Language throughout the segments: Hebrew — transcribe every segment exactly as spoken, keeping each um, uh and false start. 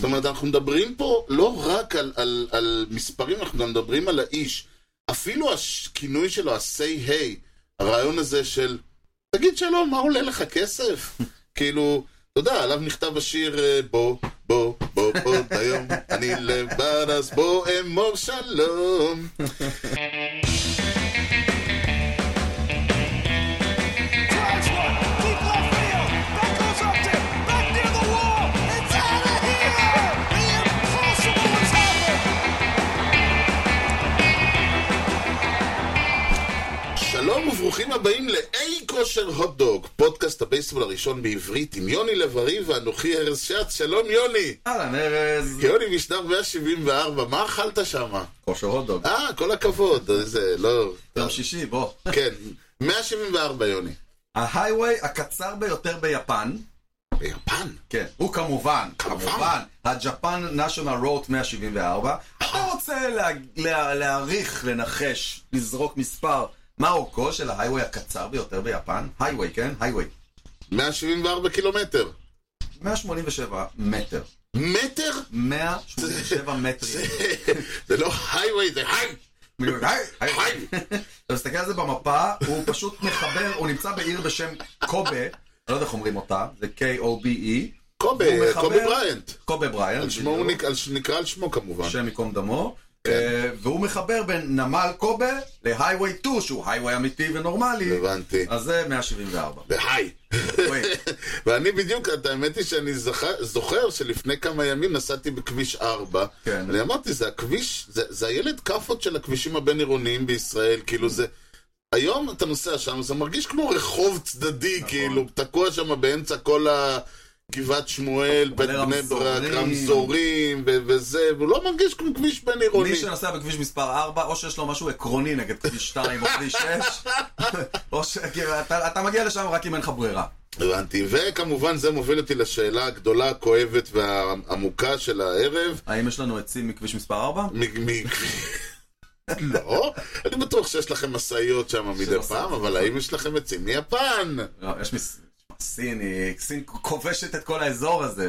זאת אומרת, אנחנו מדברים פה לא רק על, על, על מספרים, אנחנו גם מדברים על האיש. אפילו הכינוי שלו, ה-say hey, הרעיון הזה של, תגיד שלום, מה עולה לך כסף? כאילו, אתה יודע, עליו נכתב השיר, בוא, בוא, בוא, בוא, היום אני לבד, אז בוא אמור שלום. שלום וברוכים הבאים לאי כושר הוטדוג, פודקאסט הבייסבול הראשון בעברית עם יוני לב-ארי ואנוכי ארז שץ. שלום יוני. אהלן ארז. יוני משדר מאה שבעים וארבע, מה אכלת שם? כושר הוטדוג. אה, כל הכבוד, זה לא... יום שישי, בוא. כן, מאה שבעים וארבע יוני. ההייווי הקצר ביותר ביפן. ביפן? כן, הוא כמובן, כמובן, הג'פן נשיונל רוט מאה שבעים וארבע. אתה רוצה לה, לה, להעריך, לנחש, לזרוק מספר, מה אורכו של ההייווי הקצר ביותר ביפן? הייווי, כן? הייווי. מאה שבעים וארבע קילומטר. מאה שמונים ושבע מטר. מטר? מאה שמונים ושבע מטרים. זה לא הייווי, זה היי! היי! אתה מסתכל על זה במפה, הוא פשוט מחבר, הוא נמצא בעיר בשם קובה, אני לא יודע איך אומרים אותה, זה K-O-B-E. קובה, קובה בריינט. קובה בריינט. נקרא על שמו כמובן. שם מקום דמו. והוא מחבר בין נמל קובה להייווי שתיים, שהוא הייווי אמיתי ונורמלי. הבנתי. אז זה מאה שבעים וארבע. והי. ואני בדיוק, האמת היא שאני זוכר שלפני כמה ימים נסעתי בכביש ארבע. אני אמרתי, זה הכביש, זה הילד כפות של הכבישים הבין עירוניים בישראל, כאילו זה... היום אתה נוסע שם, זה מרגיש כמו רחוב צדדי, כאילו, תקוע שם באמצע כל ה... גבעת שמואל, בית בני ברק, רמזורים וזה, והוא לא מרגיש כמו כביש בין עירוני. מי שנוסע בכביש מספר ארבע, או שיש לו משהו עקרוני נגד כביש שתיים או כביש שש, או שאתה מגיע לשם רק אם אין לך ברירה. הבנתי, וכמובן זה מוביל אותי לשאלה הגדולה, הכואבת והעמוקה של הערב. האם יש לנו עצים מכביש מספר ארבע? לא, אני בטוח שיש לכם מסעיות שם מדי פעם, אבל האם יש לכם עצים מיפן? לא, יש מס... סין, סין כובשת את כל האזור הזה.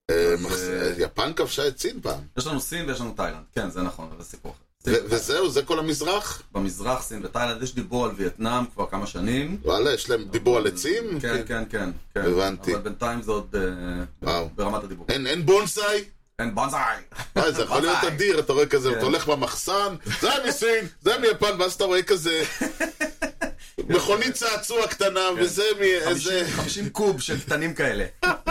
יפן כבשה את סין פעם. יש לנו סין ויש לנו תאילנד. כן, זה נכון, זה סיפור. וזהו, זה כל המזרח? במזרח, סין ותאילנד. יש דיבור על וייטנאם כבר כמה שנים. וואלה, יש להם דיבור על עצים? כן, כן, כן. הבנתי. אבל בינתיים זה עוד ברמת הדיבור. אין בונסאי? אין בונסאי. זה יכול להיות אדיר, אתה רואה כזה, אתה הולך במחסן, זה מסין, זה מיפן, ואז אתה רואה כזה... מכונית צעצוע קטנה, וזה מאיזה... חמישים קוב של קטנים כאלה.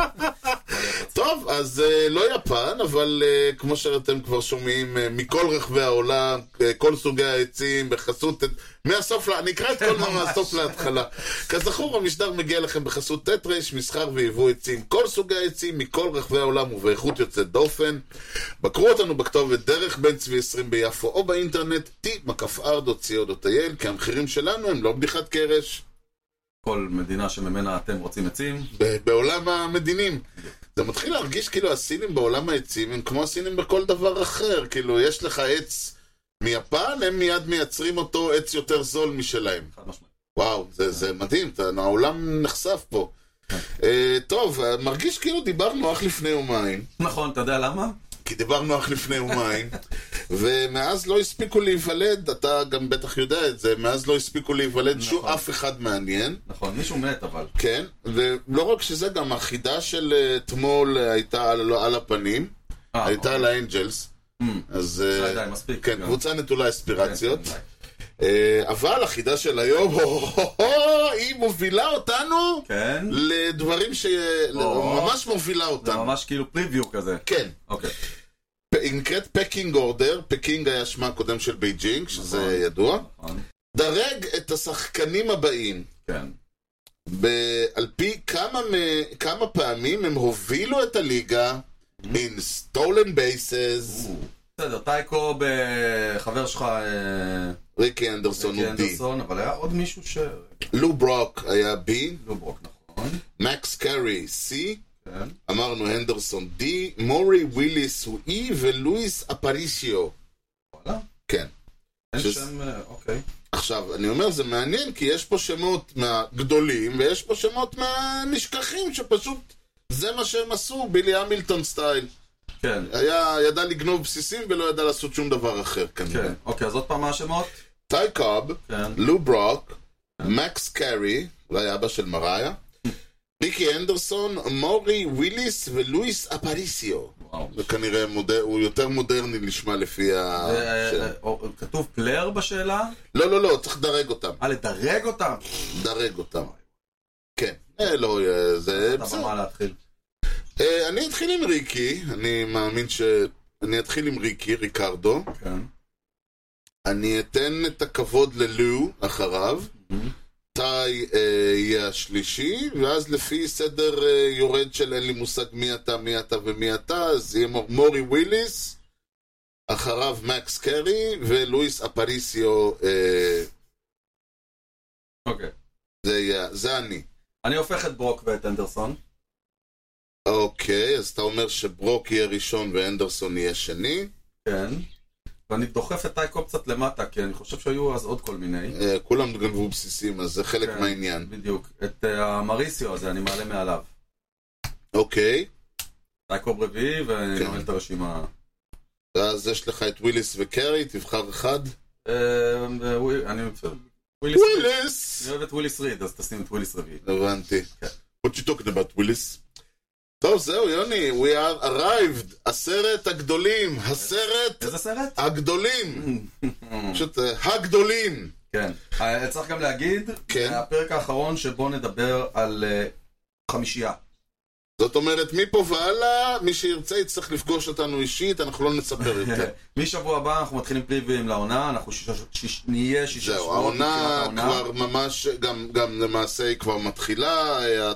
טוב, אז לא יפן, אבל כמו שאתם כבר שומעים, מכל רחבי העולם, כל סוגי העצים, בחסות... מהסוף, אני אקרא את כל זה מהסוף להתחלה. כזכור, המשדר מגיע לכם בחסות טטרש, מסחר ויבוא עצים, כל סוגי העצים, מכל רחבי העולם ובאיכות יוצאת דופן. בקרו אותנו בכתובת דרך בן צבי עשרים ביפו, או באינטרנט טי מקף אר דוט סי או דוט איי אל, כי המחירים שלנו הם לא בדיחת קרש. כל מדינה שממנה אתם רוצים עצים? בעולם המדינים. זה מתחיל להרגיש כאילו הסינים בעולם העצים הם כמו הסינים בכל דבר אחר. כאילו, יש לך עץ מיפן, הם מיד מייצרים אותו עץ יותר זול משלהם. חד משמעית. וואו, זה מדהים, העולם נחשף פה. טוב, מרגיש כאילו דיברנו אך לפני יומיים. נכון, אתה יודע למה? כי דיברנו אך לפני יומיים, ומאז לא הספיקו להיוולד, אתה גם בטח יודע את זה, מאז לא הספיקו להיוולד שום אף אחד מעניין. נכון, מישהו מת אבל. כן, ולא רק שזה, גם החידה של אתמול הייתה על הפנים, הייתה על האנג'לס. אז זה עדיין מספיק. כן, קבוצה נטולה אספירציות. אבל החידה של היום, היא מובילה אותנו לדברים שממש מובילה אותנו. זה ממש כאילו פריוויו כזה. כן. אוקיי. היא נקראת פקינג אורדר, פקינג היה שמה הקודם של בייג'ינג, שזה ידוע. דרג את השחקנים הבאים. כן. על פי כמה פעמים הם הובילו את הליגה in stolen bases. בסדר, טייקו בחבר שלך ריקי אנדרסון הוא די, אבל היה עוד מישהו ש... לו ברוק היה בי, לו ברוק, נכון. מקס קרי סי, אמרנו הנדרסון די, מורי וויליס הוא אי, ולואיס אפריסיו. וואלה? כן. אין שם, אוקיי. עכשיו, אני אומר, זה מעניין, כי יש פה שמות מהגדולים, ויש פה שמות מהנשכחים, שפשוט זה מה שהם עשו, בילי המילטון סטייל. כן. היה, ידע לגנוב בסיסים ולא ידע לעשות שום דבר אחר כנראה. כן, אוקיי, אז עוד פעם מה השמות? טי קוב, כן. לו ברוק, מקס קרי, אולי אבא של מראיה, ריקי אנדרסון, מורי וויליס ולואיס אפריסיו. וואו. זה כנראה מודר, הוא יותר מודרני לשמה לפי ה... כתוב פלייר בשאלה? לא, לא, לא, צריך לדרג אותם. אה, לדרג אותם? לדרג אותם. כן, לא, זה... אתה במה להתחיל. אני אתחיל עם ריקי, אני מאמין ש... אני אתחיל עם ריקי, ריקרדו. כן. אני אתן את הכבוד ללו אחריו. טי יהיה השלישי, ואז לפי סדר יורד של אין לי מושג מי אתה, מי אתה ומי אתה, אז יהיה מורי וויליס, אחריו מקס קרי ולואיס אפריסיו. אוקיי. זה יהיה, זה אני. אני הופך את ברוק ואת אנדרסון. אוקיי, אז אתה אומר שברוק יהיה ראשון ואנדרסון יהיה שני. כן. ואני דוחף את טייקו קצת למטה, כי אני חושב שהיו אז עוד כל מיני. כולם גנבו בסיסים, אז זה חלק מהעניין. בדיוק. את המריסיו הזה אני מעלה מעליו. אוקיי. טייקו רביעי, ואני נועל את הרשימה. ואז יש לך את וויליס וקרי, תבחר אחד. אני וויליס! אני אוהב את וויליס ריד, אז תשים את וויליס רביעי. הבנתי. What you talking about, וויליס? טוב, זהו, יוני, we are arrived, הסרט הגדולים, הסרט... איזה סרט? הגדולים. פשוט, הגדולים. כן. צריך גם להגיד, הפרק האחרון שבו נדבר על חמישייה. זאת אומרת, מפה והלאה, מי שירצה יצטרך לפגוש אותנו אישית, אנחנו לא נספר יותר. משבוע הבא אנחנו מתחילים פריוויים לעונה, אנחנו נהיה שישה שבועות. זהו, העונה כבר ממש, גם למעשה היא כבר מתחילה,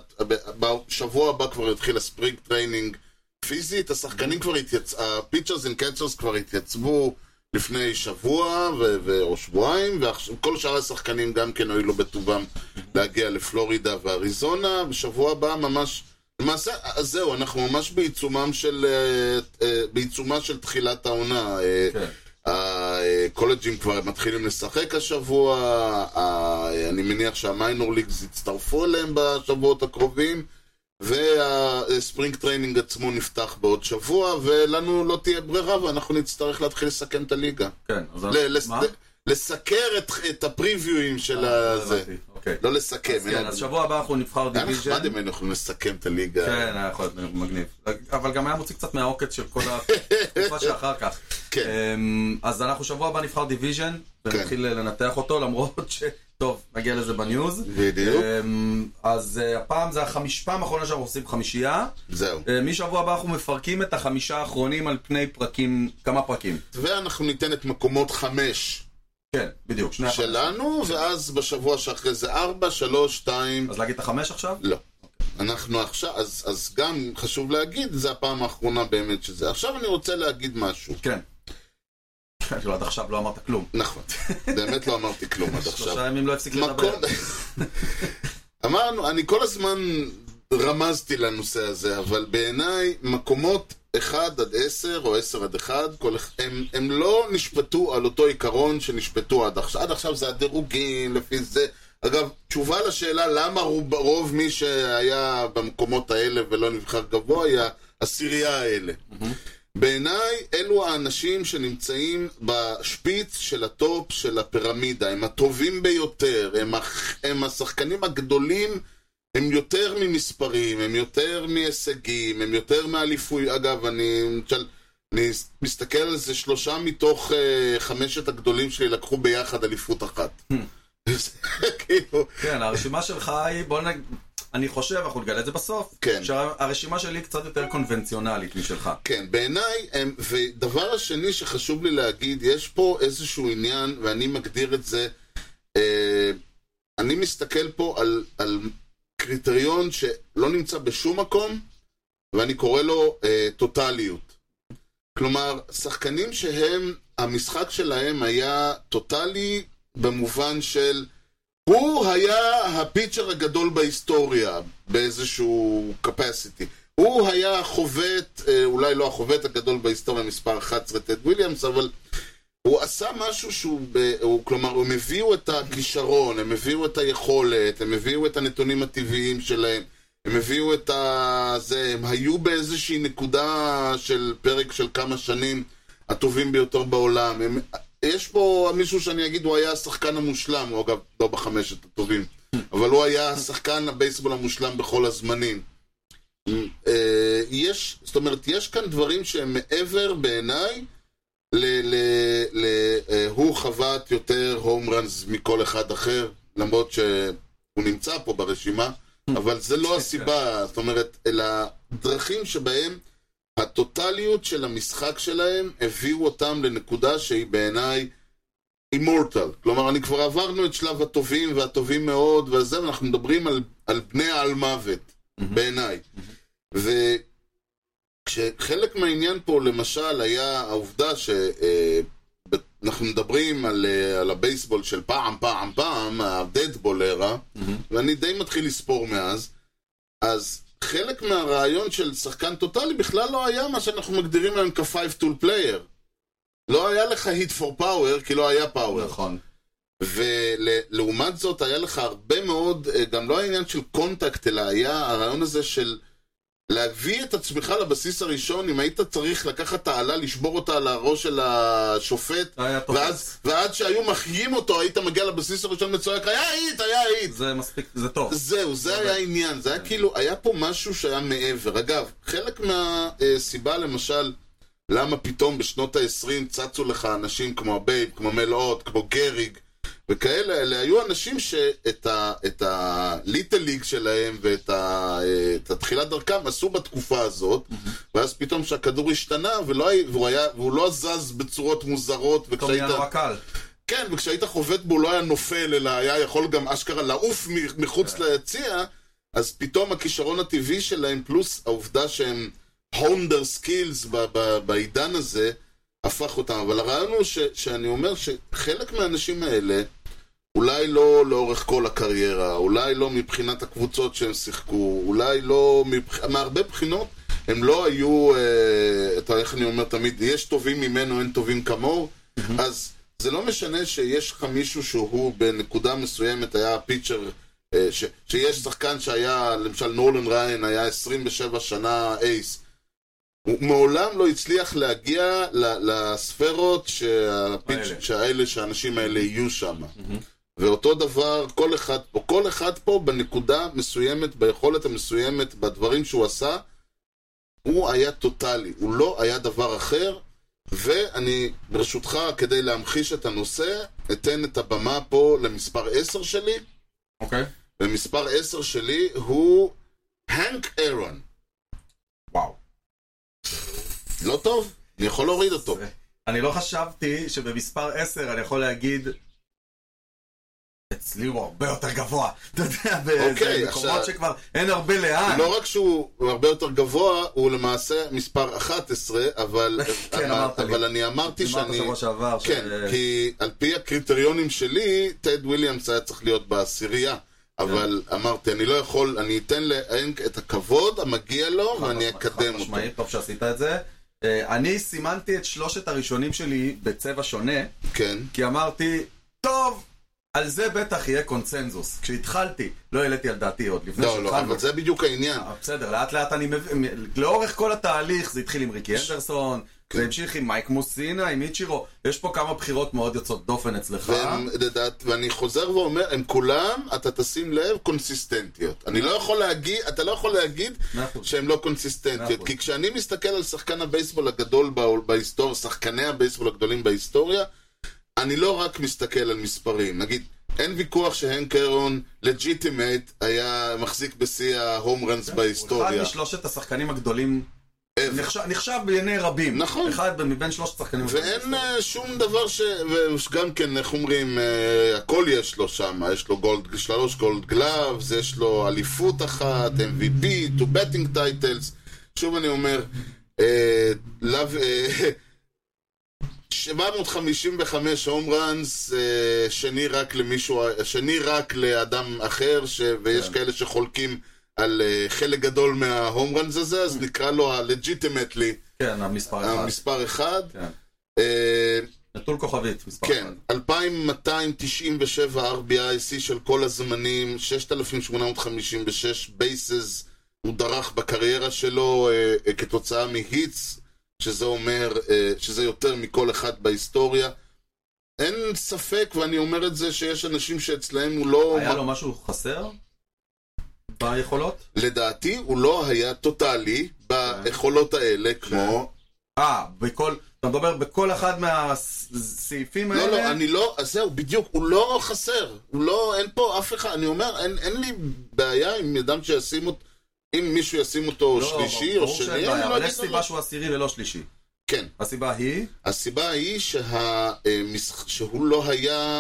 בשבוע הבא כבר התחיל הספרינג טריינינג פיזית, השחקנים כבר התייצבו, הפיצ'רס אנד קאצ'רס כבר התייצבו לפני שבוע או שבועיים, וכל שאר השחקנים גם כן הועילו בטובם להגיע לפלורידה ואריזונה, בשבוע הבא ממש... למעשה, אז זהו, אנחנו ממש בעיצומם של, בעיצומה של תחילת העונה. הקולג'ים כבר מתחילים לשחק השבוע, אני מניח שהמיינור ליגס יצטרפו אליהם בשבועות הקרובים, והספרינג טריינינג עצמו נפתח בעוד שבוע, ולנו לא תהיה ברירה, ואנחנו נצטרך להתחיל לסכם את הליגה. כן, אז מה? לסקר את הפריוויואים של הזה. לא לסכם. אז שבוע הבא אנחנו נבחר דיוויז'ן. היה נחמד אם אנחנו נסכם את הליגה. כן, היה יכול להיות מגניב. אבל גם היה מוציא קצת מהעוקץ של כל התקופה שאחר כך. אז אנחנו שבוע הבא נבחר דיוויז'ן, ונתחיל לנתח אותו, למרות ש... טוב, נגיע לזה בניוז. בדיוק. אז הפעם זה פעם האחרונה שאנחנו עושים חמישייה. זהו. משבוע הבא אנחנו מפרקים את החמישה האחרונים על פני פרקים, כמה פרקים. ואנחנו ניתן את מקומות חמש. כן, בדיוק. שלנו, ואז בשבוע שאחרי זה ארבע, שלוש, שתיים. אז להגיד את החמש עכשיו? לא. אנחנו עכשיו, אז, אז גם חשוב להגיד, זה הפעם האחרונה באמת שזה. עכשיו אני רוצה להגיד משהו. כן. כאילו עד עכשיו לא אמרת כלום. נכון. באמת לא אמרתי כלום עד עכשיו. שלושה ימים לא הפסיק לדבר. אמרנו, אני כל הזמן רמזתי לנושא הזה, אבל בעיניי מקומות אחד עד עשר או עשר עד אחד, הם, הם לא נשפטו על אותו עיקרון שנשפטו עד עכשיו. עד עכשיו זה הדירוגים, לפי זה. אגב, תשובה לשאלה למה רוב, רוב מי שהיה במקומות האלה ולא נבחר גבוה היה עשירייה האלה. Mm-hmm. בעיניי אלו האנשים שנמצאים בשפיץ של הטופ של הפירמידה, הם הטובים ביותר, הם, הם השחקנים הגדולים, הם יותר ממספרים, הם יותר מהישגים, הם יותר מאליפוי. אגב, אני, אני מסתכל על זה, שלושה מתוך uh, חמשת הגדולים שלי לקחו ביחד אליפות אחת. כאילו... כן, הרשימה שלך היא, בוא נגיד... אני חושב, אנחנו נגלה את זה בסוף, כן. שהרשימה שלי קצת יותר קונבנציונלית משלך. כן, בעיניי, ודבר השני שחשוב לי להגיד, יש פה איזשהו עניין, ואני מגדיר את זה, אה, אני מסתכל פה על, על קריטריון שלא נמצא בשום מקום, ואני קורא לו אה, טוטליות. כלומר, שחקנים שהם, המשחק שלהם היה טוטלי במובן של... הוא היה הפיצ'ר הגדול בהיסטוריה באיזשהו capacity. הוא היה החובט, אולי לא החובט הגדול בהיסטוריה מספר אחת עשרה טד וויליאמס, אבל הוא עשה משהו שהוא, הוא, כלומר, הם הביאו את הכישרון, הם הביאו את היכולת, הם הביאו את הנתונים הטבעיים שלהם, הם הביאו את ה... זה, הם היו באיזושהי נקודה של פרק של כמה שנים הטובים ביותר בעולם. הם... יש פה מישהו שאני אגיד, הוא היה השחקן המושלם, הוא אגב לא בחמשת הטובים, אבל הוא היה השחקן הבייסבול המושלם בכל הזמנים. יש, זאת אומרת, יש כאן דברים שהם מעבר בעיניי, ל- ל- ל- הוא חוות יותר הום ראנס מכל אחד אחר, למרות שהוא נמצא פה ברשימה, אבל זה לא הסיבה, זאת אומרת, אלא דרכים שבהם הטוטליות של המשחק שלהם הביאו אותם לנקודה שהיא בעיניי אימורטל. כלומר, אני כבר עברנו את שלב הטובים והטובים מאוד, וזה, ואנחנו מדברים על, על בני העל מוות, בעיניי. וכשחלק מהעניין פה, למשל, היה העובדה שאנחנו מדברים על, על הבייסבול של פעם, פעם, פעם, הדדבול era, ואני די מתחיל לספור מאז, אז חלק מהרעיון של שחקן טוטלי בכלל לא היה מה שאנחנו מגדירים להם כ-five tool player. לא היה לך hit for power, כי לא היה power. נכון. ולעומת זאת היה לך הרבה מאוד, גם לא העניין של קונטקט, אלא היה הרעיון הזה של להביא את עצמך לבסיס הראשון, אם היית צריך לקחת את העלה, לשבור אותה על הראש של השופט, ואז, ועד שהיו מחיים אותו, היית מגיע לבסיס הראשון מצועק, היה היט, היה היט. זה מספיק, זה טוב. זהו, זה היה העניין, זה היה כאילו, היה פה משהו שהיה מעבר. אגב, חלק מהסיבה למשל, למה פתאום בשנות ה-עשרים צצו לך אנשים כמו הבייב, כמו מלאות, כמו גריג, וכאלה, אלה היו אנשים שאת הליטל ליג שלהם ואת התחילת דרכם עשו בתקופה הזאת, ואז פתאום שהכדור השתנה והוא לא זז בצורות מוזרות, כן, וכשהיית חובט בו לא היה נופל, אלא היה יכול גם אשכרה לעוף מחוץ ליציע, אז פתאום הכישרון הטבעי שלהם, פלוס העובדה שהם honed their skills בעידן הזה, הפך אותם. אבל הרעיון הוא ש, שאני אומר שחלק מהאנשים האלה, אולי לא לאורך כל הקריירה, אולי לא מבחינת הקבוצות שהם שיחקו, אולי לא, מבח... מהרבה בחינות, הם לא היו, אה, אתה, איך אני אומר תמיד, יש טובים ממנו, אין טובים כמוהו, mm-hmm. אז זה לא משנה שיש לך מישהו שהוא בנקודה מסוימת, היה פיצ'ר, אה, ש, שיש שחקן שהיה, למשל נולן ריין, היה עשרים ושבע שנה אייס, הוא מעולם לא הצליח להגיע לספרות שהאלה, שהאנשים האלה יהיו שם. ואותו דבר, כל אחד פה, כל אחד פה בנקודה מסוימת, ביכולת המסוימת, בדברים שהוא עשה, הוא היה טוטלי, הוא לא היה דבר אחר, ואני ברשותך, כדי להמחיש את הנושא, אתן את הבמה פה למספר עשר שלי. אוקיי. ומספר עשר שלי הוא הנק אירון. וואו. לא טוב, אני יכול להוריד אותו. אני לא חשבתי שבמספר עשר אני יכול להגיד אצלי הוא הרבה יותר גבוה. אתה יודע, זה מקומות שכבר אין הרבה לאן. לא רק שהוא הרבה יותר גבוה, הוא למעשה מספר אחת עשרה, אבל אני אמרתי שאני... כן, כי על פי הקריטריונים שלי, טד וויליאמס היה צריך להיות בעשירייה. אבל אמרתי, אני לא יכול, אני אתן להנק את הכבוד המגיע לו, ואני אקדם אותו. טוב שעשית את זה. אני סימנתי את שלושת הראשונים שלי בצבע שונה, כן. כי אמרתי, טוב, על זה בטח יהיה קונצנזוס. כשהתחלתי, לא העליתי על דעתי עוד, לפני שהתחלנו. לא, לא, אבל זה בדיוק העניין. בסדר, לאט לאט אני מבין, לאורך כל התהליך זה התחיל עם ריקי אנדרסון, זה המשיך עם מייק מוסינה, עם איצ'ירו, יש פה כמה בחירות מאוד יוצאות דופן אצלך. ואני חוזר ואומר, הם כולם, אתה תשים לב, קונסיסטנטיות. אני לא יכול להגיד, אתה לא יכול להגיד שהם לא קונסיסטנטיות, כי כשאני מסתכל על שחקן הבייסבול הגדול בהיסטוריה, שחקני הבייסבול הגדולים בהיסטוריה, אני לא רק מסתכל על מספרים. נגיד, אין ויכוח שהנק אירון לג'יטימייט היה מחזיק בשיא ההום ראנס בהיסטוריה. אחד משלושת השחקנים הגדולים נחשב בעיני רבים. נכון. אחד מבין שלושת שחקנים. ואין שום דבר ש... וגם כן, איך אומרים, הכל יש לו שם. יש לו גולד, שלוש גולד גלאבס, יש לו אליפות אחת, אם וי פי, two betting titles. שוב אני אומר, שבע מאות חמישים וחמש הום ראנס, שני רק למישהו, שני רק לאדם אחר, ויש כאלה שחולקים על חלק גדול מההום ראנס הזה, אז נקרא לו ה-legitimately. כן, המספר אחד. המספר אחד. נטול כוכבית, מספר אחד. כן, אלפיים מאתיים תשעים ושבע אר בי איי, שיא של כל הזמנים, ששת אלפים שמונה מאות חמישים ושש bases הוא דרך בקריירה שלו אה, כתוצאה מהיטס, שזה אומר, אה, שזה יותר מכל אחד בהיסטוריה. אין ספק, ואני אומר את זה, שיש אנשים שאצלהם הוא לא... היה לו משהו חסר ביכולות? לדעתי הוא לא היה טוטלי ביכולות האלה, כמו... אה, בכל... אתה מדבר בכל אחד מהסעיפים האלה? לא, לא, אני לא... אז זהו, בדיוק, הוא לא חסר. הוא לא... אין פה אף אחד... אני אומר, אין, אין לי בעיה עם אדם שישים אותו... אם מישהו ישים אותו לא, שלישי או שני, אני לא אבל אגיד יש סיבה שהוא עשירי ולא שלישי. כן. הסיבה היא? הסיבה היא שה... שהוא לא היה...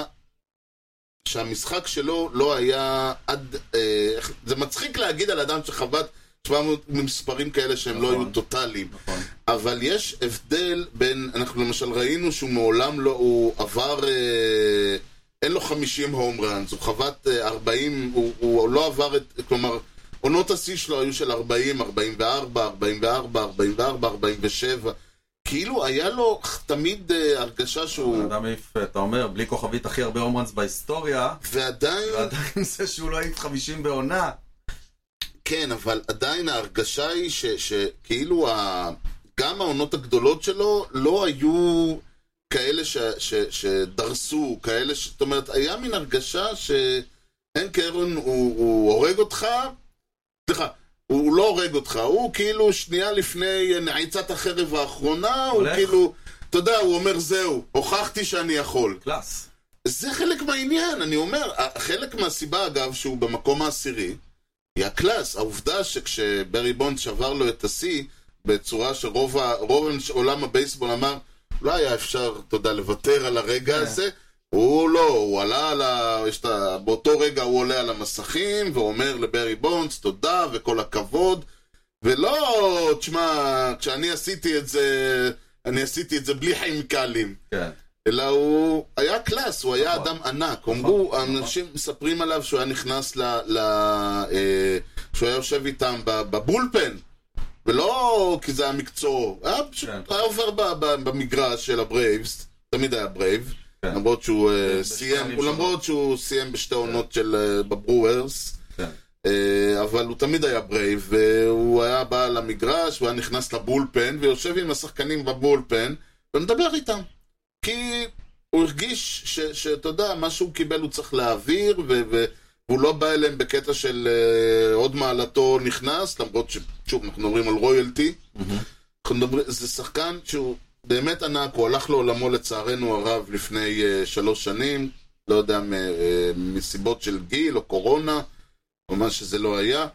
שהמשחק שלו לא היה עד... זה מצחיק להגיד על אדם שחוות שבע מאות מספרים כאלה שהם נכון, לא היו טוטליים. נכון. אבל יש הבדל בין... אנחנו למשל ראינו שהוא מעולם לא... הוא עבר... אין לו חמישים הום ראנס, הוא חוות ארבעים, הוא, הוא לא עבר את... כלומר, עונות השיא שלו היו של ארבעים, ארבעים וארבע, ארבעים וארבע, ארבעים וארבע, ארבעים ושבע. כאילו היה לו תמיד uh, הרגשה שהוא... אדם העיף, אתה אומר, בלי כוכבית הכי הרבה הום ראנס בהיסטוריה, ועדיין... ועדיין זה שהוא לא העיף חמישים בעונה. כן, אבל עדיין ההרגשה היא ש, שכאילו ה... גם העונות הגדולות שלו לא היו כאלה ש, ש, שדרסו, כאלה ש... זאת אומרת, היה מין הרגשה שהן קרון הוא, הוא הורג אותך, סליחה, הוא לא הורג אותך, הוא כאילו שנייה לפני נעיצת החרב האחרונה, הוא כאילו, אתה יודע, הוא אומר זהו, הוכחתי שאני יכול. קלאס. זה חלק מהעניין, אני אומר, חלק מהסיבה אגב שהוא במקום העשירי, היא הקלאס, העובדה שכשברי בונד שבר לו את השיא, בצורה שרוב עולם הבייסבול אמר, לא היה אפשר, תודה, לוותר על הרגע הזה, הוא לא, הוא עלה על ה... באותו רגע הוא עולה על המסכים ואומר לברי בונדס תודה וכל הכבוד, ולא, תשמע, כשאני עשיתי את זה, אני עשיתי את זה בלי כימיקלים. כן. אלא הוא היה קלאס, הוא היה אדם ענק. אמרו, אנשים מספרים עליו שהוא היה נכנס ל... שהוא היה יושב איתם בבולפן, ולא כי זה היה מקצוע, היה עובר במגרש של הברייבס, תמיד היה ברייב, למרות שהוא סיים, למרות שהוא סיים בשתי עונות של בברוארס, אבל הוא תמיד היה ברייב, והוא היה בא למגרש, והוא היה נכנס לבולפן, ויושב עם השחקנים בבולפן, ומדבר איתם. כי הוא הרגיש שאתה יודע, מה שהוא קיבל הוא צריך להעביר, והוא לא בא אליהם בקטע של עוד מעלתו נכנס, למרות ששוב, אנחנו מדברים על רויאלטי. זה שחקן שהוא באמת ענק, הוא הלך לעולמו לצערנו הרב לפני שלוש שנים, לא יודע, מסיבות של גיל או קורונה, או מה שזה לא היה.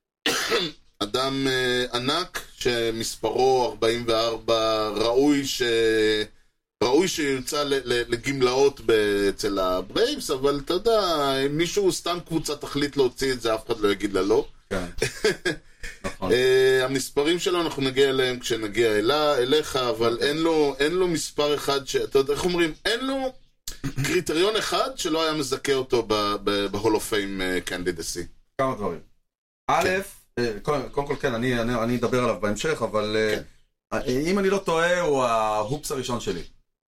אדם ענק שמספרו ארבעים וארבע, ראוי ש... ראוי שיוצא לגמלאות אצל הברייבס, אבל אתה יודע, אם מישהו סתם קבוצה תחליט להוציא את זה, אף אחד לא יגיד לה לא. כן. נכון. המספרים שלו אנחנו נגיע אליהם כשנגיע אליך, אבל אין לו, אין לו מספר אחד, אתה יודע, איך אומרים, אין לו קריטריון אחד שלא היה מזכה אותו בהול אוף פיים קנדידסי. כמה דברים. א', קודם כל כן, אני אדבר עליו בהמשך, אבל אם אני לא טועה, הוא ההופס הראשון שלי.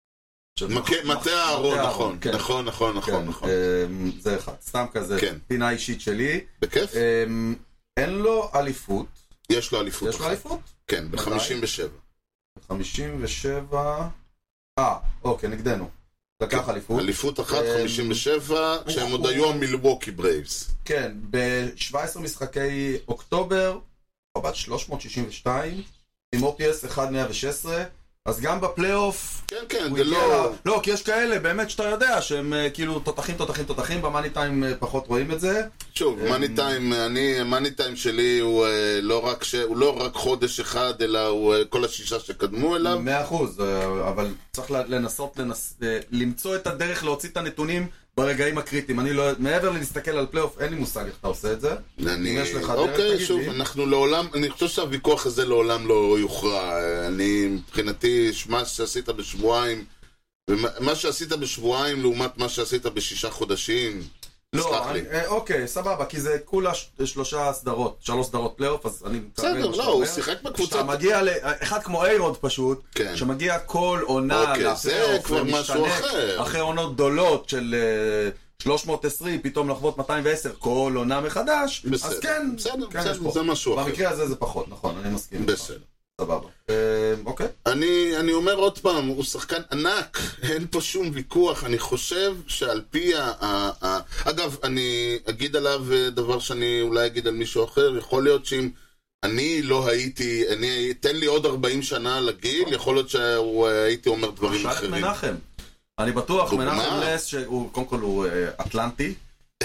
מטה הארון, נכון, נכון, נכון, נכון, נכון. זה אחד, סתם כזה, פינה אישית שלי. בכיף? אין לו אליפות. יש לו אליפות. יש לו אליפות? כן, ב-חמישים ושבע. ב-חמישים ושבע... אה, אוקיי, נגדנו. לקח אליפות. אליפות אחת, חמישים ושבע, שהם עוד היו המילווקי ברייבס. כן, ב-שבעה עשר משחקי אוקטובר, בת שלוש מאות שישים ושתיים, עם או פי אס אחת מאה ושש עשרה, אז גם בפלייאוף... כן, כן, זה לא... לא, כי יש כאלה, באמת שאתה יודע, שהם כאילו תותחים, תותחים, תותחים, במאני טיים פחות רואים את זה. שוב, מאני טיים, אני, מאני טיים שלי הוא לא רק ש... הוא לא רק חודש אחד, אלא הוא כל השישה שקדמו אליו. מאה אחוז, אבל צריך לנסות, למצוא את הדרך להוציא את הנתונים ברגעים הקריטיים. אני לא... מעבר לנסתכל על פלייאוף, אין לי מושג איך אתה עושה את זה. אני... אוקיי, שוב, אנחנו לעולם... אני חושב שהוויכוח הזה לעולם לא יוכרע. אני, מבחינתי, מה שעשית בשבועיים, ומה שעשית בשבועיים לעומת מה שעשית בשישה חודשים, לא, אוקיי, סבבה, כי זה כולה שלושה סדרות, שלוש סדרות פלייאוף, אז אני... בסדר, לא, הוא שיחק בקבוצה... כשאתה מגיע לאחד כמו איירוד פשוט, שמגיע כל עונה לפלייאוף, זה כבר משהו אחר. אחרי עונות גדולות של שלוש מאות ועשרים, פתאום לחוות מאתיים ועשר, כל עונה מחדש, בסדר, אז כן, בסדר, כן, בסדר, יש פה. זה משהו אחר. במקרה הזה זה פחות, נכון, אני מסכים. בסדר. סבבה. אה, אוקיי. אני, אני אומר עוד פעם, הוא שחקן ענק, אין פה שום ויכוח, אני חושב שעל פי ה... ה, ה אגב, אני אגיד עליו דבר שאני אולי אגיד על מישהו אחר, יכול להיות שאם אני לא הייתי, אני, תן לי עוד ארבעים שנה לגיל, יכול להיות שהייתי אומר דברים אחרים. מנחם. אני בטוח, מנחם לס, שהוא, קודם כל הוא אטלנטי.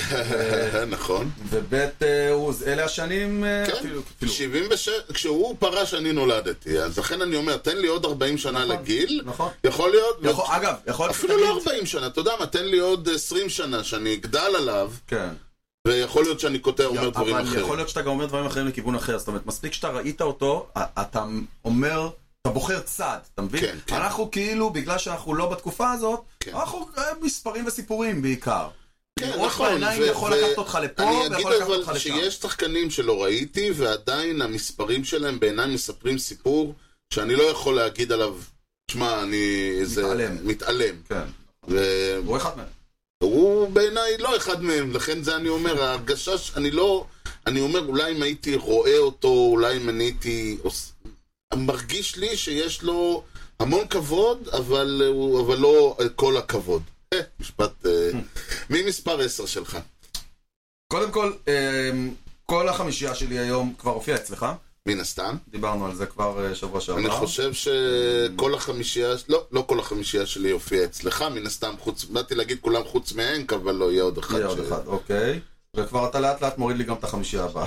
נכון. ובית, אלה השנים, שבעים ושש, כשהוא פרש אני נולדתי, אז לכן אני אומר, תן לי עוד ארבעים שנה לגיל, יכול להיות, אגב, אפילו לא ארבעים שנה, אתה יודע מה, תן לי עוד עשרים שנה שאני אגדל עליו, ויכול להיות שאני כותב, אומר דברים אחרים. אבל יכול להיות שאתה גם אומר דברים אחרים לכיוון אחר, זאת אומרת, מספיק שאתה ראית אותו, אתה אומר, אתה בוחר צד, אתה מבין? אנחנו כאילו, בגלל שאנחנו לא בתקופה הזאת, אנחנו מספרים וסיפורים בעיקר. כן, נכון, יכול לקחת אותך לפה, אני אגיד אבל שיש שחקנים שלא ראיתי, ועדיין המספרים שלהם בעיניי מספרים סיפור שאני לא יכול להגיד עליו, שמע, אני מתעלם. הוא אחד מהם. הוא בעיניי לא אחד מהם, לכן זה אני אומר, ההרגשה שאני לא, אני אומר, אולי אם הייתי רואה אותו, אולי אם אני הייתי, מרגיש לי שיש לו המון כבוד, אבל לא כל הכבוד. משפט, מי מספר עשר שלך? קודם כל, כל החמישייה שלי היום כבר הופיע אצלך. מן הסתם. דיברנו על זה כבר שבוע שעבר. אני חושב שכל החמישייה, לא, לא כל החמישייה שלי הופיע אצלך, מן הסתם, באתי להגיד כולם חוץ מהנק, אבל לא, יהיה עוד אחד. יהיה עוד אחד, אוקיי. וכבר אתה לאט לאט מוריד לי גם את החמישייה הבאה.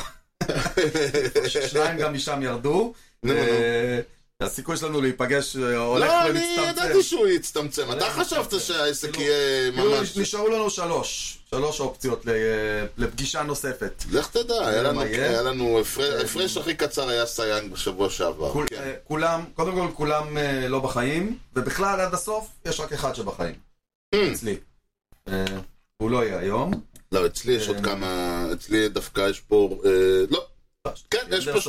שניים גם משם ירדו. הסיכוי שלנו להיפגש הולך ומצטמצם. לא, אני ידעתי שהוא יצטמצם. אתה חשבת שהעסק יהיה ממש... נשארו לנו שלוש. שלוש אופציות לפגישה נוספת. לך תדע, היה לנו... הפרש הכי קצר היה סייאנג בשבוע שעבר. כולם, קודם כל כולם לא בחיים, ובכלל עד הסוף יש רק אחד שבחיים. אצלי. הוא לא יהיה היום. לא, אצלי יש עוד כמה... אצלי דווקא יש פה... לא. כן, יש פה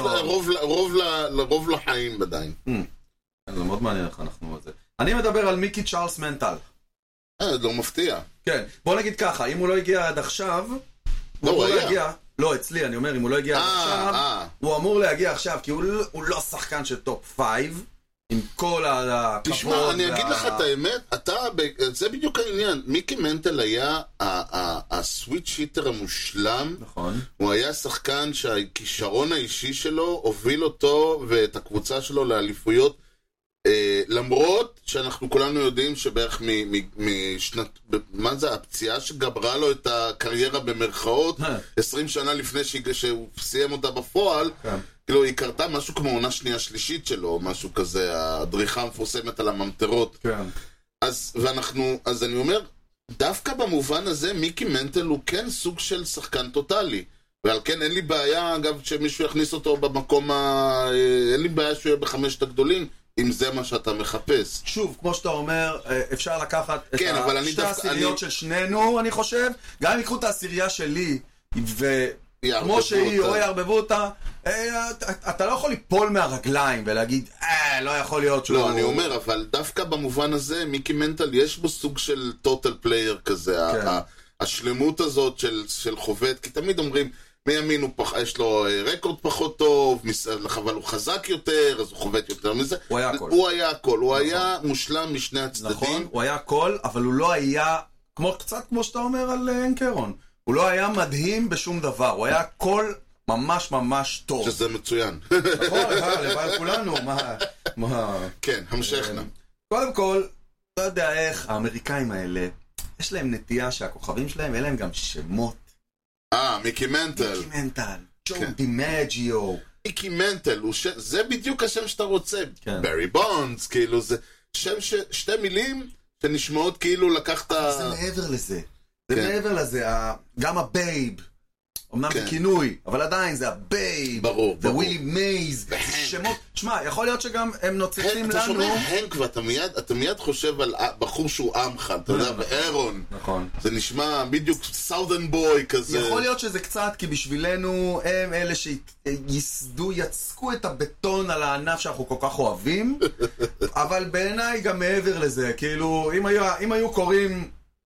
רוב לחיים עדיין. זה מאוד מעניין איך אנחנו על זה. אני מדבר על מיקי צ'ארלס מנטל. אה, לא מפתיע. כן, בוא נגיד ככה, אם הוא לא הגיע עד עכשיו, הוא אמור להגיע, לא, אצלי, אני אומר, אם הוא לא הגיע עד עכשיו, הוא אמור להגיע עכשיו, כי הוא לא שחקן של טופ פייב, עם כל הכבוד. תשמע, אני אגיד לך את האמת, אתה, זה בדיוק העניין, מיקי מנטל היה הסוויץ' שיטר המושלם, נכון. הוא היה שחקן שהכישרון האישי שלו הוביל אותו ואת הקבוצה שלו לאליפויות, למרות שאנחנו כולנו יודעים שבערך משנת, מה זה, הפציעה שגברה לו את הקריירה במרכאות, עשרים שנה לפני שהוא סיים אותה בפועל, כאילו היא קרתה משהו כמו עונה שנייה שלישית שלו, משהו כזה, הדריכה המפורסמת על הממטרות. כן. אז, ואנחנו, אז אני אומר, דווקא במובן הזה, מיקי מנטל הוא כן סוג של שחקן טוטלי. ועל כן אין לי בעיה, אגב, שמישהו יכניס אותו במקום ה... אין לי בעיה שהוא יהיה בחמשת הגדולים, אם זה מה שאתה מחפש. שוב, כמו שאתה אומר, אפשר לקחת כן, את השתי העשיריות אני... של שנינו, אני חושב. גם אם יקחו את העשירייה שלי, ו... כמו שהיא, או יערבבו אותה, אתה לא יכול ליפול מהרגליים ולהגיד, אה, לא יכול להיות שהוא... לא, אני אומר, אבל דווקא במובן הזה, מיקי מנטל, יש בו סוג של טוטל פלייר כזה, השלמות הזאת של חובט, כי תמיד אומרים, מימין יש לו רקורד פחות טוב, אבל הוא חזק יותר, אז הוא חובט יותר מזה. הוא היה הכל. הוא היה הכל, הוא היה מושלם משני הצדדים. נכון, הוא היה הכל, אבל הוא לא היה, קצת כמו שאתה אומר על אנקרון. הוא לא היה מדהים בשום דבר, הוא היה הכל ממש ממש טוב. שזה מצוין. נכון, לבעל כולנו, מה... כן, המשכנה. קודם כל, לא יודע איך, האמריקאים האלה, יש להם נטייה שהכוכבים שלהם, אין להם גם שמות. אה, מיקי מנטל. מיקי מנטל, ג'ו דימג'יו. מיקי מנטל, זה בדיוק השם שאתה רוצה. ברי בונדס, כאילו, זה שם שתי מילים שנשמעות כאילו לקחת... זה מעבר לזה. זה מעבר לזה, גם הבייב, אמנם זה כינוי, אבל עדיין זה הבייב, ברור, ברור. ווילי מייז, שמות, תשמע, יכול להיות שגם הם נוצצים לנו. אתה שומע הנק ואתה מיד חושב על בחור שהוא עמך, אתה יודע, ואירון. נכון. זה נשמע בדיוק סאודרן בוי כזה. יכול להיות שזה קצת, כי בשבילנו הם אלה שיסדו, יצקו את הבטון על הענף שאנחנו כל כך אוהבים, אבל בעיניי גם מעבר לזה, כאילו, אם היו קוראים...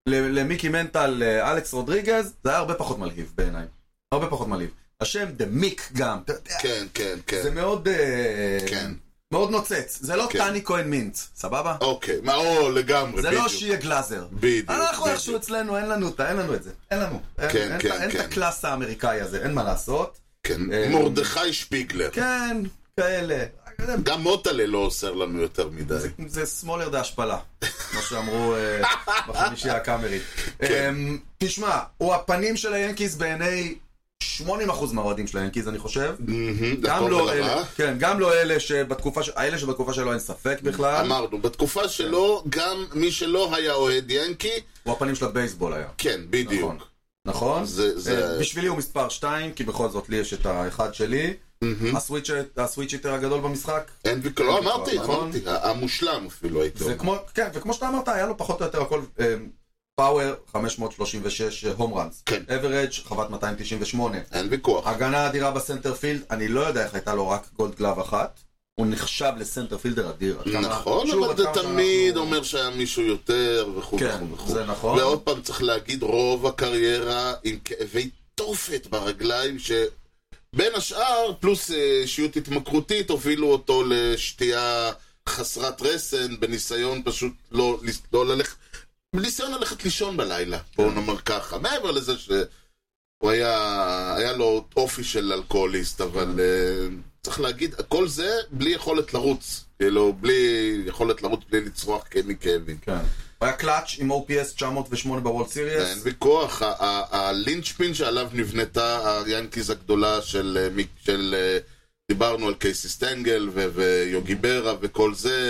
למיקי מנטל, אלכס רודריגז, זה היה הרבה פחות מלהיב בעיניי. הרבה פחות מלהיב. השם, The Mick גם. כן, כן, כן. זה מאוד... כן. מאוד נוצץ. זה לא טני כהן מינץ, סבבה? אוקיי, מה, או, לגמרי, זה לא שיהיה גלאזר. בדיוק. אנחנו איכשהו אצלנו, אין לנו את זה. אין לנו. כן, כן, אין את הקלאס האמריקאי הזה, אין מה לעשות. כן, מרדכי שפיגלר. כן, כאלה. גם מוטלה לא אוסר לנו יותר מדי. זה סמולר דה השפלה, כמו שאמרו בחמישייה הקאמרית. תשמע, הוא הפנים של היאנקיז בעיני שמונים אחוז מהאוהדים של היאנקיז, אני חושב. גם לא אלה, כן, גם לא אלה שבתקופה, האלה שבתקופה שלו אין ספק בכלל. אמרנו, בתקופה שלו, גם מי שלא היה אוהד יאנקי, הוא הפנים של הבייסבול היה. כן, בדיוק. נכון? בשבילי הוא מספר שתיים, כי בכל זאת לי יש את האחד שלי. הסוויצ'יטר הגדול במשחק. אין ויכוח, לא אמרתי, אמרתי, המושלם אפילו הייתי אומר. כן, וכמו שאתה אמרת, היה לו פחות או יותר הכל פאוור חמש מאות שלושים ושש הום ראנס, אברג' חוות מאתיים תשעים ושמונה, אין ויכוח. הגנה אדירה בסנטר פילד, אני לא יודע איך הייתה לו רק גולד גלאב אחת, הוא נחשב לסנטר פילדר אדיר. נכון, אבל זה תמיד אומר שהיה מישהו יותר וכו' וכו'. זה נכון. ועוד פעם צריך להגיד, רוב הקריירה עם כאבי תופת ברגליים ש... בין השאר, פלוס שיעות התמכרותית, הובילו אותו לשתייה חסרת רסן, בניסיון פשוט לא, לא ללכת, בניסיון ללכת לישון בלילה, בואו נאמר ככה. מעבר לזה שהוא היה, היה לו אופי של אלכוהוליסט, אבל צריך להגיד, הכל זה בלי יכולת לרוץ, כאילו, בלי יכולת לרוץ, בלי לצרוח מכאבים. כן. הוא היה קלאץ' עם או פי אס תשע מאות ושמונה בוולד סיריאס. אין ויכוח, הלינצ'פין שעליו נבנתה היאנקיז הגדולה של, דיברנו על קייסי סטנגל ויוגי ברה וכל זה,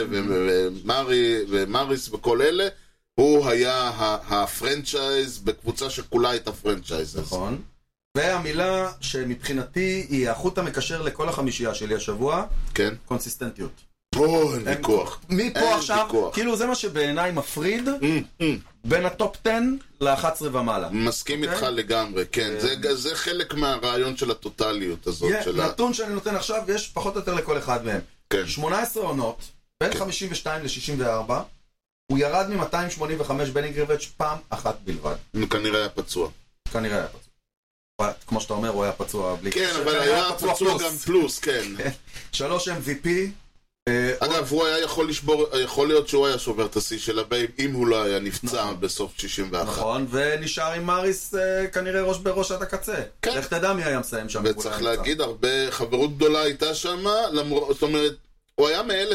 ומריס וכל אלה, הוא היה הפרנצ'ייז בקבוצה שכולה הייתה פרנצ'ייז. נכון. והמילה שמבחינתי היא החוט המקשר לכל החמישייה שלי השבוע, כן. קונסיסטנטיות. פה אין ויכוח. מפה עכשיו, כאילו זה מה שבעיניי מפריד בין הטופ עשר ל-אחת עשרה ומעלה. מסכים איתך לגמרי, כן. זה חלק מהרעיון של הטוטליות הזאת. נתון שאני נותן עכשיו, יש פחות או יותר לכל אחד מהם. שמונה עשרה עונות, בין חמישים ושתיים ל-שישים וארבע, הוא ירד מ-מאתיים שמונים וחמש בנינג ריבץ' פעם אחת בלבד. הוא כנראה היה פצוע. כנראה היה פצוע. כמו שאתה אומר, הוא היה פצוע בלי... כן, אבל היה פצוע גם פלוס, כן. שלוש אם וי פי. אגב, הוא היה יכול לשבור, יכול להיות שהוא היה שובר את השיא של הבאים, אם הוא לא היה נפצע בסוף שישים ואחת. נכון, ונשאר עם מריס כנראה ראש בראש עד הקצה. איך תדע מי היה מסיים שם? וצריך להגיד, הרבה חברות גדולה הייתה שם, זאת אומרת, הוא היה מאלה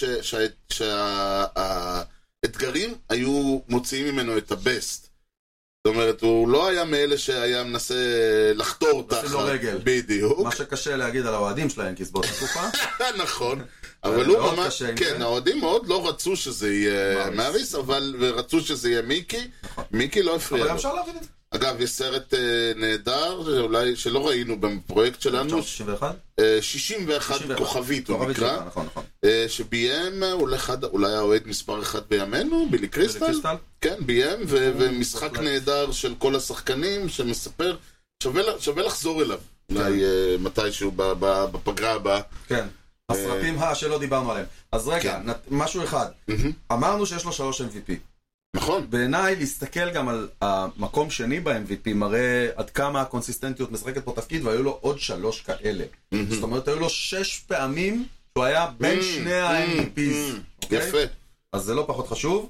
שהאתגרים היו מוציאים ממנו את הבסט. זאת אומרת, הוא לא היה מאלה שהיה מנסה לחתור תחת. עושים לו רגל. בדיוק. מה שקשה להגיד על האוהדים שלהם, כי סבורת התקופה. נכון. אבל הוא ממש, כן, האוהדים מאוד לא רצו שזה יהיה מריס, אבל רצו שזה יהיה מיקי. מיקי לא הפריע לו. אבל אפשר להבין את זה. אגב, יש סרט נהדר, אולי שלא ראינו בפרויקט שלנו. שישים ואחת? שישים ואחת כוכבית, הוא נקרא. נכון, נכון. שביים, אולי האוהד מספר אחד בימינו, בילי קריסטל. כן, ביים, ומשחק נהדר של כל השחקנים, שמספר, שווה לחזור אליו. אולי מתישהו בפגרה הבאה. כן. הסרטים שלא דיברנו עליהם. אז רגע, משהו אחד. אמרנו שיש לו שלוש אם וי פי. נכון. בעיניי להסתכל גם על המקום שני ב-אם וי פי מראה עד כמה הקונסיסטנטיות משחקת פה תפקיד, והיו לו עוד שלוש כאלה. זאת אומרת, היו לו שש פעמים שהוא היה בין שני ה-אם וי פיז. יפה. אז זה לא פחות חשוב.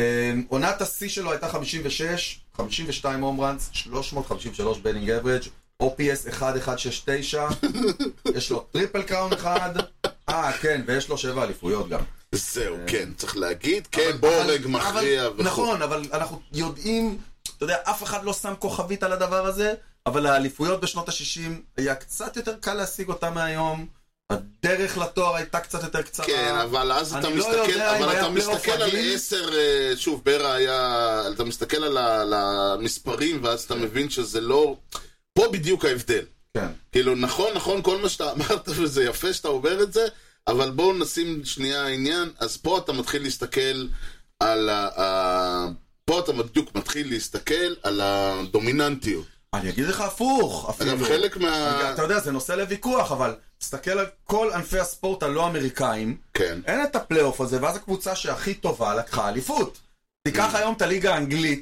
עונת השיא שלו הייתה חמישים ושש, חמישים ושתיים הום ראנס, שלוש מאות חמישים ושלוש בנינג אברג', או פי אס אחת אחת שש תשע, יש לו טריפל קראון אחד, אה כן, ויש לו שבע אליפויות גם. זהו, כן, צריך להגיד, כן, בורג מכריע. נכון, אבל אנחנו יודעים, אתה יודע, אף אחד לא שם כוכבית על הדבר הזה, אבל האליפויות בשנות ה-שישים היה קצת יותר קל להשיג אותה מהיום, הדרך לתואר הייתה קצת יותר קצרה. כן, אבל אז אתה מסתכל, אבל אתה מסתכל על עשר, שוב, ברה היה, אתה מסתכל על המספרים, ואז אתה מבין שזה לא, פה בדיוק ההבדל. כן. כאילו, נכון, נכון, כל מה שאתה אמרת, וזה יפה שאתה אומר את זה, אבל בואו נשים שנייה העניין, אז פה אתה מתחיל להסתכל על ה... פה אתה בדיוק מתחיל להסתכל על הדומיננטיות. אני אגיד לך הפוך, אפילו. אגב, חלק מה... אתה יודע, זה נושא לוויכוח, אבל תסתכל על כל ענפי הספורט הלא אמריקאים, כן. אין את הפלייאוף הזה, ואז הקבוצה שהכי טובה לקחה אליפות. תיקח היום את הליגה האנגלית,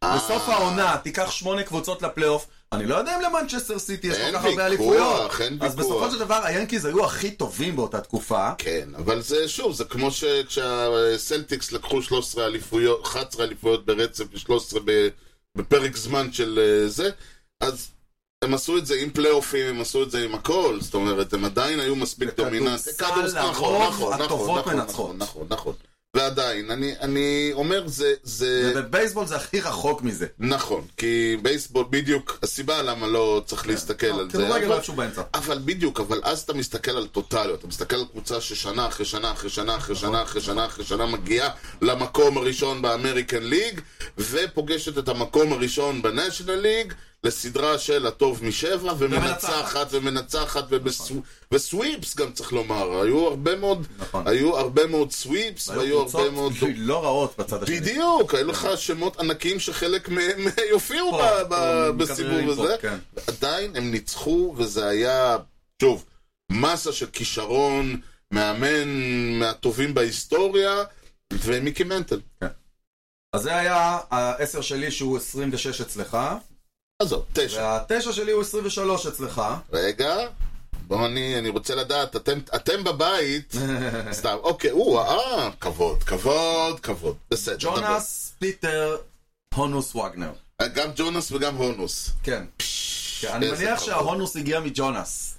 בסוף העונה תיקח שמונה קבוצות לפלייאוף, אני לא יודע אם למנצ'סטר סיטי יש כל כך הרבה אליפויות. אז בסופו של דבר היאנקיז היו הכי טובים באותה תקופה. כן, אבל זה שוב, זה כמו שכשהסלטיקס לקחו שלוש עשרה אליפויות, אחת עשרה אליפויות ברצף, שלוש עשרה בפרק זמן של זה, אז הם עשו את זה עם פלייאופים, הם עשו את זה עם הכל, זאת אומרת, הם עדיין היו מספיק דומיננט. כדורסל, לרוב הטובות מנצחות. נכון, נכון. ועדיין, אני, אני אומר, זה, זה... ובבייסבול זה הכי רחוק מזה. נכון, כי בייסבול בדיוק, הסיבה למה לא צריך להסתכל על זה. כדורגל לא משהו באמצע. אבל בדיוק, אבל אז אתה מסתכל על טוטליות, אתה מסתכל על קבוצה ששנה אחרי שנה אחרי שנה אחרי שנה אחרי שנה אחרי שנה מגיעה למקום הראשון באמריקן ליג, ופוגשת את המקום הראשון בנשיונל ליג, לסדרה של הטוב משבע, ומנצחת ומנצחת, וסוויפס גם צריך לומר, היו הרבה מאוד, היו הרבה מאוד סוויפס, והיו הרבה מאוד... לא רעות בצד השני. בדיוק, היו לך שמות ענקיים שחלק מהם יופיעו בסיבוב הזה, עדיין הם ניצחו, וזה היה, שוב, מסה של כישרון, מאמן מהטובים בהיסטוריה, ומיקי מנטל. אז זה היה העשר שלי שהוא עשרים ושש אצלך. אז זהו, תשע. והתשע שלי הוא עשרים ושלוש אצלך. רגע, בואו אני, אני רוצה לדעת, אתם, אתם בבית, סתם, אוקיי, או, אה, כבוד, כבוד, כבוד, בסדר. ג'ונס, פיטר, הונוס וגנר. גם ג'ונס וגם הונוס. כן. אני מניח שההונוס הגיע מג'ונס.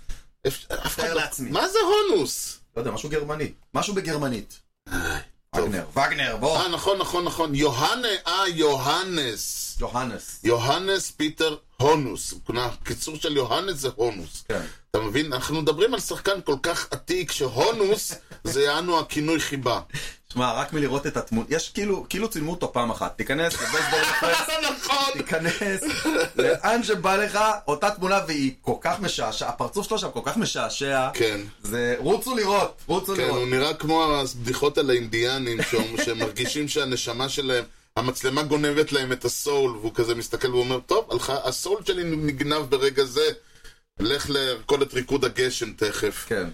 מה זה הונוס? לא יודע, משהו גרמני. משהו בגרמנית. וגנר, וגנר, בוא. אה, נכון, נכון, נכון. יוהנה, אה, יוהנס. יוהנס. יוהנס פיטר הונוס. קיצור של יוהנס זה הונוס. כן. אתה מבין? אנחנו מדברים על שחקן כל כך עתיק שהונוס זה יענו הכינוי חיבה. תשמע, רק מלראות את התמונה, יש כאילו, כאילו צילמו אותו פעם אחת. תיכנס לבייסבול רפרנס. נכון. תיכנס לאן שבא לך, אותה תמונה, והיא כל כך משעשע, הפרצוף שלו שם כל כך משעשע. כן. זה, רוצו לראות, רוצו כן, לראות. כן, הוא נראה כמו הבדיחות על האינדיאנים, שמרגישים שהנשמה שלהם, המצלמה גונבת להם את הסול, והוא כזה מסתכל ואומר, טוב, הסול שלי נגנב ברגע זה, לך לרקוד את ריקוד הגשם תכף. כן.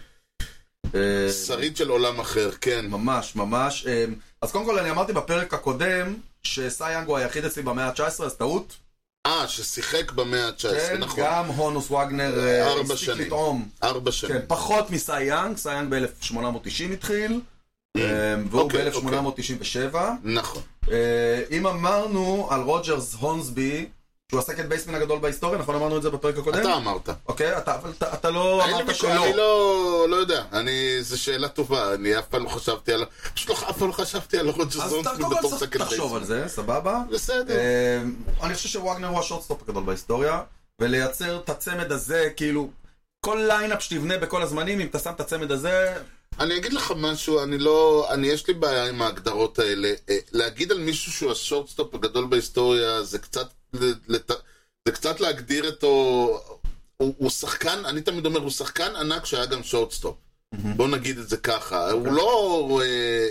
שריד של עולם אחר, כן. ממש, ממש. אז קודם כל אני אמרתי בפרק הקודם, שסי יאנג הוא היחיד אצלי במאה ה-תשע עשרה, אז טעות. אה, ששיחק במאה ה-תשע עשרה, כן, נכון. גם הונוס וגנר ארבע שנים. ארבע שנים. כן, פחות מסי יאנג, סי יאנג ב-אלף שמונה מאות תשעים התחיל, והוא ב-אלף שמונה מאות תשעים ושבע. נכון. אם אמרנו על רוג'רס הונסבי, שהוא הסקנד בייסמן הגדול בהיסטוריה, נכון אמרנו את זה בפרק הקודם? אתה אמרת. אוקיי, אתה, אבל אתה, אתה לא אמרת שלא. אני לא, לא יודע, אני, זו שאלה טובה, אני אף פעם לא חשבתי על, פשוט לא, אף פעם לא חשבתי על רוג'רס הונסבי בתור סקנד בייסמן. אז תחשוב על זה, סבבה? בסדר. אני חושב שווגנר הוא השורטסטופ הגדול בהיסטוריה, ולייצר את הצמד הזה, כאילו, כל ליינאפ שתבנה בכל הזמנים, אם אתה שם את הצמד הזה... אני אגיד לך משהו, אני לא, אני יש לי בעיה עם ההגדרות האלה. להגיד על מישהו שהוא השורטסטופ הגדול בהיסטוריה, זה קצת, זה קצת להגדיר אותו, הוא, הוא שחקן, אני תמיד אומר, הוא שחקן ענק שהיה גם שורטסטופ. בוא נגיד את זה ככה. הוא לא,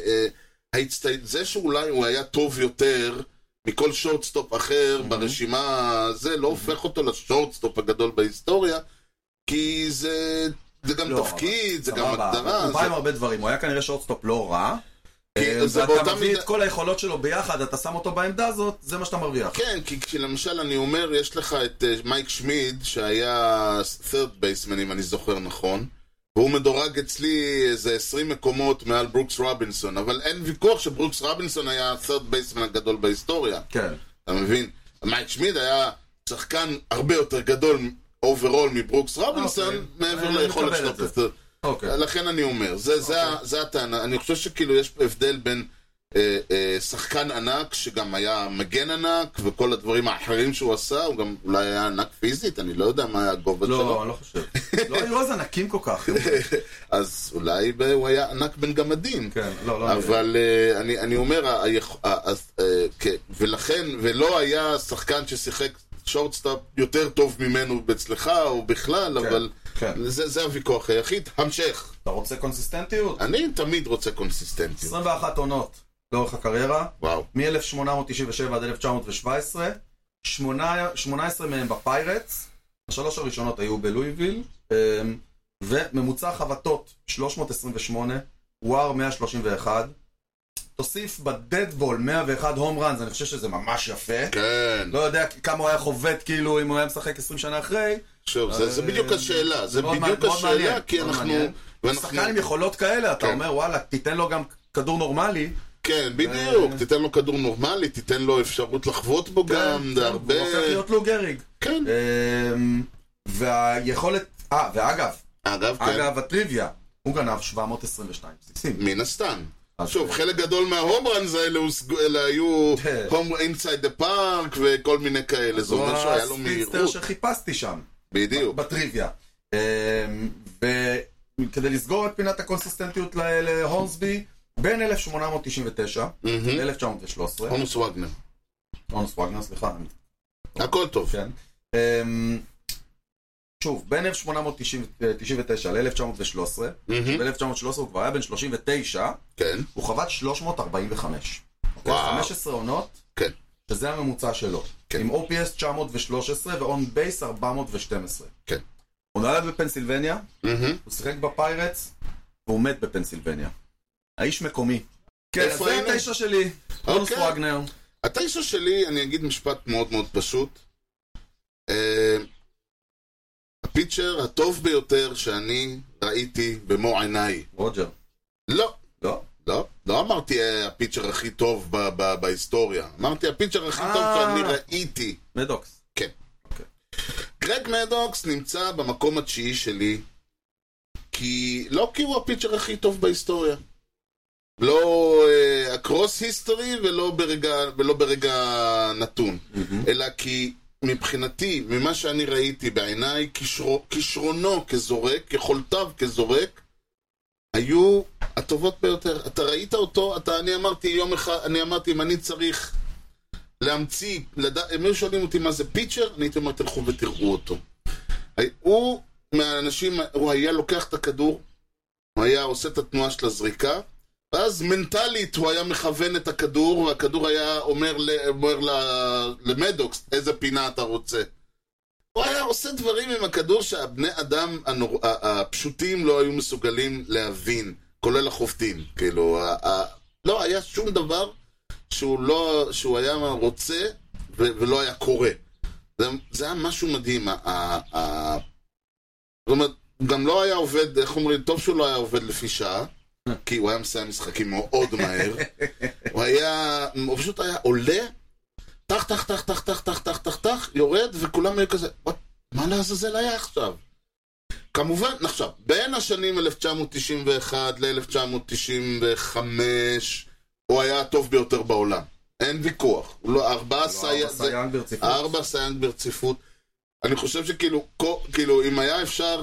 זה שאולי הוא היה טוב יותר מכל שורטסטופ אחר ברשימה, זה לא הופך אותו לשורטסטופ הגדול בהיסטוריה, כי זה... זה גם לא, תפקיד, זה גם הגדרה. הוא בא עם הרבה דברים, הוא היה כנראה שורטסטופ לא רע, ואתה מביא את כל היכולות שלו ביחד, אתה שם אותו בעמדה הזאת, זה מה שאתה מרוויח. כן, כי למשל אני אומר, יש לך את מייק שמיד, שהיה third baseman, אם אני זוכר נכון, והוא מדורג אצלי איזה עשרים מקומות מעל ברוקס רובינסון, אבל אין ויכוח שברוקס רובינסון היה third baseman הגדול בהיסטוריה. כן. אתה מבין? מייק שמיד היה שחקן הרבה יותר גדול אוברול מברוקס רובינסון, מעבר ליכולת שלו. לכן אני אומר, זה הטענה. אני חושב שכאילו יש הבדל בין שחקן ענק, שגם היה מגן ענק, וכל הדברים האחרים שהוא עשה, הוא גם אולי היה ענק פיזית, אני לא יודע מה היה הגובה שלו. לא, אני לא חושב. לא היו אז ענקים כל כך. אז אולי הוא היה ענק בין גמדים. כן, לא, לא. אבל אני אומר, ולכן, ולא היה שחקן ששיחק שורטסטופ יותר טוב ממנו אצלך או בכלל, כן, אבל כן. זה, זה הוויכוח היחיד. המשך. אתה רוצה קונסיסטנטיות? אני תמיד רוצה קונסיסטנטיות. עשרים ואחת עונות לאורך הקריירה. וואו. מ-אלף שמונה מאות תשעים ושבע עד אלף תשע מאות שבע עשרה. שמונה עשרה מהם בפיירטס. השלוש הראשונות היו בלואיביל. וממוצע חבטות שלוש מאות עשרים ושמונה. וואר מאה שלושים ואחת. תוסיף בדדבול מאה ואחת הום ראנס, אני חושב שזה ממש יפה. כן. לא יודע כמה הוא היה חובט, כאילו, אם הוא היה משחק עשרים שנה אחרי. שוב, זה, זה בדיוק השאלה, זה בדיוק השאלה, כי אנחנו... שחקן עם יכולות כאלה, אתה אומר, וואלה, תיתן לו גם כדור נורמלי. כן, בדיוק, תיתן לו כדור נורמלי, תיתן לו אפשרות לחוות בו גם, זה הרבה... הוא הופך להיות לו גריג. כן. והיכולת... אה, ואגב, אגב, כן. אגב, הטריוויה, הוא גנב שבע מאות עשרים ושתיים בסיסים. מן הסתם. שוב, חלק גדול מההומרנס האלה היו אינסייד דה פארק וכל מיני כאלה, זה אומר שהיה לו מהירות. הספיצטר שחיפשתי שם. בדיוק. בטריוויה. וכדי לסגור את פינת הקונסיסטנטיות להורנסבי, בין אלף שמונה מאות תשעים ותשע ל-אלף תשע מאות ושלוש עשרה. הונוס וגנר. הונוס וגנר, סליחה. הכל טוב. כן. שוב, בין אלף שמונה מאות תשעים ותשע ל-אלף תשע מאות ושלוש עשרה, ב-אלף תשע מאות ושלוש עשרה הוא כבר היה בן שלושים ותשע, הוא חבט שלוש מאות ארבעים וחמש. חמש עשרה עונות, שזה הממוצע שלו. עם או פי אס תשע מאות ושלוש עשרה ו-on base ארבע מאות ושתים עשרה. הוא נולד בפנסילבניה, הוא שיחק בפיירטס, והוא מת בפנסילבניה. האיש מקומי. כן, זה התשע שלי, הונוס וגנר. התשע שלי, אני אגיד משפט מאוד מאוד פשוט. הפיצ'ר הטוב ביותר שאני ראיתי במו עיניי. רוג'ר. לא. לא? לא. לא אמרתי הפיצ'ר הכי טוב בהיסטוריה. אמרתי הפיצ'ר הכי טוב שאני ראיתי. מדוקס. כן. גרג מדוקס נמצא במקום התשיעי שלי, כי לא כי הוא הפיצ'ר הכי טוב בהיסטוריה. לא הקרוס היסטורי ולא ברגע, ולא ברגע נתון. אלא כי מבחינתי, ממה שאני ראיתי בעיניי, כישרו, כישרונו כזורק, יכולתיו כזורק, היו הטובות ביותר. אתה ראית אותו, אתה, אני אמרתי יום אחד, אני אמרתי, אם אני צריך להמציא, לדע, אם היו שואלים אותי מה זה פיצ'ר, אני הייתי אומר, תלכו ותראו אותו. הוא מהאנשים, הוא היה לוקח את הכדור, הוא היה עושה את התנועה של הזריקה, ואז מנטלית הוא היה מכוון את הכדור, והכדור היה אומר, אומר למדוקס איזה פינה אתה רוצה. הוא היה עושה דברים עם הכדור שהבני אדם הנור... הפשוטים לא היו מסוגלים להבין, כולל החובטים. כאילו, ה... לא היה שום דבר שהוא, לא... שהוא היה רוצה ו... ולא היה קורה. זה, זה היה משהו מדהים. ה... ה... זאת אומרת, גם לא היה עובד, איך אומרים, טוב שהוא לא היה עובד לפי שעה, כי הוא היה מסיים משחקים מאוד מהר. הוא היה, הוא פשוט היה עולה, תח, תח, תח, תח, תח, תח, תח, תח, תח, יורד, וכולם היו כזה, מה לעזאזל היה עכשיו? כמובן, עכשיו, בין השנים אלף תשע מאות תשעים ואחת ל-אלף תשע מאות תשעים וחמש, הוא היה הטוב ביותר בעולם. אין ויכוח. הוא לא, ארבעה סייאנג ברציפות. ארבעה סייאנג ברציפות. אני חושב שכאילו, כאילו, אם היה אפשר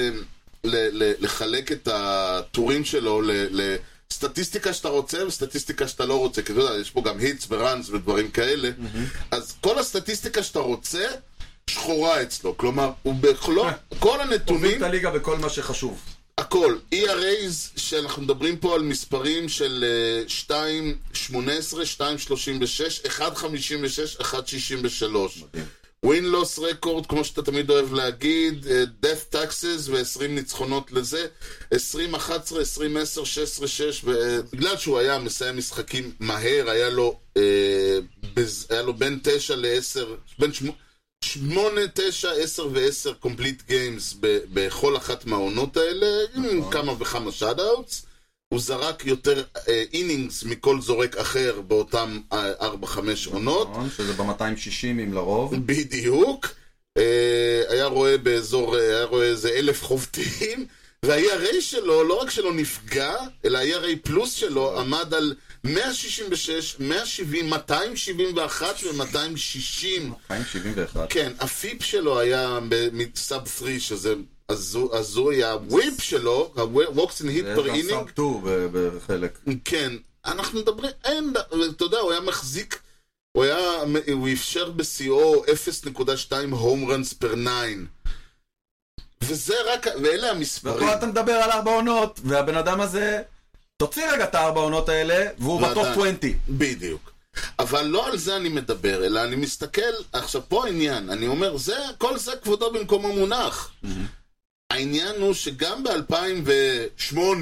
לחלק את הטורים שלו לסטטיסטיקה שאתה רוצה וסטטיסטיקה שאתה לא רוצה, כי אתה יודע, יש פה גם היטס וראנס ודברים כאלה, אז כל הסטטיסטיקה שאתה רוצה שחורה אצלו, כלומר, הוא בכל, כל הנתונים... הוביל את הליגה בכל מה שחשוב. הכל, אי אר איז, שאנחנו מדברים פה על מספרים של שתיים שמונה עשרה, שתיים שלושים ושש, אחת חמישים ושש, אחת שישים ושלוש. win-loss record, כמו שאתה תמיד אוהב להגיד, death taxes ו-עשרים ניצחונות לזה, עשרים אחת עשרה, עשרים עשר, שש עשרה שש, ובגלל שהוא היה מסיים משחקים מהר, היה לו, אה, בז, היה לו בין תשע לעשר, בין שמונה, תשע, עשר ועשר complete games ב- בכל אחת מהעונות האלה, עם כמה וכמה שאט-אוטס. הוא זרק יותר אינינגס מכל זורק אחר באותם ארבע חמש עונות. שזה ב-מאתיים שישים אם לרוב. בדיוק. היה רואה באזור, היה רואה איזה אלף חובטים, וה-אי אר איי שלו, לא רק שלא נפגע, אלא ה-אי אר איי פלוס שלו עמד על מאה שישים ושש, מאה שבעים, מאתיים שבעים ואחת ו-מאתיים שישים. מאתיים שבעים ואחת. כן, הפיפ שלו היה מסאב שלוש, שזה... אז זוהי הוויפ שלו, ה-Walks in Hit per inning. זה גם סאב שתיים בחלק. כן, אנחנו מדברים, אין, אתה יודע, הוא היה מחזיק, הוא היה, הוא אפשר ב-סי-או אפס נקודה שתיים הום ראנס פר ניין. וזה רק, ואלה המספרים. ופה אתה מדבר על ארבע עונות, והבן אדם הזה, תוציא רגע את הארבע עונות האלה, והוא בטופ עשרים. בדיוק. אבל לא על זה אני מדבר, אלא אני מסתכל, עכשיו פה העניין, אני אומר, זה, כל זה כבודו במקום המונח. העניין הוא שגם ב-אלפיים ושמונה,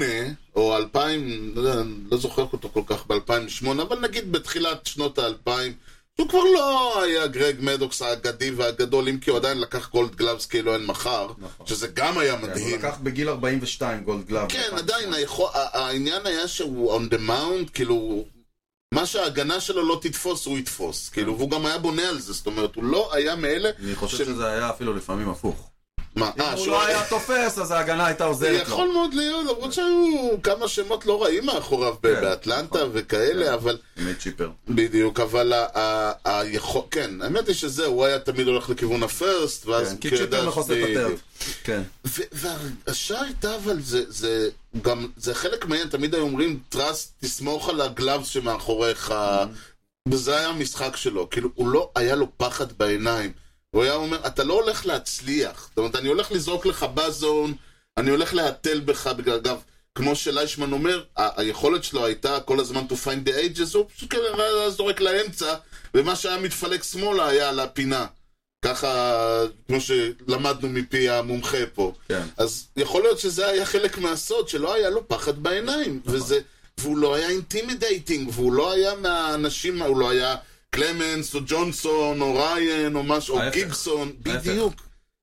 או אלפיים, לא, לא זוכר אותו כל כך ב-אלפיים ושמונה, אבל נגיד בתחילת שנות ה-אלפיים, הוא כבר לא היה גרג מדוקס האגדי והגדול, אם כי הוא עדיין לקח גולד גלאבס כאילו אין מחר, נכון. שזה גם היה מדהים. הוא לקח בגיל ארבעים ושתיים גולד גלאבס. כן, עדיין, היכול, העניין היה שהוא on the mount, כאילו, מה שההגנה שלו לא תתפוס, הוא יתפוס, כאילו, והוא גם היה בונה על זה, זאת אומרת, הוא לא היה מאלה... אני חושב ש... שזה היה אפילו לפעמים הפוך. מה? אם הוא לא היה תופס, אז ההגנה הייתה עוזרת לו. יכול מאוד להיות, למרות שהיו כמה שמות לא רעים מאחוריו באטלנטה וכאלה, אבל... באמת צ'יפר. בדיוק, אבל היכול... כן, האמת היא שזה, הוא היה תמיד הולך לכיוון הפרסט, ואז... כי צ'יפר מחוסה את הטרד. כן. והשאר הייתה, אבל זה גם... זה חלק מעניין, תמיד היו אומרים, טראסט, תסמוך על הגלאבס שמאחוריך, וזה היה המשחק שלו, כאילו, הוא לא היה לו פחד בעיניים. הוא היה אומר, אתה לא הולך להצליח. זאת אומרת, אני הולך לזרוק לך בזון, אני הולך להטל בך, בגלל, אגב, כמו שליישמן אומר, ה- היכולת שלו הייתה כל הזמן to find the edges, הוא פשוט כנראה זורק לאמצע, ומה שהיה מתפלק שמאלה היה על הפינה. ככה, כמו שלמדנו מפי המומחה פה. כן. אז יכול להיות שזה היה חלק מהסוד, שלא היה לו פחד בעיניים, וזה, והוא לא היה אינטימידייטינג, והוא לא היה מהאנשים, הוא לא היה... קלמנס, או ג'ונסון, או ריין, או משהו, או גיבסון, בדיוק.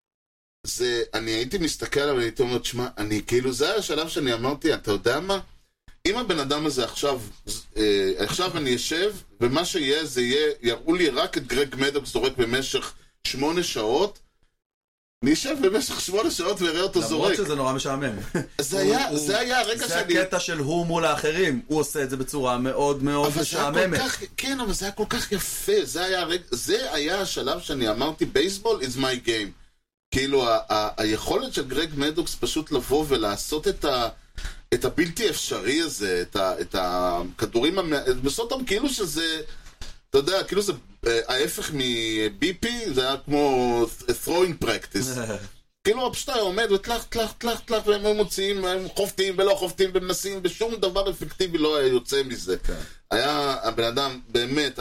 זה, אני הייתי מסתכל עליו, והייתי אומר, תשמע, אני כאילו, זה היה השלב שאני אמרתי, אתה יודע מה? אם הבן אדם הזה עכשיו, אה, עכשיו אני אשב, ומה שיהיה, זה יהיה, יראו לי רק את גרג מדוקס זורק במשך שמונה שעות, אני אשב במשך שמונה שעות ויראה אותו זורק. למרות שזה נורא משעמם. זה היה, זה היה הרגע שאני... זה הקטע של הוא מול האחרים, הוא עושה את זה בצורה מאוד מאוד משעממת. כן, אבל זה היה כל כך יפה, זה היה הרגע, זה היה השלב שאני אמרתי, בייסבול is my game. כאילו, היכולת של גרג מדוקס פשוט לבוא ולעשות את ה... את הבלתי אפשרי הזה, את הכדורים, בסותם כאילו שזה... אתה יודע, כאילו זה ההפך מ-בי פי, זה היה כמו throwing practice. כאילו פשוט היה עומד ותלח, תלח, תלח, תלח, והם מוציאים, הם חופטים ולא חופטים ומנסים, ושום דבר אפקטיבי לא היה יוצא מזה. היה הבן אדם, באמת,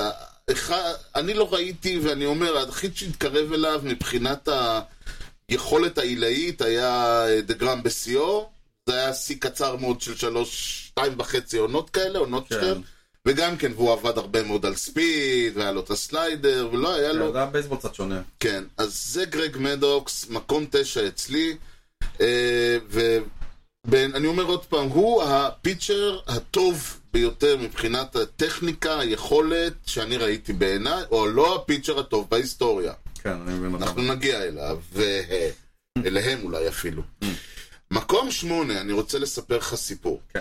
אני לא ראיתי, ואני אומר, היחיד שהתקרב אליו מבחינת היכולת העילאית היה דגרם בסיור, זה היה שיא קצר מאוד של שלוש, שתיים וחצי עונות כאלה, עונות שכם. וגם כן, והוא עבד הרבה מאוד על ספיד, והיה לו את הסליידר, ולא היה לו... זה היה בייסבול קצת שונה. כן, אז זה גרג מדוקס, מקום תשע אצלי, ואני אומר עוד פעם, הוא הפיצ'ר הטוב ביותר מבחינת הטכניקה, היכולת שאני ראיתי בעיניי, או לא הפיצ'ר הטוב בהיסטוריה. כן, אני מבין אותם. אנחנו נגיע אליו, ואליהם אולי אפילו. מקום שמונה, אני רוצה לספר לך סיפור. כן.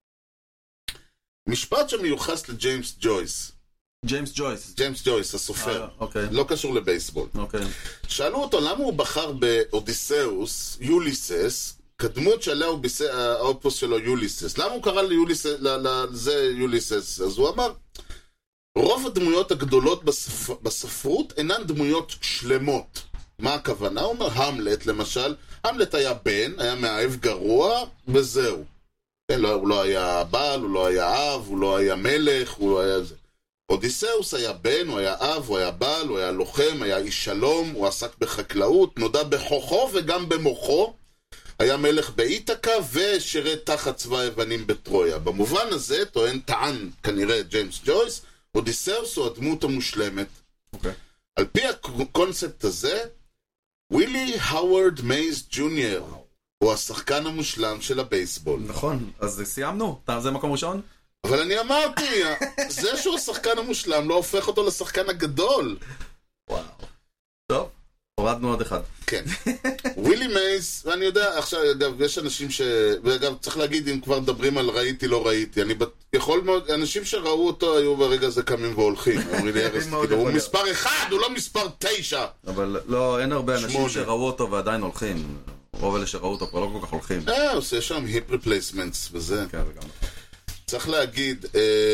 משפט שמיוחס לג'יימס ג'ויס. ג'יימס ג'ויס. ג'יימס ג'ויס, הסופר. אוקיי. לא קשור לבייסבול. אוקיי. שאלו אותו למה הוא בחר באודיסאוס, יוליסס, כדמות שעליה האופוס שלו יוליסס. למה הוא קרא לזה יוליסס? אז הוא אמר, רוב הדמויות הגדולות בספ... בספרות אינן דמויות שלמות. מה הכוונה? הוא אומר, המלט למשל, המלט היה בן, היה מאהב גרוע, וזהו. לא, הוא לא היה בעל, הוא לא היה אב, הוא לא היה מלך, הוא לא היה זה. אודיסאוס היה בן, הוא היה אב, הוא היה בעל, הוא היה לוחם, היה איש שלום, הוא עסק בחקלאות, נודע בכוחו וגם במוחו, היה מלך באיתקה ושירת תחת צבא היוונים בטרויה. במובן הזה, טוען, טען כנראה ג'יימס ג'ויס, אודיסאוס הוא הדמות המושלמת. אוקיי. על פי הקונספט הזה, ווילי האוורד מייז ג'וניור הוא השחקן המושלם של הבייסבול. נכון, אז סיימנו. זה מקום ראשון? אבל אני אמרתי, זה שהוא השחקן המושלם לא הופך אותו לשחקן הגדול. וואו. טוב, הורדנו עוד אחד. כן. ווילי מייז, ואני יודע, עכשיו, אגב, יש אנשים ש... ואגב, צריך להגיד, אם כבר מדברים על ראיתי, לא ראיתי. אני יכול מאוד, אנשים שראו אותו היו ברגע הזה קמים והולכים. הוא מספר אחד, הוא לא מספר תשע. אבל לא, אין הרבה אנשים שראו אותו ועדיין הולכים. רוב אלה שראו אותו כבר לא כל כך הולכים. אה, עושה שם היפ ריפלייסמנטס וזה. כן, זה גם. צריך להגיד,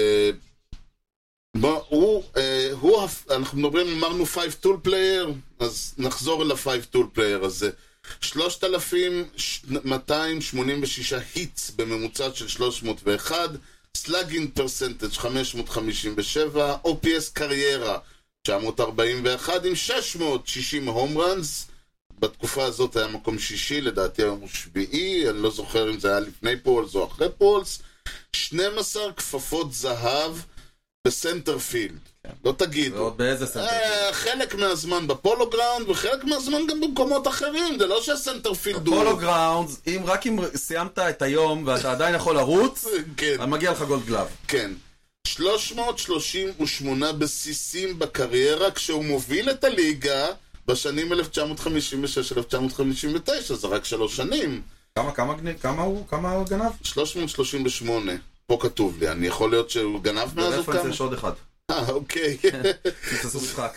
הוא, אנחנו מדברים, אמרנו פייב טול פלייר, אז נחזור אל ה-פייב טול פלייר הזה. שלושת אלפים מאתיים שמונים ושישה היטס בממוצע של שלוש מאות ואחת, סלאגינג פרסנטג' חמש מאות חמישים ושבע, או פי אס קריירה תשע מאות ארבעים ואחת עם שש מאות שישים הום ראנס, בתקופה הזאת היה מקום שישי, לדעתי היום הוא שביעי, אני לא זוכר אם זה היה לפני פולס או אחרי פולס. שתים עשרה כפפות זהב בסנטרפילד. לא תגיד. ועוד באיזה סנטרפילד? חלק מהזמן בפולו גראונד, וחלק מהזמן גם במקומות אחרים. זה לא שהסנטרפילד הוא... בפולו גראונד, רק אם סיימת את היום ואתה עדיין יכול לרוץ, אז מגיע לך גולד גלאב. כן. שלוש מאות שלושים ושמונה בסיסים בקריירה, כשהוא מוביל את הליגה בשנים אלף תשע מאות חמישים ושש עד אלף תשע מאות חמישים ותשע, זה רק שלוש שנים. כמה, כמה, כמה הוא, כמה הוא גנב? שלוש מאות שלושים ושמונה. פה כתוב לי, אני יכול להיות שהוא גנב מאז או כמה? ברפרנס יש עוד אחד. אה, אוקיי. תעשו משחק.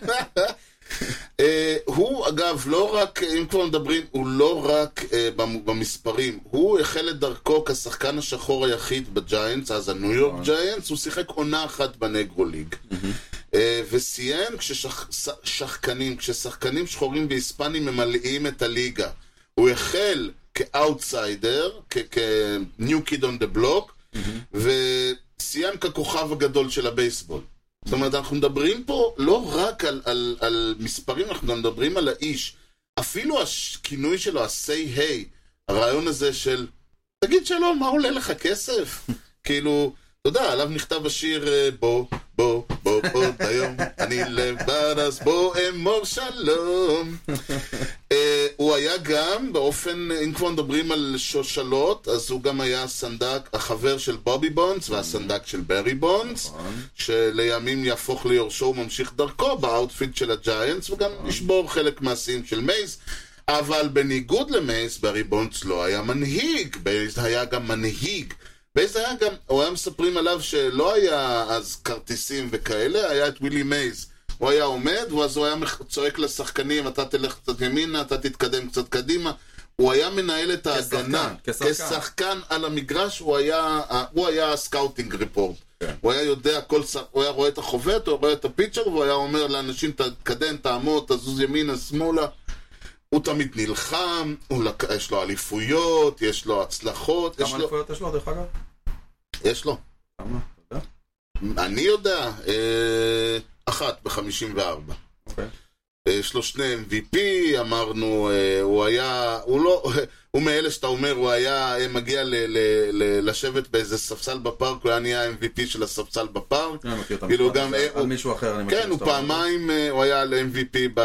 הוא, אגב, לא רק, אם כבר מדברים, הוא לא רק במספרים. הוא החל את דרכו כשחקן השחור היחיד בג'יינטס, אז הניו יורק ג'יינטס, הוא שיחק עונה אחת בנגרו ליג. וסיים כששחקנים, כששחקנים שחורים והיספנים ממלאים את הליגה. הוא החל כאוטסיידר, כ-new kid on the block, וסיים ככוכב הגדול של הבייסבול. זאת אומרת, אנחנו מדברים פה לא רק על, על, על מספרים, אנחנו גם מדברים על האיש. אפילו הכינוי שלו, ה-say hey, הרעיון הזה של, תגיד שלום, מה עולה לך כסף? כאילו, אתה יודע, עליו נכתב השיר, בוא, בוא, בוא, בוא, היום אני לבד, אז בוא אמור שלום. הוא היה גם, באופן, אם כבר מדברים על שושלות, אז הוא גם היה הסנדק, החבר של בובי בונדס, והסנדק של ברי בונדס, שלימים יהפוך ליורשו וממשיך דרכו באוטפיט של הג'יינטס, וגם ישבור חלק מעשיים של מייס. אבל בניגוד למייס, ברי בונדס לא היה מנהיג, בייס היה גם מנהיג. בייס היה גם, הוא היה מספרים עליו שלא היה אז כרטיסים וכאלה, היה את ווילי מייס. הוא היה עומד, ואז הוא היה צועק לשחקנים, אתה תלך קצת ימינה, אתה תתקדם קצת קדימה. הוא היה מנהל את ההגנה. כשחקן, כשחקן על המגרש, הוא היה, הוא היה הסקאוטינג ריפורט. כן. הוא היה יודע, כל, הוא היה רואה את החובט, הוא רואה את הפיצ'ר, והוא היה אומר לאנשים, תתקדם, תעמוד, תזוז ימינה, שמאלה. הוא תמיד נלחם, הוא לק... יש לו אליפויות, יש לו הצלחות. כמה אליפויות יש לו, דרך אגב? יש לו. כמה? אתה יודע? אני יודע. אה... אחת ב-חמישים וארבע. אוקיי. יש לו שני אם וי פי, אמרנו, הוא היה, הוא לא, הוא מאלה שאתה אומר, הוא היה מגיע ל, ל, ל, לשבת באיזה ספסל בפארק, הוא היה נהיה אם וי פי של הספסל בפארק. כאילו גם, על מישהו אחר, אני מכיר. כן, הוא פעמיים, הוא היה על אם וי פי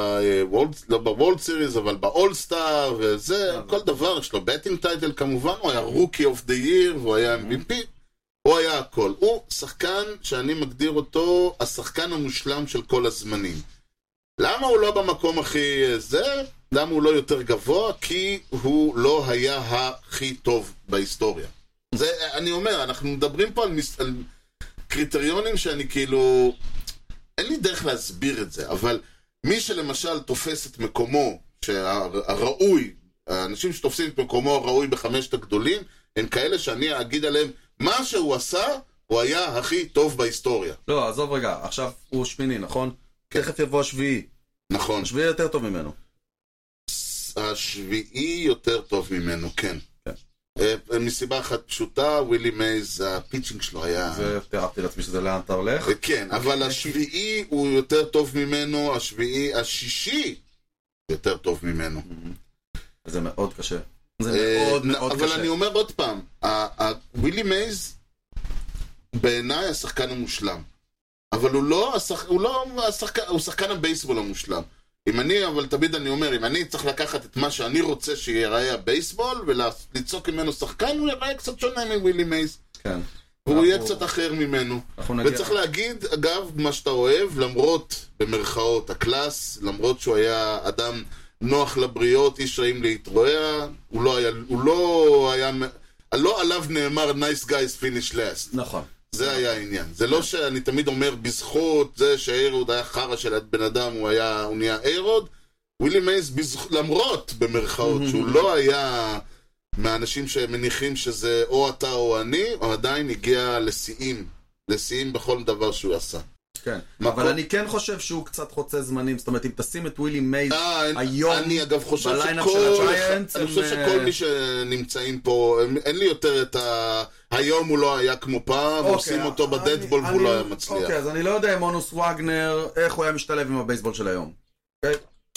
לא בוולד סיריז, אבל באול סטאר, וזה, כל דבר, יש לו בטינג טייטל כמובן, הוא היה רוקי אוף דה ייר, והוא היה אם וי פי. הוא היה הכל. הוא שחקן שאני מגדיר אותו השחקן המושלם של כל הזמנים. למה הוא לא במקום הכי זה? למה הוא לא יותר גבוה? כי הוא לא היה הכי טוב בהיסטוריה. זה, אני אומר, אנחנו מדברים פה על, מס... על קריטריונים שאני כאילו... אין לי דרך להסביר את זה, אבל מי שלמשל תופס את מקומו שהראוי, האנשים שתופסים את מקומו הראוי בחמשת הגדולים, הם כאלה שאני אגיד עליהם מה שהוא עשה, הוא היה הכי טוב בהיסטוריה. לא, עזוב רגע, עכשיו הוא שמיני, נכון? כן. תכף יבוא השביעי. נכון. השביעי יותר טוב ממנו. השביעי יותר טוב ממנו, כן. כן. מסיבה אחת פשוטה, ווילי מייז, הפיצ'ינג שלו היה... זה תיארתי לעצמי שזה לאן אתה הולך. כן, אבל השביעי הוא יותר טוב ממנו, השביעי, השישי יותר טוב ממנו. זה מאוד קשה. זה מאוד מאוד קשה. אבל אני אומר עוד פעם, ווילי מייז בעיניי השחקן המושלם. אבל הוא לא, הוא לא השחקן, הוא שחקן הבייסבול המושלם. אם אני, אבל תמיד אני אומר, אם אני צריך לקחת את מה שאני רוצה שיראה הבייסבול וליצוק ממנו שחקן, הוא יראה קצת שונה מווילי מייז. כן. והוא יהיה קצת אחר ממנו. וצריך להגיד, אגב, מה שאתה אוהב, למרות, במרכאות, הקלאס, למרות שהוא היה אדם נוח לבריות, איש רעים להתרועע, הוא לא היה, הוא לא היה, לא עליו נאמר nice guys finish last. נכון. זה היה העניין. זה לא שאני תמיד אומר בזכות זה שאיירוד היה חרה של בן אדם, הוא היה, הוא נהיה איירוד. ווילי מייז, למרות במרכאות, שהוא לא היה מהאנשים שמניחים שזה או אתה או אני, הוא עדיין הגיע לשיאים, לשיאים בכל דבר שהוא עשה. כן, אבל אני כן חושב שהוא קצת חוצה זמנים, זאת אומרת, אם תשים את ווילי מייז היום בליינאפ של הג'יינטס, אני חושב שכל מי שנמצאים פה, אין לי יותר את ה... היום הוא לא היה כמו פעם, עושים אותו בדדבול והוא לא היה מצליח. אוקיי, אז אני לא יודע אם אונוס וגנר, איך הוא היה משתלב עם הבייסבול של היום.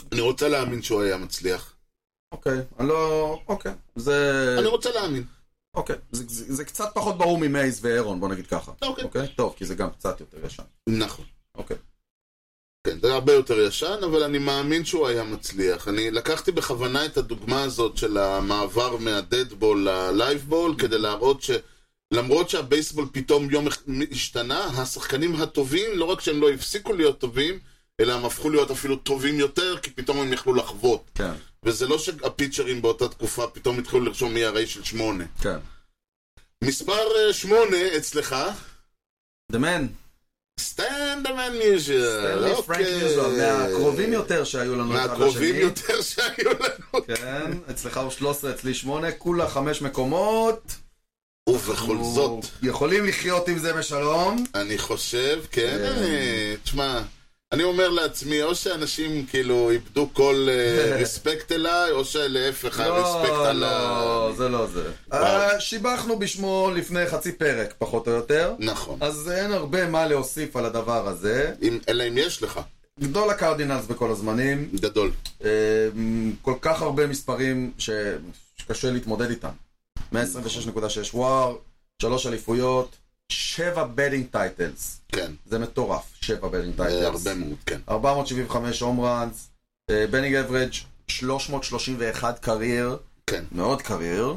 אני רוצה להאמין שהוא היה מצליח. אוקיי, אני לא... אוקיי, זה... אני רוצה להאמין. אוקיי, זה, זה, זה קצת פחות ברור ממייז ואירון, בוא נגיד ככה. אוקיי. אוקיי? טוב, כי זה גם קצת יותר ישן. נכון. אוקיי. כן, זה הרבה יותר ישן, אבל אני מאמין שהוא היה מצליח. אני לקחתי בכוונה את הדוגמה הזאת של המעבר מהדדבול ללייבבול, כדי להראות שלמרות שהבייסבול פתאום יום השתנה, השחקנים הטובים, לא רק שהם לא הפסיקו להיות טובים, אלא הם הפכו להיות אפילו טובים יותר, כי פתאום הם יכלו לחוות. כן. וזה לא שהפיצ'רים באותה תקופה פתאום התחילו לרשום מי הרי של שמונה. כן. מספר שמונה אצלך. The man. Stand the man usual. סטנלי פרנק יוזואל. מהקרובים יותר שהיו לנו. מהקרובים יותר שהיו לנו. כן, אצלך הוא שלוש עשרה, אצלי שמונה, כולה חמש מקומות. ובכל זאת. יכולים לחיות עם זה בשלום. אני חושב, כן. תשמע, אני אומר לעצמי, או שאנשים כאילו איבדו כל רספקט אליי, או שלהפך הרספקט עליי. לא, זה לא זה. שיבחנו בשמו לפני חצי פרק, פחות או יותר. נכון. אז אין הרבה מה להוסיף על הדבר הזה. אלא אם יש לך. גדול הקרדינלס בכל הזמנים. גדול. כל כך הרבה מספרים שקשה להתמודד איתם. מאה עשרים ושש נקודה שש וואר, שלוש אליפויות, שבע בדינג טייטלס. כן. זה מטורף, שבע בדינג טייטלס. זה הרבה מאוד, כן. ארבע מאות שבעים וחמש הום ראנס, בדינג אברג' שלוש מאות שלושים ואחת קרייר. כן. מאוד קרייר.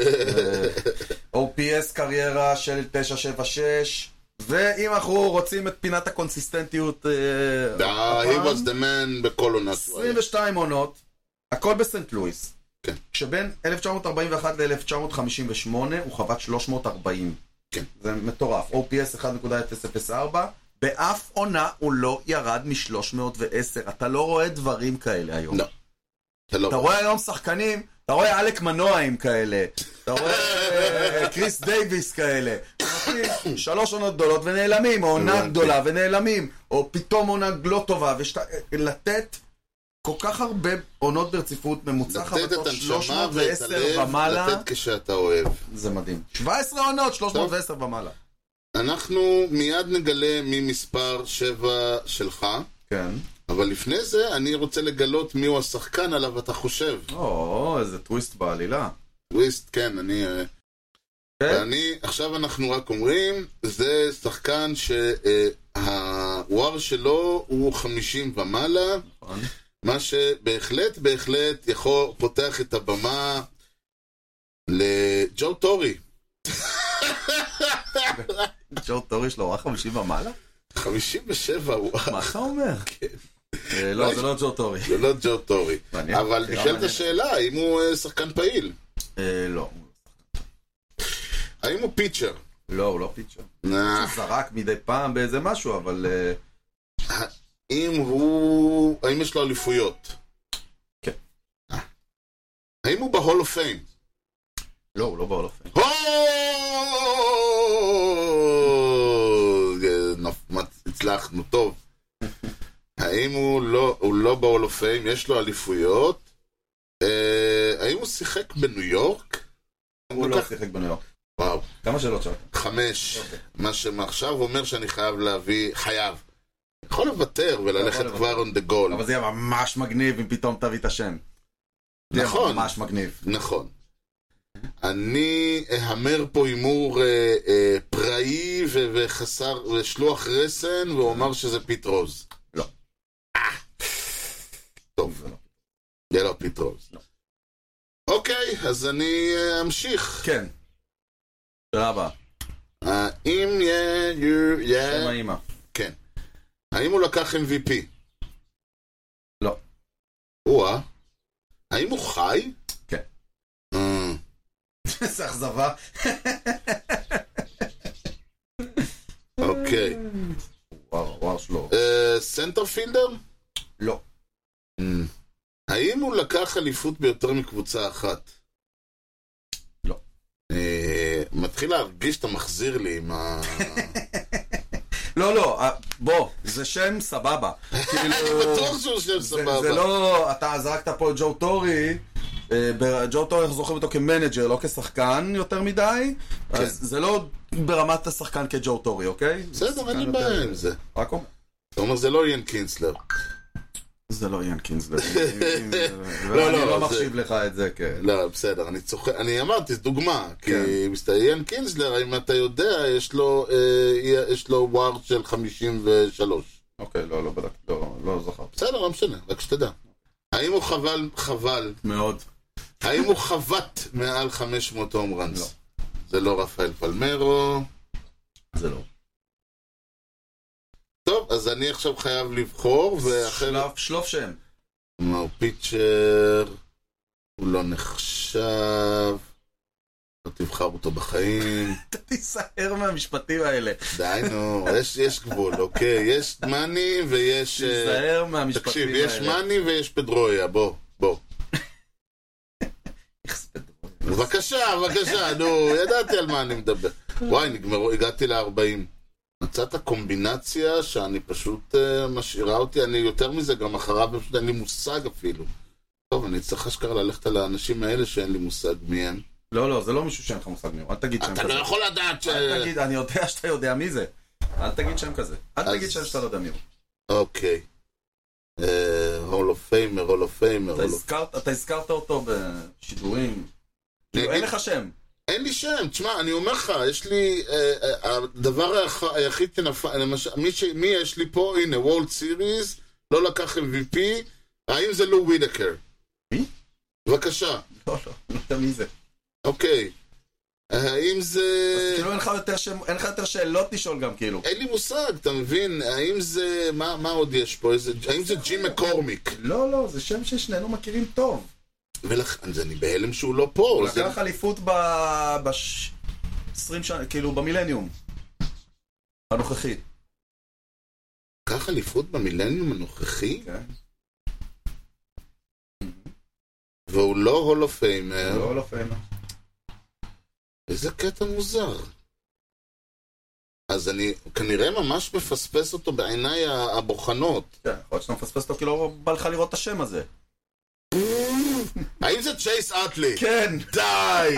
או פי אס קריירה של תשע שבע שש. ואם אנחנו רוצים את פינת הקונסיסטנטיות... he was the man בכל עונת. עשרים ושתיים עונות, הכל בסנט לואיס. כן. שבין אלף תשע מאות ארבעים ואחת ל-אלף תשע מאות חמישים ושמונה הוא חבט שלוש מאות ארבעים. כן. זה מטורף. או פי אס אחת נקודה אפס אפס ארבע. באף עונה הוא לא ירד מ-שלוש מאות ועשר. אתה לא רואה דברים כאלה היום. לא. אתה לא אתה רואה היום שחקנים, אתה רואה אלק מנועים כאלה. אתה רואה קריס דייביס כאלה. שלוש עונות גדולות ונעלמים, או עונה גדולה ונעלמים, או פתאום עונה לא טובה. ולתת... כל כך הרבה עונות ברציפות, ממוצע חבטות שלוש מאות ועשר ומעלה. לתת כשאתה אוהב. זה מדהים. שבע עשרה עונות, שלוש מאות ועשר ומעלה. אנחנו מיד נגלה מי מספר שבע שלך. כן. אבל לפני זה אני רוצה לגלות מיהו השחקן עליו אתה חושב. או, איזה טוויסט בעלילה. טוויסט, כן, אני... כן? ואני, עכשיו אנחנו רק אומרים, זה שחקן שהוואר שלו הוא חמישים ומעלה. נכון. מה שבהחלט, בהחלט יכול פותח את הבמה לג'ו טורי. ג'ו טורי שלו, רק חמישים ומעלה? חמישים ושבע, וואו. מה אתה אומר? לא, זה לא ג'ו טורי. זה לא ג'ו טורי. אבל נשאלת השאלה, האם הוא שחקן פעיל? לא. האם הוא פיצ'ר? לא, הוא לא פיצ'ר. שזרק מדי פעם באיזה משהו, אבל... האם הוא... האם יש לו אליפויות? כן. האם הוא בהול אוף פיים? לא, הוא לא בהול אוף פיים. הצלחנו, טוב. האם הוא לא, הוא לא בהול אוף פיים? יש לו אליפויות? האם הוא שיחק בניו יורק? הוא לא שיחק בניו יורק. וואו. כמה שאלות שאלות? חמש. מה שמעכשיו אומר שאני חייב להביא... חייב. יכול לוותר וללכת כבר on the goal. אבל זה יהיה ממש מגניב אם פתאום תביא את השם. נכון. זה ממש מגניב. נכון. אני אהמר פה הימור אה, אה, פראי ו- וחסר ושלוח רסן ואומר שזה פיט רוז. לא. אה. טוב. זה לא. זה לא פיט רוז. לא. אוקיי, אז אני אה, אמשיך. כן. שאלה הבאה. האם יהיה... שם האמא. כן. האם הוא לקח אם וי פי? לא. וואה. האם הוא חי? כן. זה אכזבה. אוקיי. וואו, וואו שלו. סנטרפילדר? לא. האם הוא לקח אליפות ביותר מקבוצה אחת? לא. מתחיל להרגיש שאתה מחזיר לי עם ה... לא, לא, בוא, זה שם סבבה. בטוח שהוא שם סבבה. זה לא, אתה זרקת פה ג'ו טורי, ג'ו טורי אנחנו זוכרים אותו כמנג'ר, לא כשחקן יותר מדי, אז זה לא ברמת השחקן כג'ו טורי, אוקיי? בסדר, אין לי בעיה עם זה. רק אומר. אתה אומר, זה לא איין קינסלר. זה לא איאן קינזלר. לא, אני לא, לא זה- מחשיב לך את זה, כן. לא, בסדר, אני צוחק, אני אמרתי, זו דוגמה, כי כן. מסתיין קינזלר, אם אתה יודע, יש לו, אה, יש לו ווארד של חמישים ושלוש. אוקיי, לא, לא בדקתי, לא, לא זכרתי. בסדר, לא משנה, רק שתדע. האם הוא חבל, חבל, מאוד. האם הוא חבט מעל חמש מאות הום ראנס? לא. זה לא רפאל פלמרו. זה לא. טוב, אז אני עכשיו חייב לבחור, ואחרי... שלוף, שלוף שם. מהו פיצ'ר, הוא לא נחשב, לא תבחר אותו בחיים. אתה תיזהר מהמשפטים האלה. די נו, יש, יש גבול, אוקיי? יש מאני ויש... אה, תיזהר מהמשפטים תקשיב, האלה. יש מאני ויש פדרויה, בוא, בוא. בבקשה, בבקשה, נו, ידעתי על מה אני מדבר. וואי, נגמרו, הגעתי ל-ארבעים. מצאת קומבינציה שאני פשוט uh, משאירה אותי, אני יותר מזה, גם אחריו פשוט אין לי מושג אפילו. טוב, אני צריך אשכרה ללכת על האנשים האלה שאין לי מושג מי הם. לא, לא, זה לא מישהו שאין לך מושג מי הוא. אל תגיד שם אתה כזה. לא יכול לדעת ש... אל תגיד, אני יודע שאתה יודע מי זה. אל תגיד שם כזה. אל אז- תגיד שם שאתה לא יודע מי הוא. אוקיי. הול אוף פיימר, הול אוף פיימר. אתה הזכרת- אתה הזכרת אותו בשידורים. כאילו, נגיד- אין לך שם. אין לי שם, תשמע, אני אומר לך, יש לי, אה, אה, הדבר היח- היחיד שנפל, למשל, מי, ש, מי יש לי פה, הנה, וולד סיריס, לא לקח אם וי פי, האם זה לו ווידקר? מי? בבקשה, לא, לא, לא יודע מי זה. אוקיי. האם זה... אז כאילו אין לך יותר שם- אין לך יותר שאלות לשאול גם, כאילו. אין לי מושג, אתה מבין? האם זה... מה, מה עוד יש פה? איזה, האם זה ג'י מקורמיק? לא, לא, זה שם ששנינו מכירים טוב. ולכן, אז אני בהלם שהוא לא פה. הוא זה... לקח אליפות ב... עשרים שנה, כאילו במילניום. הנוכחי. לקח אליפות במילניום הנוכחי? כן. והוא לא הול אוף פיימר. לא, לא פיימר. איזה קטע מוזר. אז אני כנראה ממש מפספס אותו בעיניי הבוחנות. כן, יכול להיות שאתה מפספס אותו, כי לא בא לך לראות את השם הזה. האם זה צ'ייס אטלי? כן. די!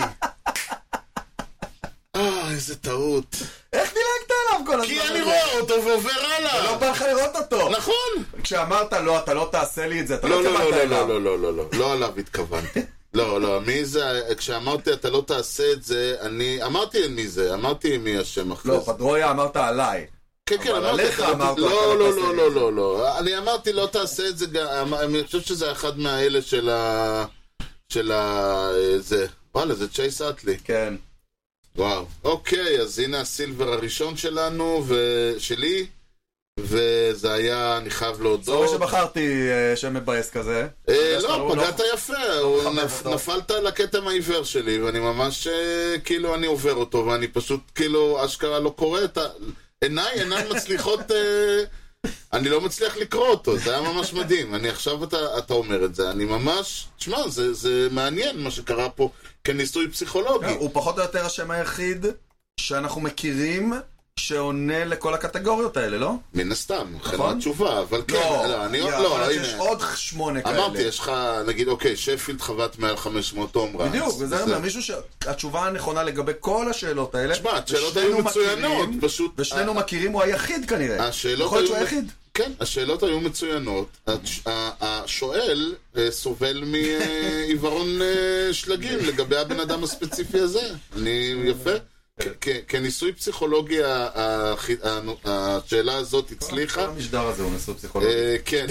אה, איזה טעות. איך דילגת עליו כל הזמן? כי אני הזה? רואה אותו ועובר לא הלאה. בא לך לראות אותו. נכון. כשאמרת לא, אתה לא תעשה לי את זה, אתה לא, לא לא, התכוונת לא, אליו. לא, לא, לא, לא, לא עליו התכוונתי. לא, לא, מי זה, כשאמרתי אתה לא תעשה את זה, אני, אמרתי מי זה, אמרתי מי השם אחרי לא, זה. פדרויה אמרת עליי. כן, כן, אבל אמרתי, עליך אתה לא- אמרת, לא, אתה לא, לא תעשה לא, את לא, זה. לא, לא, אני אמרתי לא תעשה את זה, גם- אני חושב שזה אחד מהאלה של ה... של ה... זה, וואלה, זה צ'ייס אטלי. כן. וואו, אוקיי, אז הנה הסילבר הראשון שלנו, ושלי, וזה היה, אני חייב זה להודות. אומר שבחרתי אה, שם מבאס כזה. אה, יודע שאתה לא, פגעת יפה, הוא מחבב נפ- אותו. נפלת על הכתם העיוור שלי, ואני ממש, אה, כאילו, אני עובר אותו, ואני פשוט, כאילו, אשכרה לא קורא את ה... עיניי אינן מצליחות, אה, אני לא מצליח לקרוא אותו, זה היה ממש מדהים. אני עכשיו, אתה, אתה אומר את זה, אני ממש, תשמע, זה, זה מעניין מה שקרה פה כניסוי פסיכולוגי. הוא פחות או יותר השם היחיד שאנחנו מכירים שעונה לכל הקטגוריות האלה, לא? מן הסתם, לכן נכון? התשובה, אבל כן, לא, אני, יכול לא, להיות שיש הנה. עוד שמונה כאלה. אמרתי, יש לך, נגיד, אוקיי, שפילד חוות מעל חמש מאות הום ראנס. בדיוק, וזה אומר, מישהו שהתשובה הנכונה לגבי כל השאלות האלה, תשמע, השאלות ושנינו היו מצוינות, מכירים, פשוט... ושנינו מכירים, הוא היחיד כנראה. השאלות יכול להיות שהוא היו- היחיד. כן, השאלות היו מצוינות. הש- ה- השואל אה, סובל מעיוורון אה, שלגים לגבי הבן אדם הספציפי הזה. אני יפה. כ- כ- כניסוי פסיכולוגי, ה- ה- ה- השאלה הזאת כל הצליחה. המשדר הזה הוא ניסוי פסיכולוגי. אה, כן.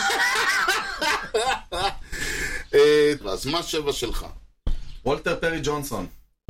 אה, אז מה שבע שלך? וולטר פרי ג'ונסון.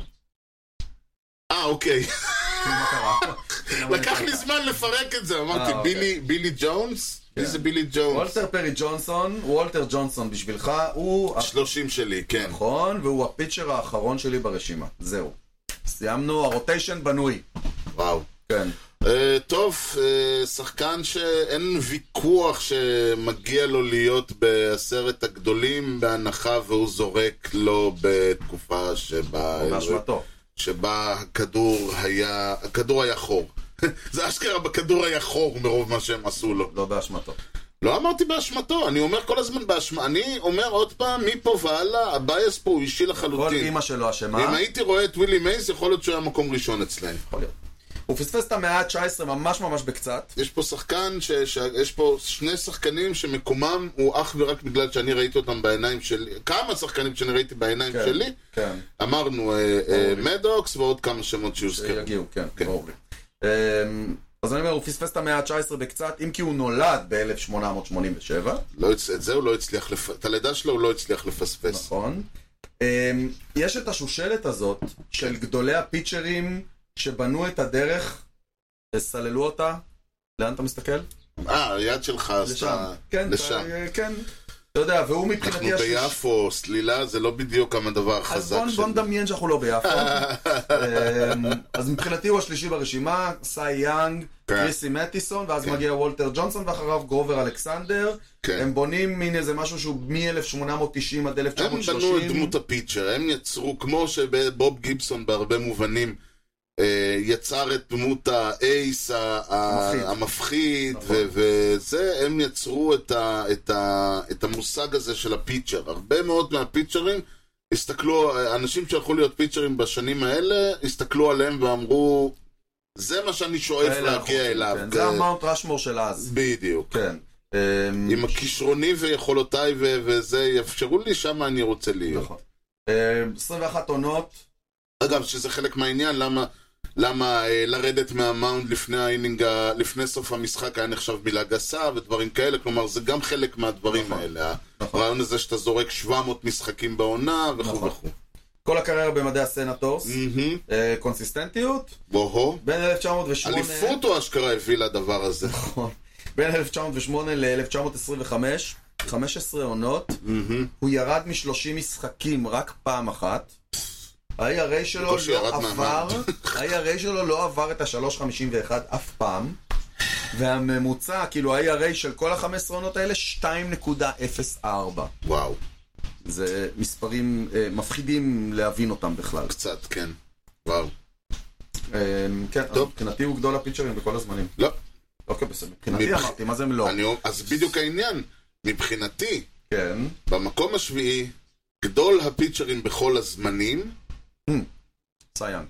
אה, אוקיי. מה קרה? לקח לי זמן לפרק את זה, אמרתי, אה, אוקיי. בילי- בילי ג'ונס? מי זה בילי ג'ונס? וולטר פרי ג'ונסון, וולטר ג'ונסון בשבילך, הוא שלושים שלי, כן. נכון, והוא הפיצ'ר האחרון שלי ברשימה. זהו. סיימנו, הרוטיישן בנוי. וואו. כן. אה, טוב, אה, שחקן שאין ויכוח שמגיע לו להיות בעשרת הגדולים בהנחה והוא זורק לו בתקופה שבה... באשמתו. שבה הכדור היה... הכדור היה חור. זה אשכרה בכדור היה חור מרוב מה שהם עשו לו. לא באשמתו. לא אמרתי באשמתו, אני אומר כל הזמן באשמה. אני אומר עוד פעם, מפה והלאה, הבייס פה הוא אישי כל לחלוטין. אימא שלו אשמה. אם הייתי רואה את ווילי מייז, יכול להיות שהוא היה מקום ראשון אצלהם. יכול להיות. הוא פספס את המאה ה-תשע עשרה ממש ממש בקצת. יש פה שחקן, ש... ש... יש פה שני שחקנים שמקומם הוא אך ורק בגלל שאני ראיתי אותם בעיניים שלי, כמה שחקנים שאני ראיתי בעיניים כן, שלי, כן. אמרנו אה, אה, מדוקס ועוד כמה שמות שיוזכרו. שיגיעו, כן, כן. ברור לי. אה, אז אני אומר, הוא פספס את המאה ה-תשע עשרה בקצת, אם כי הוא נולד ב-אלף שמונה מאות שמונים ושבע. לא, את זה הוא לא הצליח, לפ... את הלידה שלו הוא לא הצליח לפספס. נכון. אה, יש את השושלת הזאת של גדולי הפיצ'רים שבנו את הדרך, סללו אותה. לאן אתה מסתכל? אה, היד שלך עשתה כן, לשם. כן. אתה יודע, והוא מבחינתי... אנחנו ביפו, סלילה זה לא בדיוק כמה דבר חזק שלי. אז בוא נדמיין שאנחנו לא ביפו. אז מבחינתי הוא השלישי ברשימה, סאי יאנג, קריסי מטיסון, ואז מגיע וולטר ג'ונסון, ואחריו גרובר אלכסנדר. הם בונים מין איזה משהו שהוא מ-אלף שמונה מאות תשעים עד אלף תשע מאות שלושים. הם בנו את דמות הפיצ'ר, הם יצרו, כמו שבוב גיבסון בהרבה מובנים, יצר את דמות האייס המפחיד, וזה, הם יצרו את המושג הזה של הפיצ'ר. הרבה מאוד מהפיצ'רים הסתכלו, אנשים שהלכו להיות פיצ'רים בשנים האלה, הסתכלו עליהם ואמרו, זה מה שאני שואף להגיע אליו. זה המאונט רשמור של אז. בדיוק. כן. עם הכישרוני ויכולותיי וזה, יאפשרו לי, שם אני רוצה להיות. נכון. עשרים ואחת עונות. אגב, שזה חלק מהעניין, למה... למה אה, לרדת מהמאונד לפני האינינג, לפני סוף המשחק היה נחשב מילה גסה ודברים כאלה, כלומר זה גם חלק מהדברים נכון, האלה. נכון. הרעיון הזה שאתה זורק שבע מאות משחקים בעונה וכו' נכון. וכו'. כל הקריירה במדעי הסנטורס, mm-hmm. אה, קונסיסטנטיות, בוהו. בין אלף תשע מאות ושמונה... אליפות או אשכרה הביא לדבר הזה? נכון. בין אלף תשע מאות ושמונה ל-אלף תשע מאות עשרים וחמש, חמש עשרה עונות, mm-hmm. הוא ירד מ-שלושים משחקים רק פעם אחת. ה-איי אר איי שלו לא עבר, ה-איי אר איי שלו לא עבר את ה-שלוש נקודה חמישים ואחת אף פעם, והממוצע, כאילו ה-איי אר איי של כל ה-חמש עשרה עונות האלה, שתיים נקודה אפס ארבע. וואו. זה מספרים אה, מפחידים להבין אותם בכלל. קצת, כן. וואו. אה, כן, טוב. מבחינתי הוא גדול הפיצ'רים בכל הזמנים. לא. אוקיי, בסדר. מבחינתי אמרתי, מה זה לא? אז בדיוק העניין, מבחינתי, כן. במקום השביעי, גדול הפיצ'רים בכל הזמנים, סייאנג.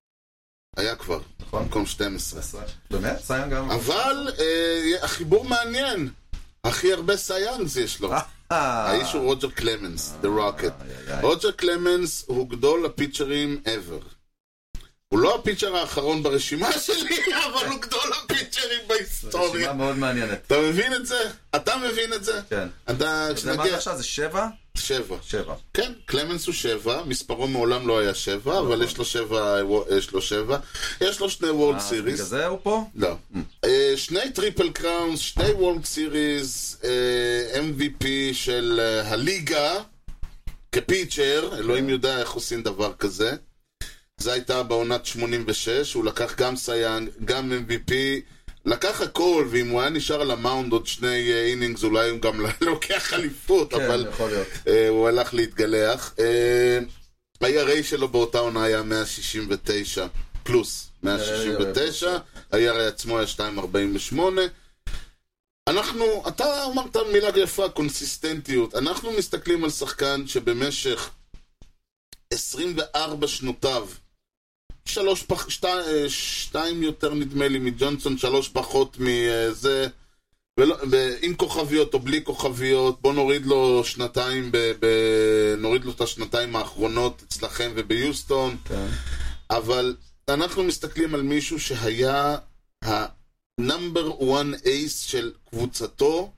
היה כבר, נכון. מקום שתים עשרה. באמת? סייאנג גם... אבל החיבור מעניין. הכי הרבה סייאנגס יש לו. האיש הוא רוג'ר קלמנס, The Rocket. רוג'ר קלמנס הוא גדול הפיצ'רים ever. הוא לא הפיצ'ר האחרון ברשימה שלי, אבל הוא גדול הפיצ'רים בהיסטוריה. רשימה מאוד מעניינת. אתה מבין את זה? אתה מבין את זה? כן. אתה... זה מה זה עכשיו? זה שבע? שבע. שבע. כן, קלמנס הוא שבע, מספרו מעולם לא היה שבע, אבל יש לו שבע, יש לו שבע. יש לו שני וורלד סיריס. בגלל זה הוא פה? לא. שני טריפל קראונס, שני וורלד סיריס, אם וי פי של הליגה, כפיצ'ר, אלוהים יודע איך עושים דבר כזה. זה הייתה בעונת שמונים ושש, הוא לקח גם סייאנג, גם אם וי פי, לקח הכל, ואם הוא היה נשאר על המאונד עוד שני אינינגס, אולי הוא גם לוקח חליפות, כן, אבל uh, הוא הלך להתגלח. ה-איי אר איי שלו באותה עונה היה מאה שישים ותשע, פלוס מאה שישים ותשע, ה-איי אר איי עצמו היה שתיים ארבעים ושמונה. אנחנו, אתה אמרת מילה יפה, קונסיסטנטיות. אנחנו מסתכלים על שחקן שבמשך עשרים וארבע שנותיו, שלוש פח, שתי, שתיים יותר נדמה לי מג'ונסון, שלוש פחות מזה, ולא, עם כוכביות או בלי כוכביות, בוא נוריד לו שנתיים, ב, ב, נוריד לו את השנתיים האחרונות אצלכם וביוסטון, כן. אבל אנחנו מסתכלים על מישהו שהיה ה-number one ace של קבוצתו,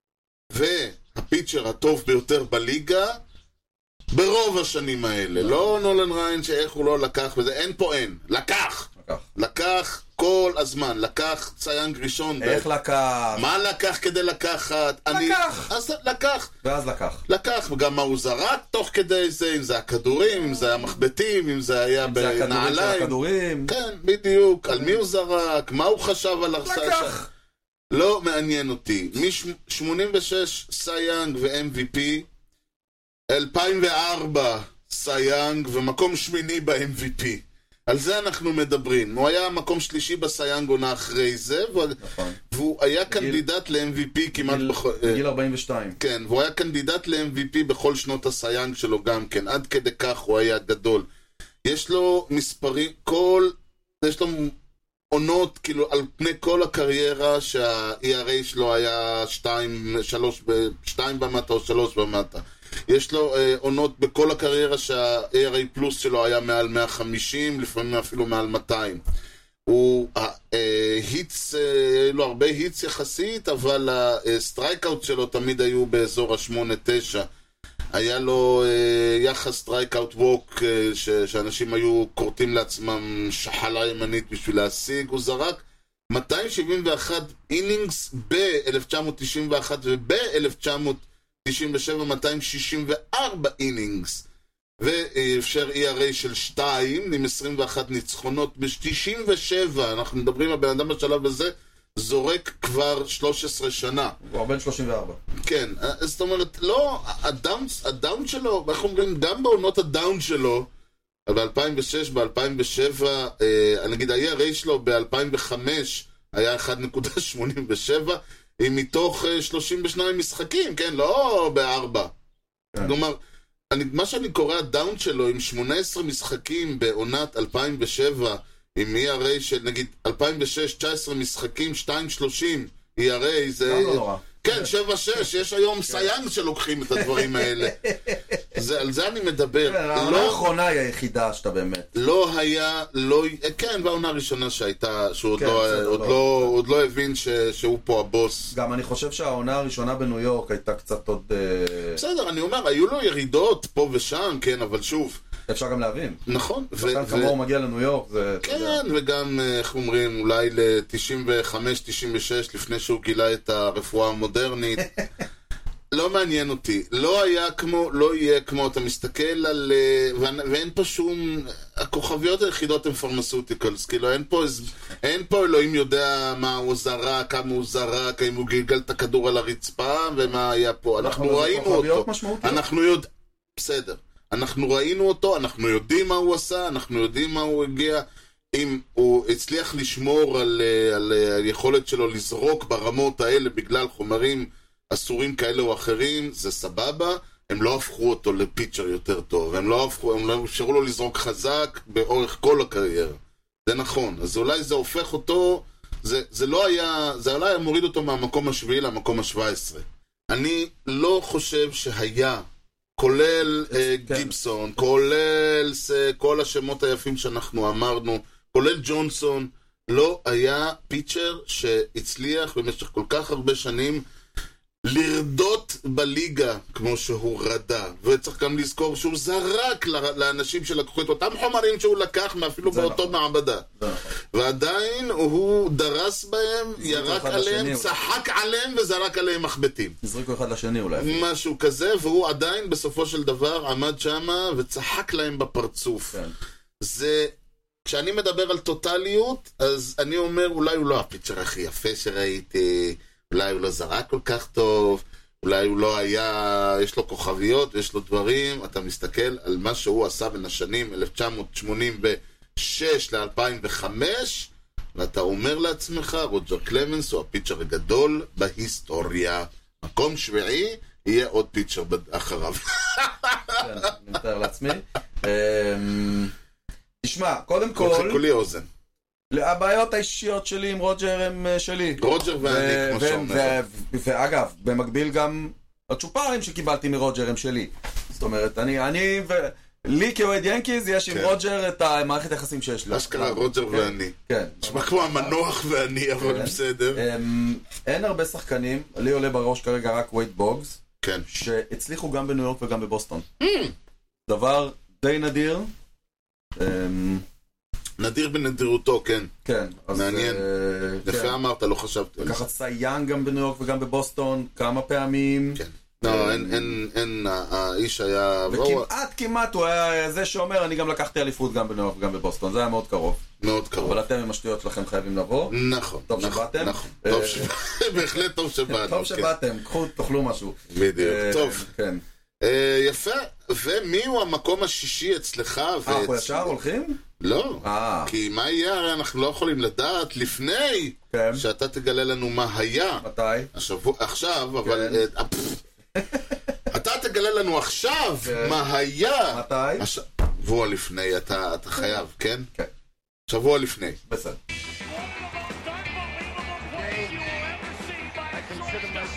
והפיצ'ר הטוב ביותר בליגה, ברוב השנים האלה. לא נולן ריין שאיך הוא לא לקח וזה, אין פה אין. לקח! לקח. לקח כל הזמן. לקח סייאנג ראשון. איך לקח? מה לקח כדי לקחת? לקח! אז לקח. ואז לקח. לקח, וגם מה הוא זרק תוך כדי זה, אם זה הכדורים, אם זה היה מחבטים, אם זה היה בנעליים. אם זה הכדורים של הכדורים. כן, בדיוק. על מי הוא זרק, מה הוא חשב על הרסה. לקח! לא מעניין אותי. מ-שמונים ושש סייאנג ו-אם וי פי, אלפיים וארבע סייאנג ומקום שמיני ב-אם וי פי. על זה אנחנו מדברים. הוא היה מקום שלישי בסייאנג עונה אחרי זה, נכון. והוא היה קנדידט ל-אם וי פי כמעט בכל... בגיל ארבעים ושתיים. כן, והוא היה קנדידט ל-אם וי פי בכל שנות הסייאנג שלו גם כן. עד כדי כך הוא היה גדול. יש לו מספרים, כל... יש לו עונות, כאילו, על פני כל הקריירה שה-E R A שלו היה שתיים, שלוש, שתיים במטה או שלוש במטה. יש לו אה, עונות בכל הקריירה שה-A R A פלוס שלו היה מעל מאה וחמישים, לפעמים אפילו מעל מאתיים. הוא, ההיטס, היו לו הרבה היטס יחסית, אבל הסטרייקאוט שלו תמיד היו באזור ה-שמונה תשע. היה לו יחס סטרייקאוט ווק, שאנשים היו קורטים לעצמם שחלה ימנית בשביל להשיג. הוא זרק מאתיים שבעים ואחת אינינגס ב-אלף תשע מאות תשעים ואחת וב-אלף תשע מאות תשעים ושבע מאתיים שישים וארבע אינינגס. ואפשר E R A של שתיים עם עשרים ואחת ניצחונות ב-תשעים ושבע. אנחנו מדברים על בן אדם בשלב הזה זורק כבר שלוש עשרה שנה. הוא הרבה שלושים וארבע. כן, זאת אומרת, לא, הדאון, הדאון שלו, איך אומרים, גם בעונות הדאון שלו, ב-אלפיים ושש, ב-אלפיים ושבע, אה, נגיד ה-E R A שלו ב-אלפיים וחמש היה אחת נקודה שמונים ושבע, עם מתוך אה, שלושים ושניים משחקים, כן, לא בארבע. כן. כלומר, אני, מה שאני קורא הדאון שלו עם שמונה עשרה משחקים בעונת אלפיים ושבע, עם E R A של נגיד אלפיים ושש, תשע עשרה משחקים, שתיים שלושים E R A זה... לא נורא. כן, שבע שש, יש היום סייאנג שלוקחים את הדברים האלה. זה, על זה אני מדבר. העונה האחרונה היא היחידה שאתה באמת. לא היה, לא... כן, והעונה הראשונה שהייתה, שהוא עוד לא הבין שהוא פה הבוס. גם אני חושב שהעונה הראשונה בניו יורק הייתה קצת עוד... בסדר, אני אומר, היו לו ירידות פה ושם, כן, אבל שוב... אפשר גם להבין. נכון. שחקן כמוהו מגיע לניו יורק, זה... כן, וגם, איך אומרים, אולי ל-תשעים וחמש תשעים ושש, לפני שהוא גילה את הרפואה המודרנית. לא מעניין אותי. לא היה כמו, לא יהיה כמו, אתה מסתכל על... ואין פה שום... הכוכביות היחידות הן פרמסוטיקלס, כאילו אין פה, אין פה אלוהים יודע מה הוא זרק, כמה הוא זרק, האם הוא גלגל את הכדור על הרצפה, ומה היה פה. אנחנו ראינו אותו. אנחנו יודע... בסדר. אנחנו ראינו אותו, אנחנו יודעים מה הוא עשה, אנחנו יודעים מה הוא הגיע, אם הוא הצליח לשמור על, על, על יכולת שלו לזרוק ברמות האלה בגלל חומרים אסורים כאלה או אחרים, זה סבבה, הם לא הפכו אותו לפיצ'ר יותר טוב, הם לא הפכו, הם לא אפשרו לו לזרוק חזק באורך כל הקריירה. זה נכון, אז אולי זה הופך אותו, זה, זה לא היה, זה אולי מוריד אותו מהמקום השביעי למקום השבע עשרה. אני לא חושב שהיה... כולל uh, גיבסון, כולל uh, כל השמות היפים שאנחנו אמרנו, כולל ג'ונסון, לא היה פיצ'ר שהצליח במשך כל כך הרבה שנים לרדות בליגה כמו שהוא רדה. וצריך גם לזכור שהוא זרק לאנשים שלקחו את אותם חומרים שהוא לקח מאפילו באותו נכון. מעבדה. נכון. ועדיין הוא דרס בהם, ירק עליהם, לשני, צחק אולי. עליהם וזרק עליהם מחבטים. הזריקו אחד לשני אולי. משהו כזה, והוא עדיין בסופו של דבר עמד שמה וצחק להם בפרצוף. כן. זה... כשאני מדבר על טוטליות, אז אני אומר אולי הוא לא הפיצ'ר הכי יפה שראיתי, אולי הוא לא זרק כל כך טוב, אולי הוא לא היה, יש לו כוכביות, יש לו דברים, אתה מסתכל על מה שהוא עשה בין השנים אלף תשע מאות שמונים ושש ל-אלפיים וחמש, ואתה אומר לעצמך, רוג'ר קלמנס הוא הפיצ'ר הגדול בהיסטוריה. מקום שביעי, יהיה עוד פיצ'ר אחריו. כן, אני מתאר לעצמי. תשמע, קודם כל... כל חיקולי אוזן. הבעיות האישיות שלי עם רוג'ר הם שלי. רוג'ר ואני, כמו שאומר. ואגב, במקביל גם הצ'ופרים שקיבלתי מרוג'ר הם שלי. זאת אומרת, אני, אני ו... לי כאוהד ינקיז יש עם רוג'ר את המערכת היחסים שיש לו. אשכרה רוג'ר ואני. כן. נשמע כמו המנוח ואני, אבל בסדר. אין הרבה שחקנים, לי עולה בראש כרגע רק וייד בוגס, כן. שהצליחו גם בניו יורק וגם בבוסטון. דבר די נדיר. נדיר בנדירותו, כן. כן. מעניין. יפה אמרת, לא חשבתי. לקחת סייאן גם בניו יורק וגם בבוסטון כמה פעמים. כן. לא, אין, האיש היה... וכמעט, כמעט הוא היה זה שאומר, אני גם לקחתי אליפות גם בניו יורק וגם בבוסטון. זה היה מאוד קרוב. מאוד קרוב. אבל אתם עם השטויות שלכם חייבים לבוא. נכון. טוב שבאתם. נכון. בהחלט טוב שבאתם. טוב שבאתם. קחו, תאכלו משהו. בדיוק. טוב. כן. יפה. ומי הוא המקום השישי אצלך? אה, אנחנו ישר הולכים? לא. כי מה יהיה? הרי אנחנו לא יכולים לדעת לפני שאתה תגלה לנו מה היה. מתי? עכשיו, אבל... אתה תגלה לנו עכשיו מה היה. מתי? שבוע לפני, אתה חייב, כן? כן. שבוע לפני. בסדר.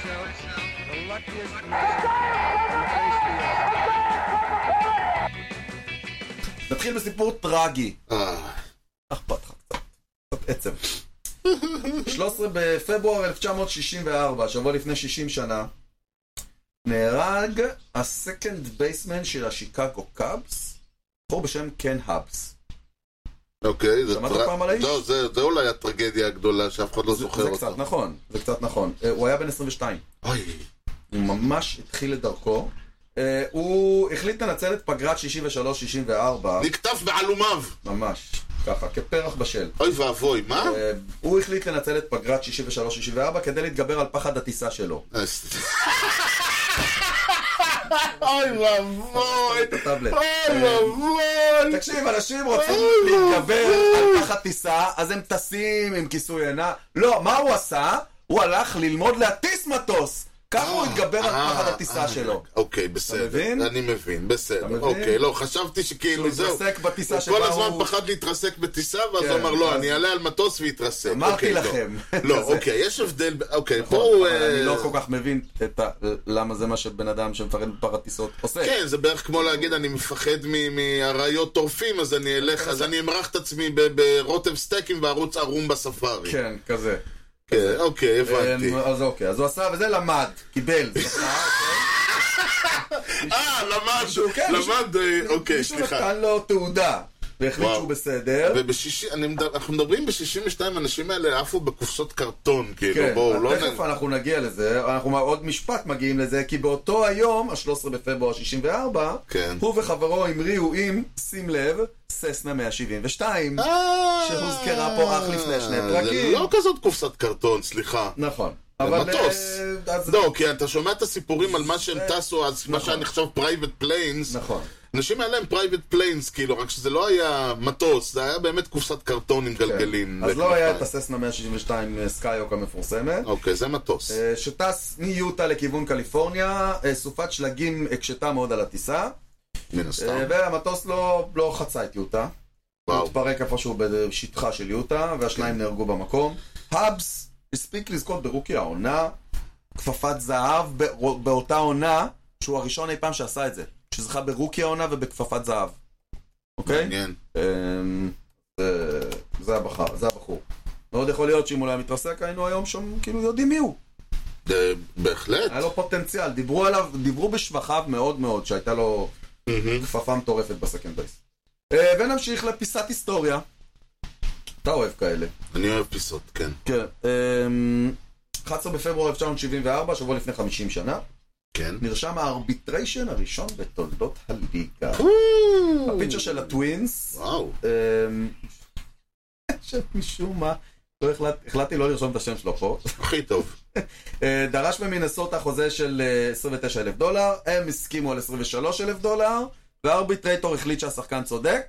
the luckiest man on the face of the earth. נתחיל בסיפור טרגי. אה, אכפת לך קצת. קצת עצב. שלושה עשר בפברואר אלף תשע מאות שישים וארבע, שבוע לפני שישים שנה, נהרג הסקנד בייסמן של השיקגו קאבס, בחור בשם קן האבס. אוקיי. זה שמעת טר- פעם על האיש? לא, זה זה אולי הטרגדיה הגדולה שאף אחד לא זה, זוכר זה אותה. קצת נכון, זה קצת נכון. אה, הוא היה בן עשרים ושתיים. אוי. הוא ממש התחיל את דרכו. אה, הוא החליט לנצל את פגרת שישים ושלוש שישים וארבע, נקטף בעלומיו. ממש, ככה, כפרח בשל. אוי ואבוי, מה? אה, הוא החליט לנצל את פגרת שישים ושלוש שישים וארבע כדי להתגבר על פחד הטיסה שלו. אוי ואבוי. את הטאבלט. אוי ואבוי. תקשיב, אנשים רוצים אוי, להתגבר אוי. על פחד טיסה, אז הם טסים עם כיסוי עינה. לא, מה הוא עשה? הוא הלך ללמוד להטיס מטוס. ככה הוא התגבר על אה, פחד הטיסה אה, שלו. אוקיי, בסדר. מבין? אני מבין, בסדר. מבין? אוקיי, לא, חשבתי שכאילו הוא זהו. התרסק בטיסה הוא שבה כל הזמן הוא- פחד להתרסק בטיסה, ואז כן, הוא אמר, לא, אז- אני אעלה על מטוס ויתרסק. אמרתי אוקיי, לא. לכם. לא, כזה. אוקיי, יש הבדל, ב- אוקיי, פה נכון, הוא... אבל אה, אני לא כל כך מבין את ה- למה זה מה שבן אדם שמפחד מפחד טיסות עושה. כן, זה בערך כמו להגיד, אני מפחד מ- מאריות טורפים, אז אני אלך, אז אני אמרח את עצמי ב- ברוטב סטייקים וערוץ ערום בספארי. כן, כזה. כן, אוקיי, הבנתי. אה, אז אוקיי, אז הוא עשה, וזה למד, קיבל, זכה, אה, למד, מישהו, כן, מישהו- למד, אה, אוקיי, מישהו סליחה. נתן לו תעודה, והחליט וואו. שהוא בסדר. ובשישי, אני מד- אנחנו מדברים ב-שישים ושתיים, האנשים האלה עפו בקופסות קרטון, כאילו, כן, בואו, לא... תכף נ- אנחנו נגיע לזה, אנחנו עוד משפט מגיעים לזה, כי באותו היום, ה-שלושה עשר בפברואר שישים וארבע, כן. הוא וחברו המריאו עם, שים לב, ססנה מאה שבעים ושתיים. אה, שהוזכרה פה אך לפני שני פרקים. זה לא כזאת קופסת קרטון, סליחה. נכון. זה אבל... מטוס. אה, אז- לא, כי אתה שומע את הסיפורים על מה שהם זה- טסו, אז מה נכון. שהיה נחשב פרייבט פליינס. נכון. אנשים היה להם פרייבט פליינס, כאילו, רק שזה לא היה מטוס, זה היה באמת קופסת קרטון עם גלגלים. אז לא היה את לכנפיים. הססנה מאה שבעים ושתיים סקייוק המפורסמת. אוקיי, זה מטוס. אה, שטס מיוטה לכיוון קליפורניה, אה, סופת שלגים הקשתה מאוד על הטיסה, מן אה, הסתם. והמטוס לא, לא חצה את יוטה. הוא וואו. התפרק איפשהו בשטחה של יוטה, והשניים נהרגו במקום. האבס הספיק לזכות ברוקי העונה, כפפת זהב בא- באותה עונה, שהוא הראשון אי פעם שעשה את זה, שזכה ברוקי העונה ובכפפת זהב. אוקיי? מעניין. אמ, זה- זה הבחר, זה הבחור. מאוד יכול להיות שאם הוא לא היה מתרסק, היינו היום שם, כאילו יודעים מי הוא. אה, בהחלט. היה לו פוטנציאל, דיברו עליו, דיברו בשבחיו מאוד מאוד, שהייתה לו מהמם. כפפה מטורפת בסקנד בייס. אה, ונמשיך לפיסת היסטוריה. אתה אוהב כאלה. אני אוהב פיסות, כן. כן. אמ, אחד עשר בפברואר אלף תשע מאות שבעים וארבע, שבוע לפני חמישים שנה, כן. נרשם הארביטריישן הראשון בתולדות הליגה. הפיצ'ר של הטווינס, וואו. אמ, שמשום מה, לא החלט- החלטתי לא לרשום את השם שלו פה. הכי טוב. אה, דרש במינסוטה חוזה של אה, עשרים ותשעה אלף דולר, הם הסכימו על עשרים ושלושה אלף דולר, והארביטרייטור החליט שהשחקן צודק,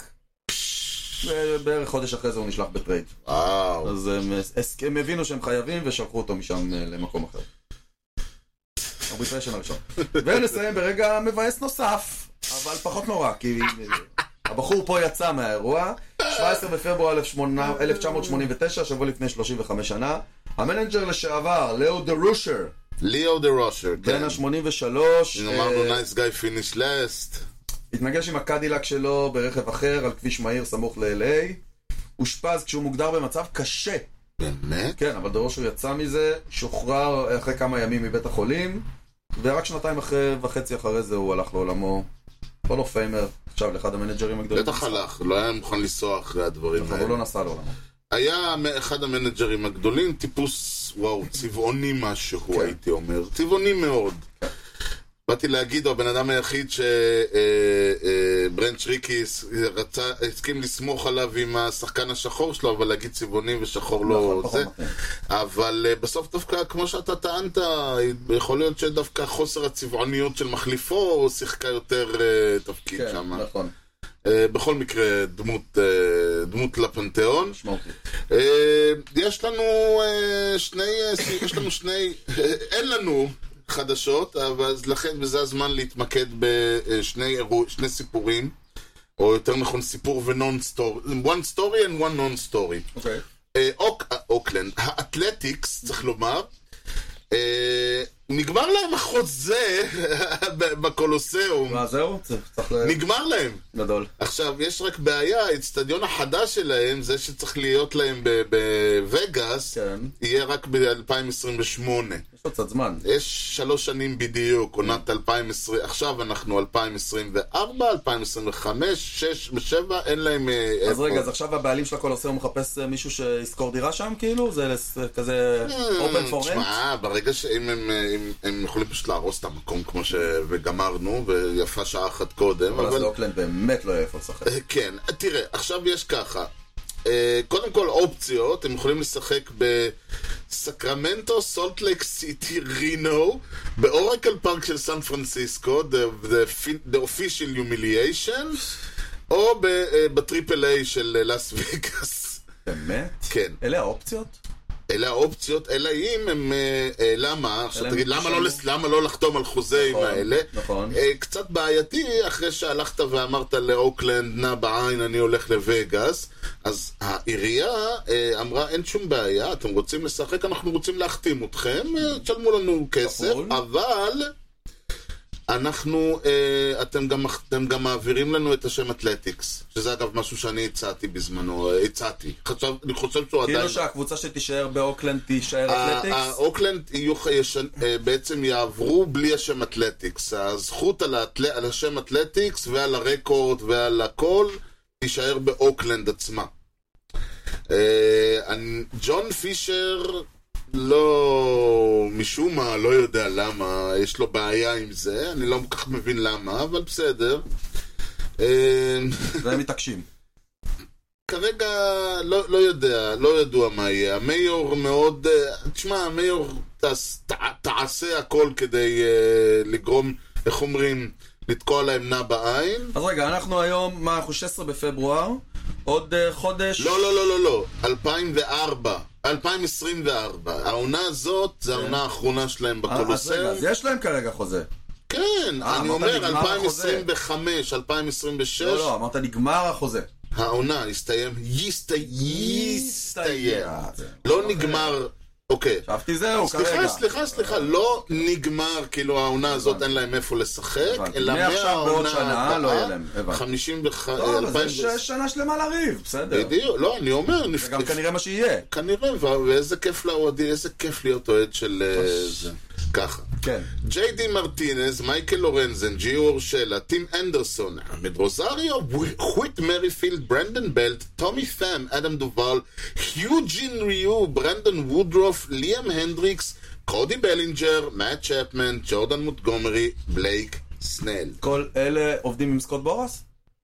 ובערך חודש אחרי זה הוא נשלח בטרייד. וואו. אז הם, הס- הם הבינו שהם חייבים ושלחו אותו משם אה, למקום אחר. ארביטריישן הראשון. ונסיים ברגע מבאס נוסף, אבל פחות נורא, כי הבחור פה יצא מהאירוע. שבעה עשר בפברואר אלף תשע מאות שמונים ותשע, שבוע לפני שלושים וחמש שנה, המנג'ר לשעבר, לאו דה רושר, ליאו דה רושר, בן כן. ה-שמונים ושלוש, אמרנו אה, נייס גאי פיניש לאסט. התנגש עם הקדילק שלו ברכב אחר על כביש מהיר סמוך ל-אל איי, אושפז כשהוא מוגדר במצב קשה. באמת? כן, אבל דרוש הוא יצא מזה, שוחרר אחרי כמה ימים מבית החולים, ורק שנתיים אחרי, וחצי אחרי זה הוא הלך לעולמו. הול אוף פיימר, עכשיו לאחד המנג'רים הגדולים. בטח הלך, לא היה מוכן לנסוע אחרי הדברים אבל הוא האלה. לא נסע לעולמו. היה אחד המנג'רים הגדולים, טיפוס, וואו, צבעוני משהו, כן. הייתי אומר. צבעוני מאוד. באתי להגיד, הוא הבן אדם היחיד שברנץ' ריקי רצה, הסכים לסמוך עליו עם השחקן השחור שלו, אבל להגיד צבעוני ושחור לא נכון, פחות זה. מתאים. אבל אה, בסוף דווקא, כמו שאתה טענת, יכול להיות שדווקא חוסר הצבעוניות של מחליפו שיחקה יותר אה, תפקיד כן, שם. נכון, אה, בכל מקרה, דמות, אה, דמות לפנתיאון. משמעותי. אה, יש לנו אה, שני, אה, יש לנו שני, אה, אין לנו חדשות, אבל אז לכן בזה הזמן להתמקד בשני אירוע, שני סיפורים, או יותר נכון סיפור ונון סטורי, one story and one non story. אוקיי. אה, אוק, אה, אוקלנד, האתלטיקס, צריך לומר, אה, נגמר להם החוזה בקולוסיאום. מה זהו? צריך נגמר להם. גדול. עכשיו, יש רק בעיה, האצטדיון החדש שלהם, זה שצריך להיות להם בווגאס, כן. יהיה רק ב-אלפיים עשרים ושמונה. יש עוד קצת זמן. יש שלוש שנים בדיוק, עונת אלפיים ועשרים, עכשיו אנחנו אלפיים עשרים וארבע, אלפיים עשרים וחמש, שש ושבע, אין להם... אז רגע, אז עכשיו הבעלים של הקולוסיאום מחפש מישהו שיזכור דירה שם, כאילו? זה כזה open for rent? תשמע, ברגע שאם הם, הם, הם יכולים פשוט להרוס את המקום כמו ש... וגמרנו, ויפה שעה אחת קודם, אבל... אבל אז אוקלנד באמת לא יהיה איפה לשחק. כן, תראה, עכשיו יש ככה. קודם כל אופציות, הם יכולים לשחק בסקרמנטו, סולט לייק סיטי, רינו, באורקל פארק של סן פרנסיסקו, the, the, the official humiliation, או בטריפל איי של לאס וגאס. באמת? כן. אלה האופציות? אלה האופציות, אלא אם הם, אה, למה, עכשיו תגיד, למה לא, למה לא לחתום על חוזה עם האלה? נכון. אה, קצת בעייתי, אחרי שהלכת ואמרת לאוקלנד, נע בעין, אני הולך לווגאס, אז העירייה אה, אמרה, אין שום בעיה, אתם רוצים לשחק, אנחנו רוצים להחתים אתכם, אה, תשלמו לנו כסף, אבל... אנחנו, אה, אתם, גם, אתם גם מעבירים לנו את השם אתלטיקס, שזה אגב משהו שאני הצעתי בזמנו, הצעתי. חשב, אני חושב שהוא עדיין... כאילו שהקבוצה שתישאר באוקלנד תישאר אתלטיקס? האוקלנד בעצם יעברו בלי השם אתלטיקס. הזכות על, האתל... על השם אתלטיקס ועל הרקורד ועל הכל תישאר באוקלנד עצמה. אה, ג'ון פישר... לא, משום מה, לא יודע למה, יש לו בעיה עם זה, אני לא כל כך מבין למה, אבל בסדר. והם מתעקשים. כרגע לא, לא יודע, לא ידוע מה יהיה. המאיור מאוד, תשמע, המאיור תעשה הכל כדי לגרום, איך אומרים, לתקוע להם נע בעין. אז רגע, אנחנו היום, מה, אנחנו שש עשרה בפברואר, עוד חודש... לא, לא, לא, לא, לא, אלפיים וארבע. אלפיים עשרים וארבע. העונה הזאת זה העונה האחרונה שלהם בקולוסיאום. אז יש להם כרגע חוזה. כן, אני אומר אלפיים עשרים וחמש, אלפיים עשרים ושש. לא, לא, אמרת נגמר החוזה. העונה הסתיים, יסתיים. לא נגמר, אוקיי. חשבתי זהו כרגע. סליחה, סליחה, סליחה, לא נגמר, כאילו העונה הזאת אין להם איפה לשחק, אלא מהעונה הבאה, חמישים וחמש... לא, אבל זה שנה שלמה לריב, בסדר. בדיוק, לא, אני אומר... זה גם כנראה מה שיהיה. כנראה, ואיזה כיף לאוהדי, איזה כיף להיות אוהד של זה. ככה. כן. ג'יי די מרטינז, מייקל לורנזן, ג'י אורשלה, טים אנדרסון, עמד רוזריו, חוויט מריפילד, ברנדן בלט, טומי פאם, אדם דובל, היוג'ין ריו, ברנדן וודרוף, ליאם הנדריקס, קודי בלינג'ר, מאט צ'פמן, ג'ורדן מוטגומרי, בלייק סנל. כל אלה עובדים עם סקוט בורס?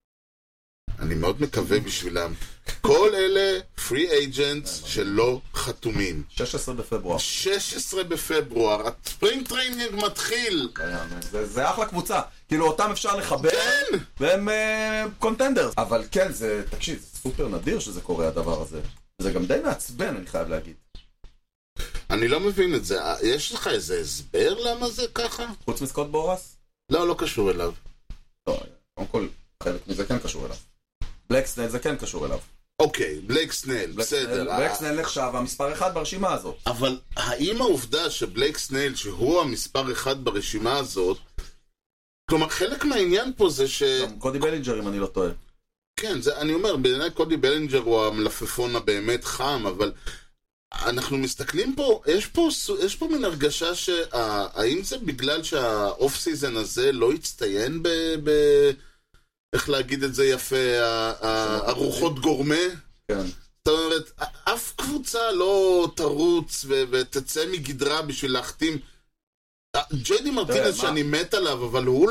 אני מאוד מקווה בשבילם. כל אלה פרי אייג'נטס שלא חתומים. שש עשרה בפברואר. שש עשרה בפברואר. הספרינג טריינינג מתחיל. זה, זה אחלה קבוצה. כאילו אותם אפשר לחבר. כן. והם קונטנדרס. Uh, אבל כן, זה, תקשיב, זה סופר נדיר שזה קורה הדבר הזה. זה גם די מעצבן, אני חייב להגיד. אני לא מבין את זה. יש לך איזה הסבר למה זה ככה? חוץ מסקוט בורס? לא, לא קשור אליו. לא, קודם כל, חלק מזה כן קשור אליו. בלייק סנל זה כן קשור אליו. אוקיי, בלייק סנל, בסדר. בלייק סנל נחשב המספר אחד ברשימה הזאת. אבל האם העובדה שבלייק סנל, שהוא המספר אחד ברשימה הזאת, כלומר, חלק מהעניין פה זה ש... גם קודי בלינג'ר, אם אני לא טועה. כן, זה, אני אומר, בעיניי קודי בלינג'ר הוא המלפפון הבאמת חם, אבל אנחנו מסתכלים פה, יש פה, יש פה מן הרגשה שהאם זה בגלל שהאוף סיזן הזה לא הצטיין ב... ב איך להגיד את זה יפה, הרוחות גורמה. כן. זאת אומרת, אף קבוצה לא תרוץ ותצא מגדרה בשביל להחתים. ג'יי די מרטינז שאני מת עליו, אבל הוא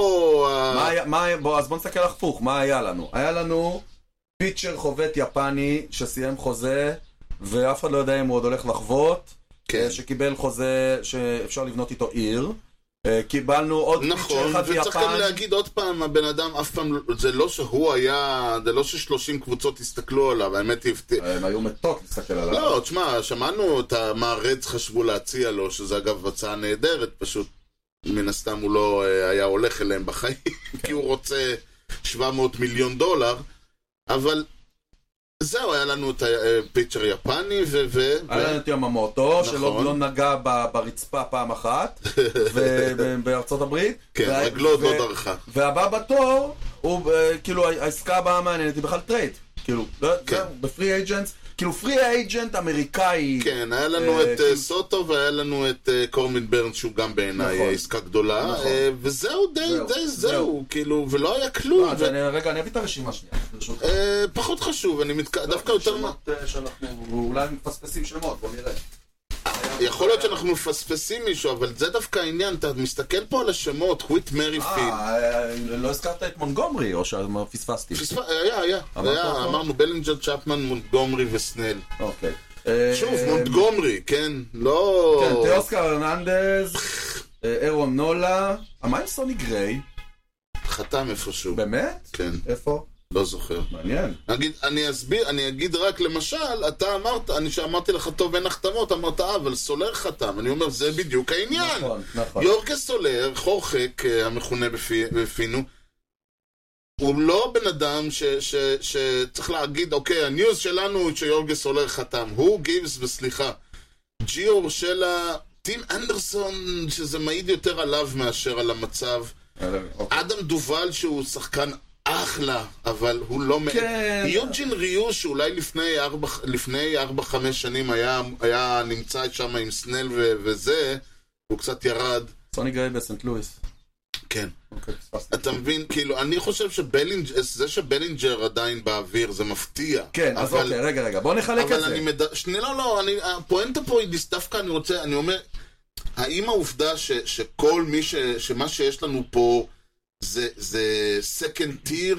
לא... בוא, אז בוא נסתכל הפוך, מה היה לנו? היה לנו פיצ'ר חובט יפני שסיים חוזה, ואף אחד לא יודע אם הוא עוד הולך לחוות, שקיבל חוזה שאפשר לבנות איתו עיר. קיבלנו עוד פיצ'ר אחד ביפן. וצריך גם להגיד עוד פעם, הבן אדם אף פעם, זה לא שהוא היה, זה לא ששלושים קבוצות הסתכלו עליו, האמת היא... הם היו מתוק להסתכל עליו. לא, תשמע, שמענו את מה הרדס חשבו להציע לו, שזה אגב הצעה נהדרת, פשוט מן הסתם הוא לא היה הולך אליהם בחיים, כי הוא רוצה שבע מאות מיליון דולר, אבל זהו, היה לנו את הפיצ'ר יפני ו... ו- היה לנו את יממוטו, שלא לא נגע ב- ברצפה פעם אחת, ו- בארצות הברית. כן, ו- רגלו עוד ו- לא דרכה. והבא בתור, הוא, אה, כאילו, העסקה הבאה מעניינת היא בכלל טרייד. כאילו, לא, כן. זהו, בפרי אייג'נטס, כאילו פרי אייג'נט אמריקאי. כן, היה לנו אה, את אה, כאילו- סוטו והיה לנו את אה, קורמין ברנס, שהוא גם בעיניי נכון. עסקה גדולה, נכון. אה, וזהו די, זהו, די, זהו. זהו, כאילו, ולא היה כלום. לא, אז ו- אני- רגע, אני אביא את הרשימה שנייה, ברשותך. אה, פחות חשוב, אני מתק... דווקא יותר... מה- שמות, אה, שאנחנו אולי מפספסים שמות, בוא נראה. יכול להיות שאנחנו מפספסים מישהו, אבל זה דווקא העניין, אתה מסתכל פה על השמות, וויט מרי פילד. אה, לא הזכרת את מונגומרי, או שפספסתי? פספ- היה, היה, אמרת היה, אותו? אמרנו בלינג'ר, צ'פמן, מונטגומרי וסנל. אוקיי. שוב, אה, מונטגומרי, כן? לא... כן, תיאוסקר הרננדז, אה, אירון נולה, מה עם סוני גריי? חתם איפשהו. באמת? כן, איפה? לא זוכר. מעניין. נגיד, אני אסביר, אני אגיד רק למשל, אתה אמרת, אני שאמרתי לך טוב אין החתמות, אמרת, אה, אבל סולר חתם. אני אומר, זה בדיוק העניין. נכון, נכון. יורגה סולר, חורחק, אה, המכונה בפי- בפינו, הוא לא בן אדם ש- ש- שצריך להגיד, אוקיי, הניוז שלנו הוא שיורגה סולר חתם. הוא גיבס, וסליחה, ג'י אורשלה, טים אנדרסון, שזה מעיד יותר עליו מאשר על המצב. אוקיי. אדם דובל שהוא שחקן אחלה, אבל הוא לא... כן. יוג'ין ריו, שאולי לפני ארבע, לפני ארבע, חמש שנים היה, היה נמצא שם עם סנל ו- וזה, הוא קצת ירד. סוני גריי בסנט לואיס. כן. אוקיי, פספסתי. אתה מבין, כאילו, אני חושב שבלינג'ר, זה שבלינג'ר עדיין באוויר, זה מפתיע. כן, אז אבל, אוקיי, רגע, רגע, בוא נחלק את אבל זה. אני מד... שני, לא, לא, אני, הפואנטה פה היא דווקא, אני רוצה, אני אומר, האם העובדה ש, שכל מי ש... שמה שיש לנו פה זה, זה second tier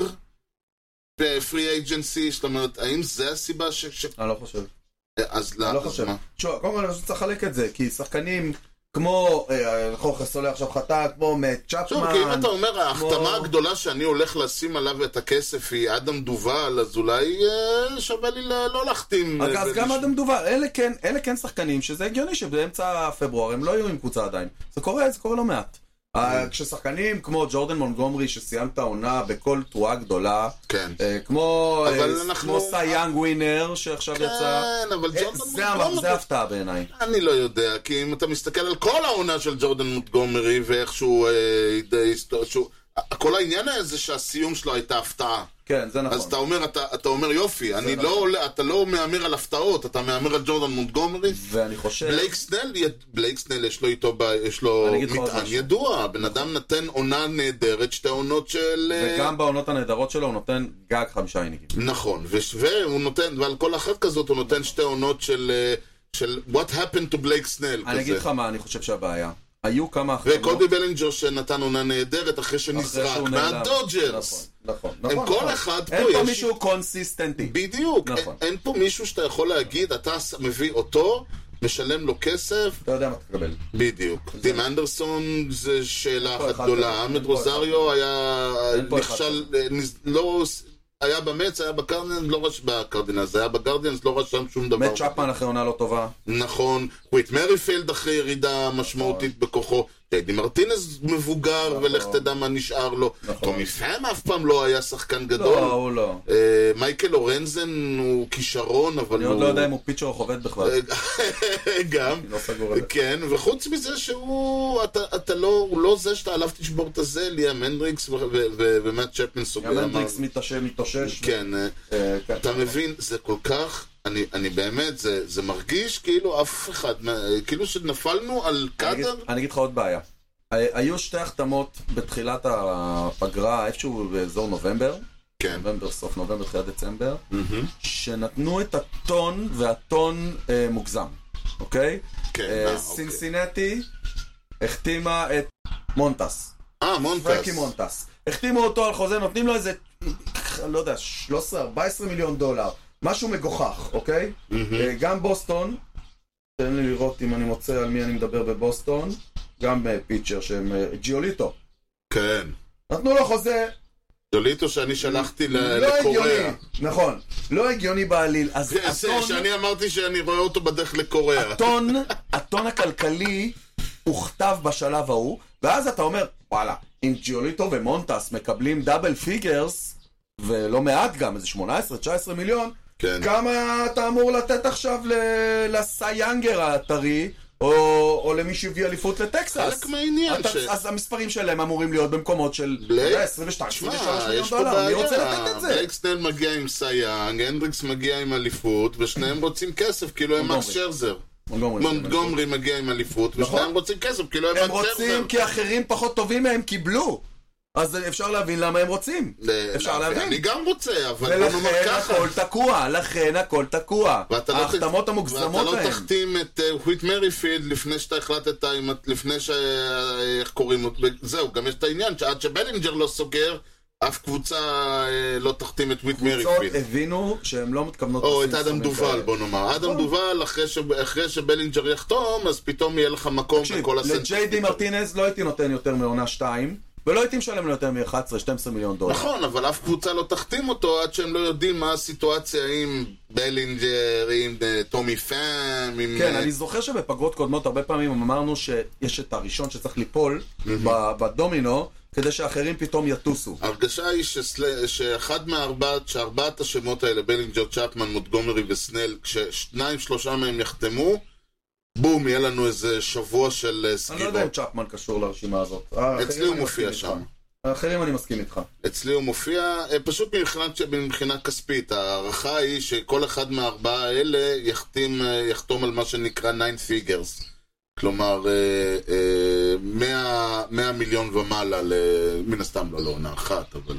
ב-free agency, זאת אומרת, האם זה הסיבה ש... ש... אני לא חושב. אז אני לא אז חושב. מה? שוב, קודם כל אני חושב שצריך לחלק את זה, כי שחקנים כמו, חורכה סולר עכשיו חטא, כמו צ'פמן. שוב, כי אם אתה אומר, ההחתמה כמו- הגדולה שאני הולך לשים עליו את הכסף היא אדם דובל, אז אולי אה, שווה לי ל- לא להחתים. אז אה, אז ולש- גם אדם דובר, אלה כן, אלה כן שחקנים שזה הגיוני שבאמצע פברואר הם לא יהיו עם קבוצה עדיין. זה קורה, זה קורה לא מעט. אה, כששחקנים כמו ג'ורדן מונגומרי שסיים את העונה בכל תרועה גדולה, כן. אה, כמו אבל אה, אנחנו- כמו סי יאנג ווינר שעכשיו יצא. כן, אבל אה, ג'ורדן זה המ- מונטגומרי- זה הפתעה בעיניי. אני לא יודע, כי אם אתה מסתכל על כל העונה של ג'ורדן מונטגומרי ואיך שהוא... אה, די- שהוא- כל העניין היה זה שהסיום שלו הייתה הפתעה. כן, זה נכון. אז אתה אומר, אתה, אתה אומר יופי, אני נכון. לא, עולה- אתה לא מהמר על הפתעות, אתה מהמר על ג'ורדן מונטגומרי. ואני חושב... בלייק סנל, בלייק סנל יש לו איתו, ב- יש לו אני אגיד לך עוד מטען משהו. ידוע, בן אדם נתן עונה נהדרת, שתי עונות של... אה, וגם בעונות הנהדרות שלו הוא נותן גג חמישה אינינגים. נכון, ו- והוא נותן, ועל כל אחת כזאת הוא נותן שתי עונות של, אה, של What happened to בלייק סנל אני אגיד לך כזה. מה אני חושב שהבעיה. היו כמה החתמות... וקודי בלינג'ר שנתן עונה נהדרת אחרי שנזרק שהוא נעלם. מהדודג'רס. נכון, הם נכון. כל נכון. אחד פה אין פה יש- מישהו קונסיסטנטי. בדיוק, נכון. אין, אין פה מישהו שאתה יכול להגיד, אתה ס- מביא אותו, משלם לו כסף, אתה יודע מה תקבל. בדיוק. טים אנדרסון זה שאלה פה אחת אחד גדולה, כזה, עמד אין פה רוזריו היה אין פה אחד נכשל, נז- לא, היה במץ, היה בקרדינס, לא רש... בקרדינס, היה בגרדיאנס, לא רשם שום דבר. מאט צ'פמן אחרי עונה לא טובה. נכון, וויט מריפילד אחרי ירידה משמעותית בכוחו, טדי מרטינז מבוגר, נכון. ולך תדע מה נשאר לו. נכון. טומי פאם אף פעם לא היה שחקן גדול. לא, הוא לא. אה, מייקל אורנזן הוא כישרון, אבל אני הוא... עוד לא יודע אם הוא פיצ'ר או חובד בכלל. גם, אני לא סגור על זה. כן, וחוץ מזה שהוא, אתה, אתה לא, הוא לא זה שאתה עליו תשבור את הזה, ליאם הנדריקס ו- ו- ו- ומאט צ'פמן סוגר. גם הנדריקס מתאושש, מתאושש. כן, אה, אה, כן. אתה מבין, זה כל כך, אני, אני באמת, זה, זה מרגיש כאילו אף אחד, מה- כאילו שנפלנו על אני אגיד- קאדר. אני אגיד לך עוד בעיה. ה- היו שתי החתמות בתחילת הפגרה, איפשהו באזור נובמבר. כן. נובמבר, סוף נובמבר, תחילת דצמבר. שנתנו את הטון, והטון אה, מוגזם. אוקיי? כן, אה, אה, אוקיי. סינסינטי החתימה את מונטס. אה, מונטס. פרנקי מונטס. החתימו אותו על חוזה, נותנים לו איזה, לא יודע, שלוש עשרה ארבע עשרה מיליון דולר. משהו מגוחך, אוקיי? אה, גם בוסטון, תן לי לראות אם אני מוצא על מי אני מדבר בבוסטון, גם אה, פיצ'ר שהם אה, ג'יוליטו. כן. נתנו לו חוזה, דוליטו שאני שלחתי ל- לא לקוריאה. הגיוני, נכון, לא הגיוני בעליל. אז זה- זה הטון, שאני אמרתי שאני רואה אותו בדרך לקוריאה. הטון, הטון הכלכלי הוכתב בשלב ההוא, ואז אתה אומר, וואלה, אם ג'יוליטו ומונטס מקבלים דאבל פיגרס, ולא מעט גם, איזה שמונה עשרה תשע עשרה מיליון, כן. כמה אתה אמור לתת עכשיו לסייאנגר הטרי, או, או למי שהביא אליפות לטקסס? חלק מהעניין אתה, ש... אז המספרים שלהם אמורים להיות במקומות של בלי... עשרים ושתיים עשרים ושלוש מיליון יש פה דולר, מי רוצה בעיה, לתת את זה? בלייק סנל מגיע עם סייאנג, הנדריקס מגיע עם אליפות, ושניהם רוצים כסף, כאילו הם מקס שרזר. מונטגומרי מגיע עם אליפות, ושניהם רוצים כסף, כאילו הם הם מקס שרזר. רוצים כי אחרים פחות טובים מהם קיבלו. אז אפשר להבין למה הם רוצים. אפשר להבין. אני גם רוצה, אבל בוא נאמר ולכן ככה. הכל תקוע, לכן הכל תקוע. ואתה ההחתמות המוגזמות לא להם. תחתים את וויט מריפילד לפני שאתה החלטת, לפני ש... איך קוראים אותו, זהו, גם יש את העניין שעד שבלינג'ר לא סוגר, אף קבוצה לא תחתים את וויט מריפילד. קבוצות הבינו שהם לא מתכוונות... או את אדם דובל, בוא נאמר. אדם דובל, אחרי שבלינג'ר יחתום, אז פתאום יהיה לך מקום בכל הסנטר. לג'יי די מרטינז לא הייתי נותן יותר מעונה שתיים. ולא הייתי משלם לו יותר מ-אחת עשרה שתים עשרה מיליון דולר. נכון, אבל אף קבוצה לא תחתים אותו עד שהם לא יודעים מה הסיטואציה עם בלינג'ר, עם טומי פאם, עם... כן, אני זוכר שבפגרות קודמות הרבה פעמים אמרנו שיש את הראשון שצריך ליפול בדומינו, כדי שאחרים פתאום יטוסו. ההרגשה היא שאחד מהארבעת, שארבעת השמות האלה, בלינג'ר, צ'פמן, מונטגומרי וסנל, כששניים שלושה מהם יחתמו, בום, יהיה לנו איזה שבוע של סגירות. אני לא יודע אם צ'פמן קשור לרשימה הזאת. אצלי הוא מופיע שם. האחרים אני מסכים איתך. אצלי הוא מופיע, פשוט מבחינה כספית. הערכה היא שכל אחד מהארבעה האלה יחתים, יחתום על מה שנקרא nine figures. כלומר, מאה מיליון ומעלה, מן הסתם לא לעונה אחת, אבל...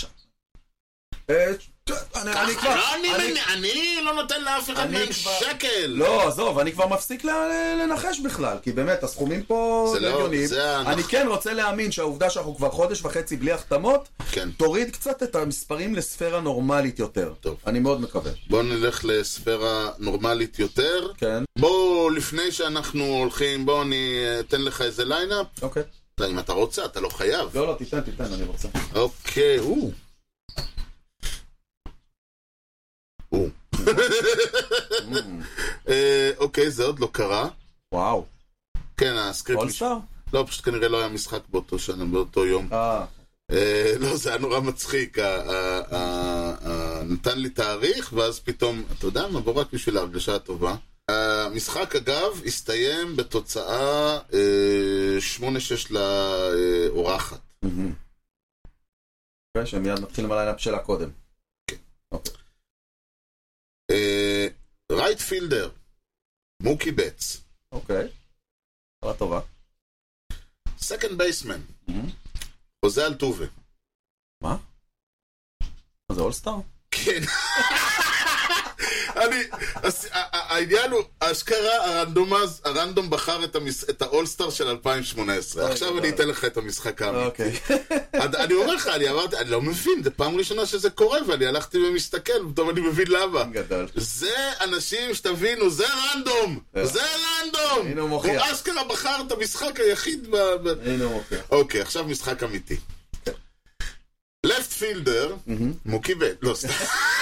אני כבר... אני לא נותן לאף אחד מהם שקל. לא, עזוב, אני כבר מפסיק לנחש בכלל, כי באמת, הסכומים פה לגיונים. אני כן רוצה להאמין שהעובדה שאנחנו כבר חודש וחצי בלי החתמות, תוריד קצת את המספרים לספירה נורמלית יותר. אני מאוד מקווה. בואו נלך לספירה נורמלית יותר. כן. בואו, לפני שאנחנו הולכים, בואו אני אתן לך איזה ליינאפ. אוקיי. אם אתה רוצה, אתה לא חייב. לא, לא, תיתן, תיתן, אני רוצה. אוקיי, או. אוקיי, זה עוד לא קרה. וואו. כן, הסקריפט... אולסטאר? לא, פשוט כנראה לא היה משחק באותו שנה, באותו יום. אה. לא, זה היה נורא מצחיק. נתן לי תאריך, ואז פתאום, אתה יודע מה, בוא רק בשביל ההרגשה הטובה. המשחק, אגב, הסתיים בתוצאה שמונה שש לאורחת. אוקיי, שמיד מתחילים על הליינאפ שלה קודם. כן. אוקיי. רייט פילדר, מוקי בטס. אוקיי, שאלה טובה. סקנד בייסמן, חוזה על טובה. מה? מה זה אולסטאר? כן. אני, העניין הוא, האשכרה, הרנדום בחר את האולסטאר של אלפיים שמונה עשרה. עכשיו אני אתן לך את המשחק האמיתי. אני אומר לך, אני אמרתי, אני לא מבין, זה פעם ראשונה שזה קורה, ואני הלכתי ומסתכל, ופתאום אני מבין למה. זה אנשים שתבינו, זה רנדום! זה רנדום! הנה הוא מוכיח. הוא אשכרה בחר את המשחק היחיד. הנה הוא מוכיח. אוקיי, עכשיו משחק אמיתי. לפט פילדר, מוקי בט, לא סתם.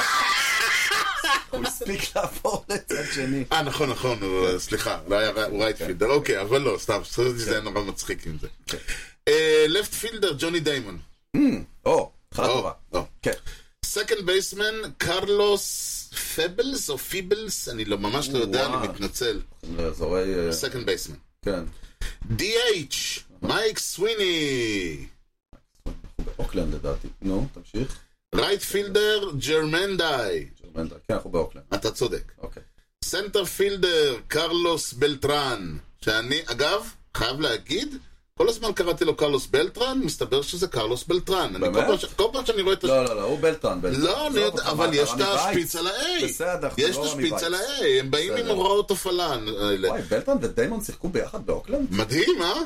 הוא הספיק לעבור לצד שני. אה, נכון, נכון, סליחה, הוא רייט פילדר, אוקיי, אבל לא, סתם, זה היה נורא מצחיק עם זה. לפט פילדר, ג'וני דיימון. או, התחלה טובה. סקנד בייסמן, קרלוס פבלס או פיבלס, אני ממש לא יודע, אני מתנצל. סקנד בייסמן. כן. די אייץ', מייק סוויני. באוקלנד לדעתי. נו, תמשיך. רייט פילדר, ג'רמנדאי. כן, אנחנו באוקלנד. אתה צודק. אוקיי. סנטר פילדר, קרלוס בלטרן. שאני, אגב, חייב להגיד, כל הזמן קראתי לו קרלוס בלטרן, מסתבר שזה קרלוס בלטרן. באמת? כל פעם שאני רואה את... לא, לא, לא, הוא בלטרן. לא, אני יודע, אבל יש את השפיץ על ה-A. בסדר, יש את השפיץ על ה-A, הם באים עם הוראות הפעלה. וואי, בלטרן ודיימון שיחקו ביחד באוקלנד? מדהים, אה?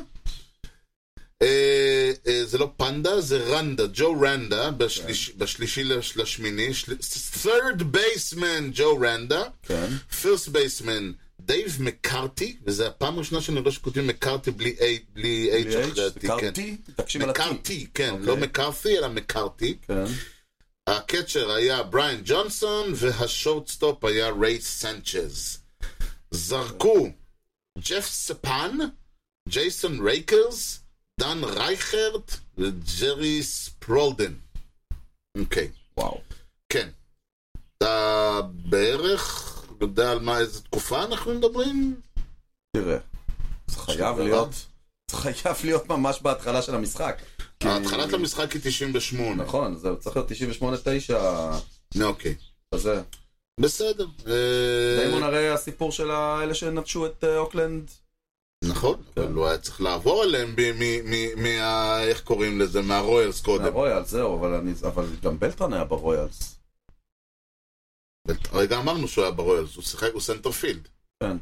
זה לא פנדה, זה רנדה, ג'ו רנדה, בשלישי לשמיני, third baseman ג'ו רנדה, first baseman דייב מקארטי, וזה הפעם הראשונה שאני רואה שכותבים מקארטי בלי H אחרי ה-T, מקארטי? תקשיב על ה-T. מקארטי, כן, לא מקארתי, אלא מקארטי. הקצ'ר היה בריין ג'ונסון, והשורטסטופ היה ריי סנצ'ז. זרקו ג'ף ספן, ג'ייסון רייקרס, דן רייכרט וג'רי ספרולדן. אוקיי. וואו. כן. אתה בערך, יודע על מה, איזה תקופה אנחנו מדברים? תראה, זה חייב להיות, זה חייב להיות ממש בהתחלה של המשחק. ההתחלת המשחק היא תשעים ושמונה. נכון, זה צריך להיות תשעים ושמונה תשע. אוקיי. זה. בסדר. דיימון הרי הסיפור של האלה שנטשו את אוקלנד. נכון, אבל הוא היה צריך לעבור עליהם מה... איך קוראים לזה? מהרויאלס קודם. מהרויאלס, זהו, אבל גם בלטרן היה ברויאלס. רגע אמרנו שהוא היה ברויאלס, הוא שיחק, הוא סנטרפילד. כן.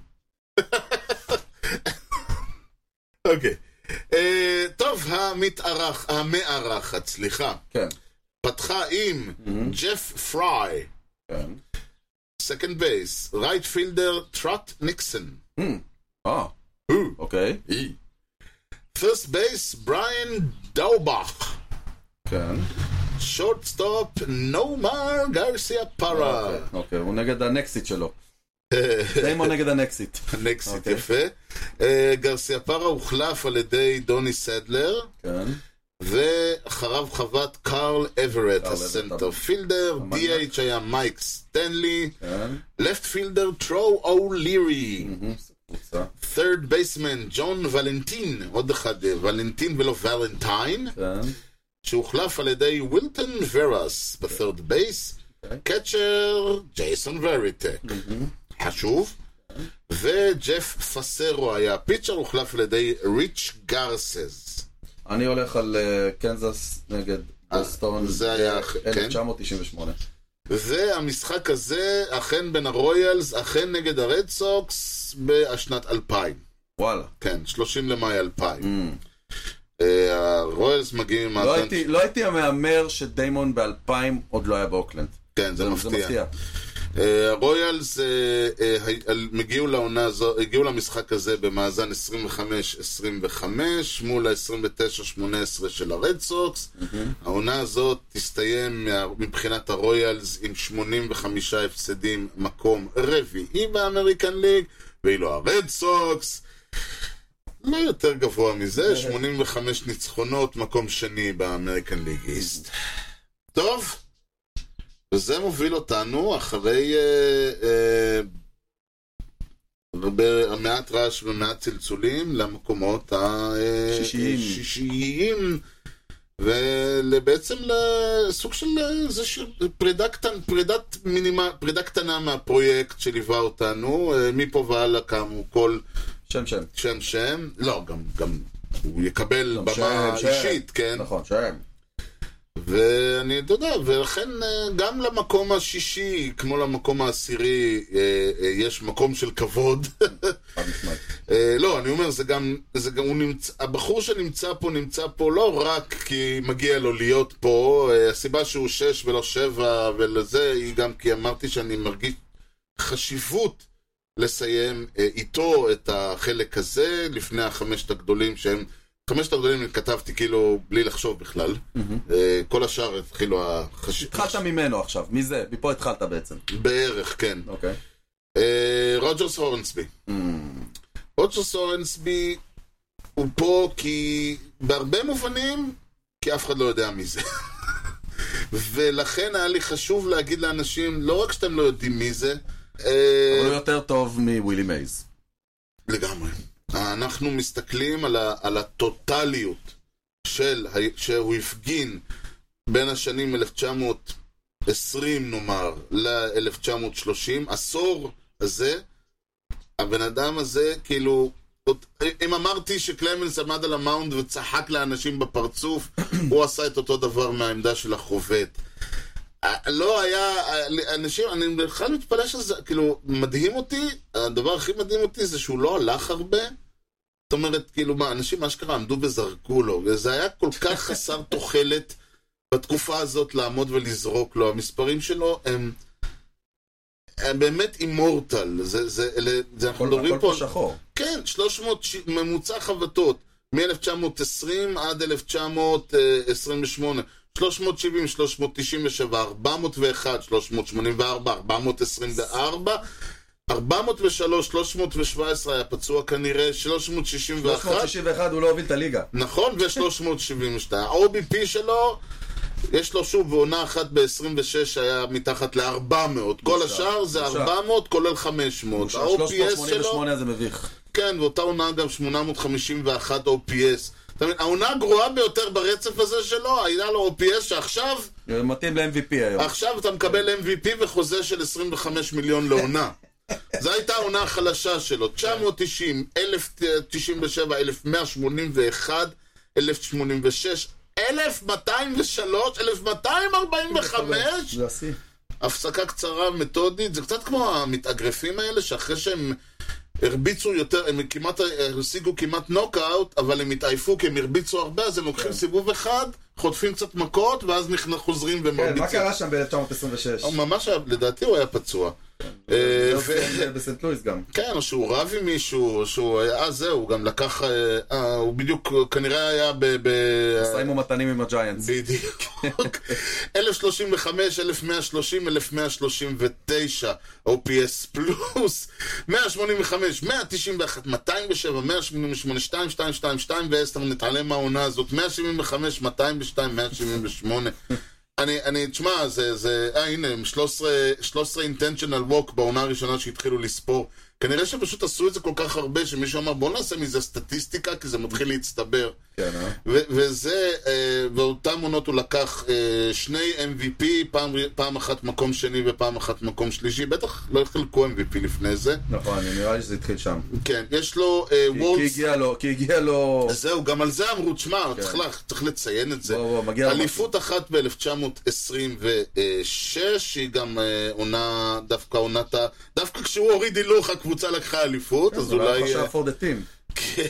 אוקיי. טוב, המתארח, המארחת, סליחה. כן. פתחה עם ג'ף פריי. כן. סקנד בייס, רייט פילדר טרוט ניקסון. אה. אוקיי. פרסט בייס, בריין דאובך. כן. שורט סטופ, נומר גרסיה פארה. אוקיי, הוא נגד הנקסיט שלו. דיימון נגד הנקסיט. הנקסיט, יפה. גרסיה פארה הוחלף על ידי דוני סדלר. כן. ואחריו חוות קארל אברט, הסנטר פילדר. די אייץ' היה מייק סטנלי. לפט פילדר, טרו אולירי. third baseman, ג'ון ולנטין, עוד אחד, ולנטין ולא ולנטיין, שהוחלף על ידי ווילטון ורס ב-third base, קצ'ר, ג'ייסון וריטק, חשוב, וג'ף פסרו היה פיצ'ר, הוחלף על ידי ריץ' גרסז. אני הולך על קנזס נגד בוסטון, זה היה אלף תשע מאות תשעים ושמונה. והמשחק הזה, אכן בין הרויאלס, אכן נגד הרד סוקס, בשנת אלפיים. וואלה. כן, שלושים למאי אלפיים. הרויאלס מגיעים... לא הייתי המאמר שדיימון ב-אלפיים עוד לא היה באוקלנד. כן, זה מפתיע. הרויאלס הגיעו לעונה הזו, הגיעו למשחק הזה במאזן עשרים וחמש עשרים וחמש מול ה-עשרים ותשע שמונה עשרה של הרד סוקס. העונה הזאת תסתיים מבחינת הרויאלס עם שמונים וחמישה הפסדים, מקום רביעי באמריקן ליג, ואילו הרד סוקס לא יותר גבוה מזה, שמונים וחמש ניצחונות, מקום שני באמריקן ליג איסט. טוב, וזה מוביל אותנו אחרי מעט רעש ומעט צלצולים למקומות השישיים, ובעצם לסוג של פרידה קטנה מהפרויקט שליווה אותנו, מפה והלאה קמו כל שם שם שם שם, לא, גם הוא יקבל במה אישית, כן? נכון, שם. ואני יודע, ולכן גם למקום השישי, כמו למקום העשירי, יש מקום של כבוד. לא, אני אומר, זה גם, זה גם, הוא נמצא, הבחור שנמצא פה, נמצא פה לא רק כי מגיע לו להיות פה, הסיבה שהוא שש ולא שבע ולזה, היא גם כי אמרתי שאני מרגיש חשיבות לסיים איתו את החלק הזה, לפני החמשת הגדולים שהם, חמשת הגדולים כתבתי כאילו בלי לחשוב בכלל. כל השאר התחילו החשיבות. התחלת ממנו עכשיו, מי זה? מפה התחלת בעצם. בערך, כן. אוקיי. רוג'רס הורנסבי. רוג'רס הורנסבי הוא פה כי בהרבה מובנים, כי אף אחד לא יודע מי זה. ולכן היה לי חשוב להגיד לאנשים, לא רק שאתם לא יודעים מי זה, אבל הוא יותר טוב מווילי מייז. לגמרי. אנחנו מסתכלים על, ה, על הטוטליות של, שהוא הפגין בין השנים אלף תשע מאות עשרים נאמר ל-אלף תשע מאות שלושים, עשור הזה, הבן אדם הזה כאילו, אם אמרתי שקלמנס עמד על המאונד וצחק לאנשים בפרצוף, הוא עשה את אותו דבר מהעמדה של החובט. לא היה, אנשים, אני בכלל מתפלא שזה, כאילו, מדהים אותי, הדבר הכי מדהים אותי זה שהוא לא הלך הרבה, זאת אומרת, כאילו, מה, אנשים אשכרה עמדו וזרקו לו, וזה היה כל כך חסר תוחלת בתקופה הזאת לעמוד ולזרוק לו, המספרים שלו הם, הם באמת אימורטל, זה, זה, אלה, זה אנחנו מדברים פה, שחור. כן, שלוש מאות ממוצע חבטות, מ-אלף תשע מאות עשרים עד אלף תשע מאות עשרים ושמונה, שלוש מאות שבעים, שלוש מאות תשעים ושבע, ארבע מאות ואחת, שלוש מאות שמונים וארבע, ארבע מאות עשרים וארבע, ארבע מאות ושלוש, שלוש מאות שבע עשרה היה פצוע כנראה, שלוש מאות שישים ואחת. שלוש מאות שישים ואחת הוא לא הוביל את הליגה. נכון, ו-שלוש מאות שבעים ושתיים. ה-או בי פי שלו יש לו שוב בעונה אחת ב-עשרים ושש היה מתחת ל-ארבע מאות. כל השאר זה ארבע מאות כולל חמש מאות. ה-או פי אס שלו... שלוש מאות שמונים ושמונה זה מביך. כן, ואותה עונה גם שמונה מאות חמישים ואחת או פי אס. העונה הגרועה ביותר ברצף הזה שלו, היה לו או פי אס שעכשיו... מתאים ל-אם וי פי היום. עכשיו אתה מקבל אם וי פי וחוזה של עשרים וחמישה מיליון לעונה. זו הייתה העונה החלשה שלו. תשע מאות תשעים, אלף תשעים ושבע, אלף מאה שמונים ואחת, אלף שמונים ושש, אלף מאתיים ושלוש, אלף מאתיים ארבעים וחמש. זה השיא. הפסקה קצרה מתודית. זה קצת כמו המתאגרפים האלה שאחרי שהם הרביצו יותר, הם כמעט השיגו כמעט נוקאוט, אבל הם התעייפו כי הם הרביצו הרבה, אז הם לוקחים סיבוב אחד, חוטפים קצת מכות, ואז חוזרים ומרביצים. כן, מה קרה שם ב-אלף תשע מאות עשרים ושש? ממש, לדעתי הוא היה פצוע. בסנט לואיס גם. כן, או שהוא רב עם מישהו, או שהוא... אה, זהו, הוא גם לקח... אה, הוא בדיוק, כנראה היה ב... עשאים ומתנים עם הג'יינטס. בדיוק. אלף שלושים וחמש, אלף מאה שלושים, אלף מאה שלושים ותשע, או פי אס פלוס, מאה שמונים וחמש, מאה תשעים ואחת, מאתיים ושבע, מאה שמונים ושמונה, מאתיים עשרים ושתיים ועשר, נתעלם מהעונה הזאת, מאה שבעים וחמש, מאתיים ושתיים, מאה שבעים ושמונה. אני, אני, תשמע, זה, זה, אה, הנה, שלוש עשרה intentional walk בעונה הראשונה שהתחילו לספור. כנראה שפשוט עשו את זה כל כך הרבה, שמישהו אמר, בוא נעשה מזה סטטיסטיקה, כי זה מתחיל להצטבר. כן, אה? ו- וזה, אה, ואותם עונות הוא לקח אה, שני אם וי פי, פעם, פעם אחת מקום שני ופעם אחת מקום שלישי. בטח לא חלקו אם וי פי לפני זה. נכון, אני נראה לי שזה התחיל שם. כן, יש לו אה, כי, וולס... כי הגיע לו, כי הגיע לו... זהו, גם על זה אמרו, תשמע, כן. צריך, צריך לציין את זה. בוא, בוא, מגיע אליפות אחת ב-אלף תשע מאות עשרים ושש, היא גם אה, עונה, דווקא עונת ה... דווקא כשהוא הוריד הילוך, הקבוצה לקחה אליפות, כן, אז אולי... זה לא היה for the team. כן.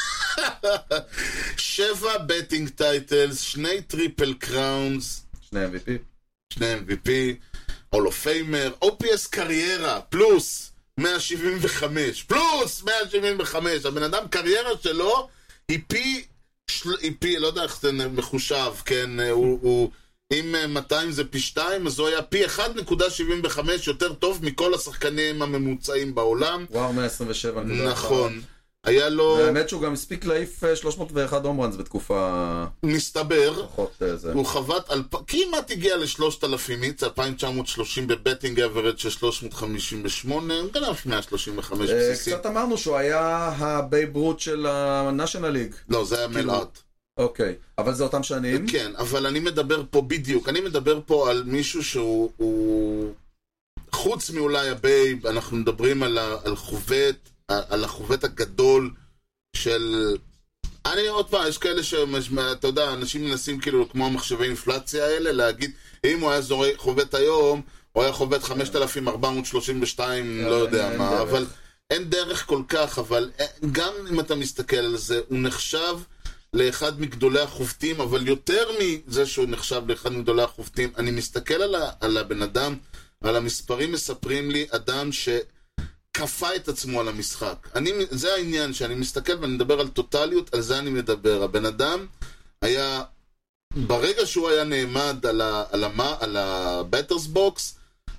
שבע בטינג טייטלס, שני טריפל קראונס, שני אם וי פי, שני אם וי פי, הול אוף פיימר, או פי אס קריירה, פלוס מאה שבעים וחמש, פלוס מאה שבעים וחמש, הבן אדם קריירה שלו היא פי, של... היא פי, לא יודע איך זה מחושב, כן, הוא, הוא, אם מאתיים זה פי שתיים, אז הוא היה פי אחת נקודה שבעים וחמש יותר טוב מכל השחקנים הממוצעים בעולם. וואו, מאה עשרים ושבע. נכון. היה לו... והאמת שהוא גם הספיק להעיף שלוש מאות ואחת הומראנס בתקופה... מסתבר. פחות זה. הוא חוות אלפ... כמעט הגיע ל-שלושת אלפים מיץ, אלפיים תשע מאות שלושים בבטינג אברד של שלוש מאות חמישים ושמונה, גם מאה שלושים וחמש בסיסי. קצת אמרנו שהוא היה הבייב רות של ה-National League. לא, זה היה מלאט. אוקיי, אבל זה אותם שנים? כן, אבל אני מדבר פה בדיוק, אני מדבר פה על מישהו שהוא... הוא... חוץ מאולי הבייב, אנחנו מדברים על, ה... על חובט, על החובט הגדול של... אני עוד פעם, יש כאלה שאתה יודע, אנשים מנסים כאילו כמו המחשבי אינפלציה האלה, להגיד, אם הוא היה זורי חובט היום, הוא היה חובט חמשת אלפים ארבע מאות שלושים ושתיים, לא יודע מה, אבל אין דרך כל כך, אבל גם אם אתה מסתכל על זה, הוא נחשב לאחד מגדולי החובטים, אבל יותר מזה שהוא נחשב לאחד מגדולי החובטים, אני מסתכל על הבן אדם, על המספרים מספרים לי, אדם ש... כפה את עצמו על המשחק. אני, זה העניין שאני מסתכל ואני מדבר על טוטליות, על זה אני מדבר. הבן אדם היה, ברגע שהוא היה נעמד על ה, על המה, על הבטרס בוקס,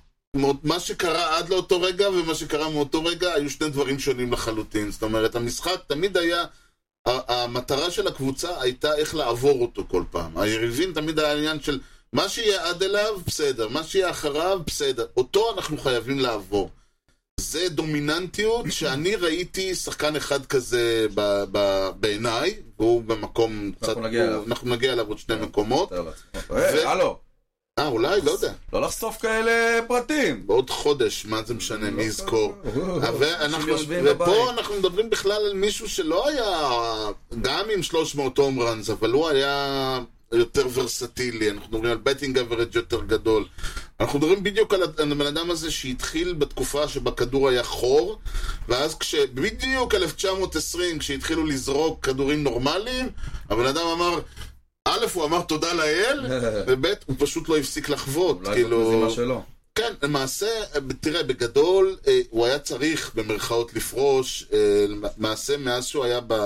מה שקרה עד לאותו רגע ומה שקרה מאותו רגע היו שני דברים שונים לחלוטין. זאת אומרת, המשחק תמיד היה, המטרה של הקבוצה הייתה איך לעבור אותו כל פעם. היריבים תמיד היה עניין של מה שיהיה עד אליו, בסדר. מה שיהיה אחריו, בסדר. אותו אנחנו חייבים לעבור. זה דומיננטיות שאני ראיתי שחקן אחד כזה ב- ב- בעיניי, והוא במקום קצת... אנחנו נגיע אליו. אנחנו נגיע אליו עוד שני מקומות. היי, הלו. אה, אולי, לא יודע. לא לחשוף כאלה פרטים. בעוד חודש, מה זה משנה, מי יזכור. ואנחנו- יושבים ופה בבית. אנחנו מדברים בכלל על מישהו שלא היה, גם עם שלוש מאות הומראנס, אבל הוא היה יותר ורסטילי. אנחנו מדברים על בטינג אברד יותר גדול. אנחנו מדברים בדיוק על הבן אדם הזה שהתחיל בתקופה שבה כדור היה חור, ואז כשבדיוק אלף תשע מאות עשרים, כשהתחילו לזרוק כדורים נורמליים, הבן אדם אמר, א', הוא אמר תודה לאל, וב', הוא פשוט לא הפסיק לחוות. אולי זאת מזימה שלו. כן, למעשה, תראה, בגדול, הוא היה צריך במרכאות לפרוש, למעשה מאז שהוא היה ב...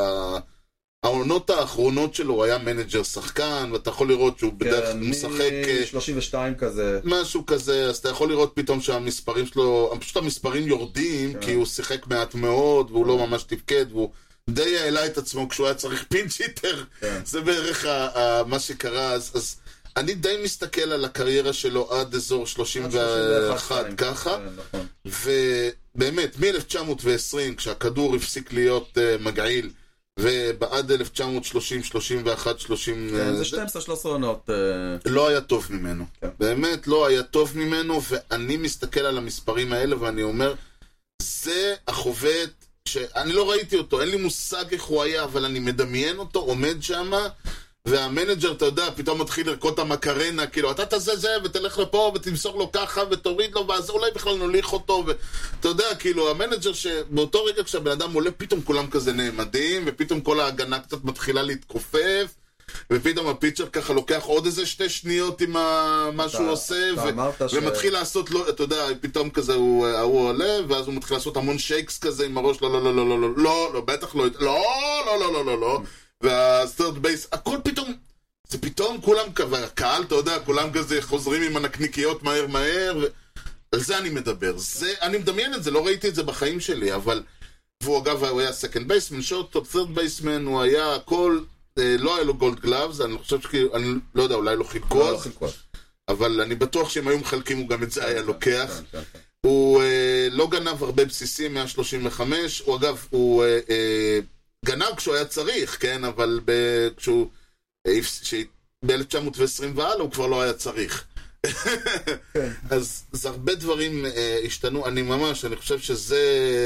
העונות האחרונות שלו הוא היה מנג'ר שחקן, ואתה יכול לראות שהוא בדרך משחק... שלושים ושתיים כזה. משהו כזה, אז אתה יכול לראות פתאום שהמספרים שלו, פשוט המספרים יורדים, כי הוא שיחק מעט מאוד, והוא לא ממש תפקד, והוא די העלה את עצמו כשהוא היה צריך פינצ'יטר. זה בערך מה שקרה, אז אני די מסתכל על הקריירה שלו עד אזור שלושים ואחת ככה, ובאמת, מ-אלף תשע מאות ועשרים, כשהכדור הפסיק להיות uh, מגעיל, ובעד אלף תשע מאות שלושים, שלושים ואחת, שלושים... כן, זה שתים עשרה שלוש עשרה עונות. לא היה טוב ממנו. כן. באמת לא היה טוב ממנו, ואני מסתכל על המספרים האלה, ואני אומר, זה החובט, שאני לא ראיתי אותו, אין לי מושג איך הוא היה, אבל אני מדמיין אותו, עומד שם, והמנג'ר, אתה יודע, פתאום מתחיל לרקוד את המקרנה, כאילו, אתה תזה זה, ותלך לפה, ותמסור לו ככה, ותוריד לו, ואז אולי בכלל נוליך אותו, ואתה יודע, כאילו, המנג'ר שבאותו רגע כשהבן אדם עולה, פתאום כולם כזה נעמדים, ופתאום כל ההגנה קצת מתחילה להתכופף, ופתאום הפיצ'ר ככה לוקח עוד איזה שתי שניות עם מה שהוא עושה, ומתחיל לעשות, אתה יודע, פתאום כזה הוא עולה, ואז הוא מתחיל לעשות המון שייקס כזה עם הראש, לא, לא, לא, לא, לא, לא, לא, לא, בטח לא, לא, לא, לא, לא, לא, לא, והסטרד בייס, הכל פתאום, זה פתאום כולם, והקהל, אתה יודע, כולם כזה חוזרים עם הנקניקיות מהר מהר, על זה אני מדבר, זה, אני מדמיין את זה, לא ראיתי את זה בחיים שלי, אבל, והוא אגב, הוא היה סקנד בייסמן, שורט-טופ, ת'רד בייסמן, הוא היה הכל, לא היה לו גולד גלאבס, אני חושב שכאילו, אני לא יודע, אולי לא חילקו אז, אבל אני בטוח שהם היו מחלקים, הוא גם את זה היה לוקח. הוא לא גנב הרבה בסיסים, מאה שלושים וחמש, הוא אגב, הוא גנב כשהוא היה צריך, כן, אבל כשהוא, ב-אלף תשע מאות ועשרים והלאה הוא כבר לא היה צריך. אז זה הרבה דברים השתנו, אני ממש, אני חושב שזה...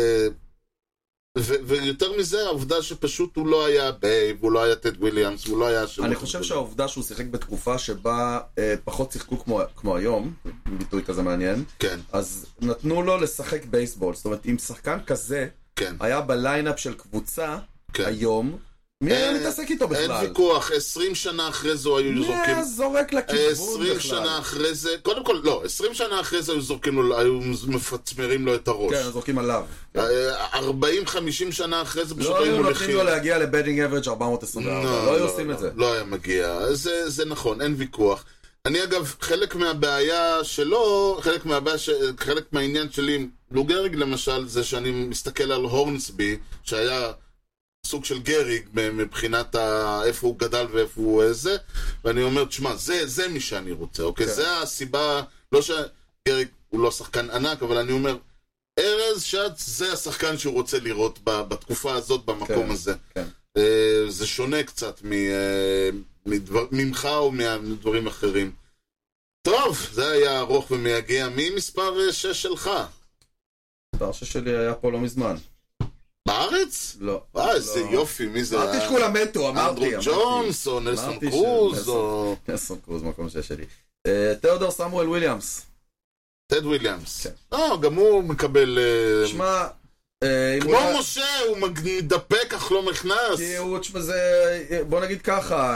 ו- ויותר מזה, העובדה שפשוט הוא לא היה בייב, הוא לא היה טד וויליאמס, הוא לא היה... אני חושב שהעובדה שהוא שיחק בתקופה שבה אה, פחות שיחקו כמו, כמו היום, ביטוי כזה מעניין, כן. אז נתנו לו לשחק בייסבול, זאת אומרת, אם שחקן כזה כן. היה בליינאפ של קבוצה כן. היום, מי היה מתעסק איתו בכלל? אין ויכוח, עשרים שנה אחרי זה היו זורקים... מי היה זורק לכיוון בכלל? עשרים שנה אחרי זה, קודם כל, לא, עשרים שנה אחרי זה היו זורקים לו, היו מפצמרים לו את הראש. כן, זורקים עליו. ארבעים חמישים שנה אחרי זה פשוט לא היו נותנים לו להגיע לבדינג אברג' ארבע מאות עשרים וארבע, לא היו עושים את זה. לא היה מגיע, זה נכון, אין ויכוח. אני אגב, חלק מהבעיה שלו, חלק מהבעיה, חלק מהעניין שלי, לוגריג למשל, זה שאני מסתכל על הורנסבי, שהיה... סוג של גריג מבחינת ה... איפה הוא גדל ואיפה הוא זה, ואני אומר, תשמע, זה, זה מי שאני רוצה, אוקיי? כן. זה הסיבה, לא שגריג הוא לא שחקן ענק, אבל אני אומר, ארז שץ, זה השחקן שהוא רוצה לראות בתקופה הזאת, במקום כן, הזה. כן. זה שונה קצת מדבר, ממך או מדברים אחרים. טוב, זה היה ארוך ומייגע. מי מספר שש שלך? מספר שש שלי היה פה לא מזמן. בארץ? לא. אה, איזה יופי, מי זה? אמרתי שכולם מתו, אמרתי. אנדרו ג'ונס או נלסון קרוז או... נלסון קרוז, מקום שש שלי. תיאודור סמואל וויליאמס. טד וויליאמס. לא, גם הוא מקבל... שמע... כמו משה, הוא מדפק אך לא נכנס. כי הוא, תשמע, זה... בוא נגיד ככה...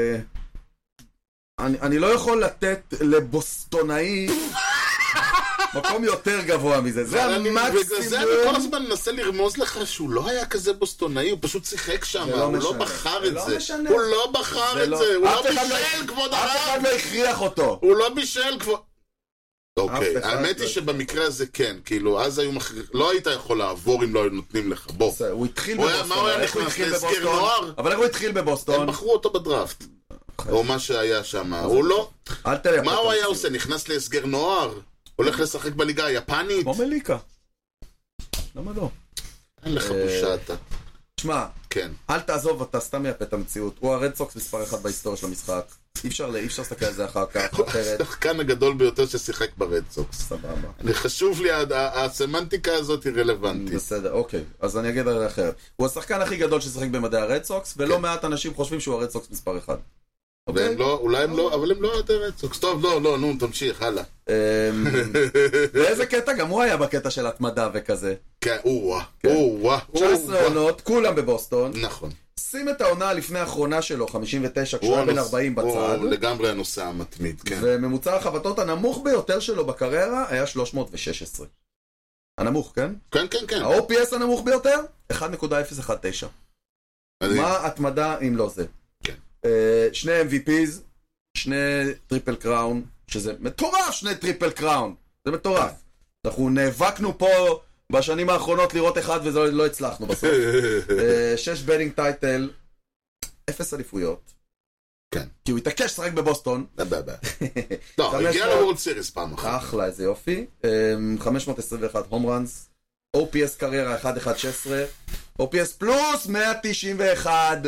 אני לא יכול לתת לבוסטונאי... מקום יותר גבוה מזה, זה המקסימום. בגלל זה אני כל הזמן מנסה לרמוז לך שהוא לא היה כזה בוסטונאי, הוא פשוט שיחק שם, הוא לא בחר את זה. הוא לא בחר את זה, הוא לא בישל כבוד הרב. אף אחד לא הכריח אותו. הוא לא בישל כבוד... אוקיי, האמת היא שבמקרה הזה כן, כאילו, אז היו מכריח... לא היית יכול לעבור אם לא היו נותנים לך, בוא. הוא התחיל בבוסטון. מה הוא היה נכנס להסגר נוער? אבל איך הוא התחיל בבוסטון? הם בחרו אותו בדראפט. או מה שהיה שם, הוא לא... מה הוא היה עושה? נכנס להסגר נוער? הולך לשחק בליגה היפנית? כמו מליקה. למה לא? אין לך בושה אתה. תשמע, כן. אל תעזוב, אתה סתם מייפה את המציאות. הוא הרד סוקס מספר אחד בהיסטוריה של המשחק. אי אפשר לסתכל על זה אחר כך. הוא השחקן הגדול ביותר ששיחק ברד סוקס. סבבה. חשוב לי, הסמנטיקה הזאת היא רלוונטית. בסדר, אוקיי. אז אני אגיד על זה אחרת. הוא השחקן הכי גדול ששיחק במדעי הרד סוקס, ולא מעט אנשים חושבים שהוא הרד סוקס מספר אחד. אולי הם לא, אבל הם לא יותר רד סוקס. טוב, לא, לא, נו, תמשיך, הלאה. באיזה קטע? גם הוא היה בקטע של התמדה וכזה. כן, או-אה, או-אה. תשע עשרה עונות, כולם בבוסטון. נכון. שים את העונה לפני האחרונה שלו, חמישים ותשע, כשהוא היה בן ארבעים בצד. הוא לגמרי הנושא המתמיד, כן. וממוצע החבטות הנמוך ביותר שלו בקריירה היה שלוש מאות ושש עשרה. הנמוך, כן? כן, כן, כן. ה-או פי אס הנמוך ביותר? אחת נקודה אפס אחת תשע. מה התמדה אם לא זה? כן. שני אם וי פיז, שני טריפל קראון, שזה מטורף, שני טריפל קראון. זה מטורף. אנחנו נאבקנו פה בשנים האחרונות לראות אחד וזה לא הצלחנו בסוף. שש בדינג טייטל, אפס אליפויות, כן. כי הוא התעקש לשחק בבוסטון. לא, הגיע לוורלד סיריס פעם אחת. אחלה, איזה יופי. חמש מאות עשרים ואחת הום ראנס. או פי אס קריירה אחת נקודה אחת שש עשרה. או פי אס פלוס מאה תשעים ואחת.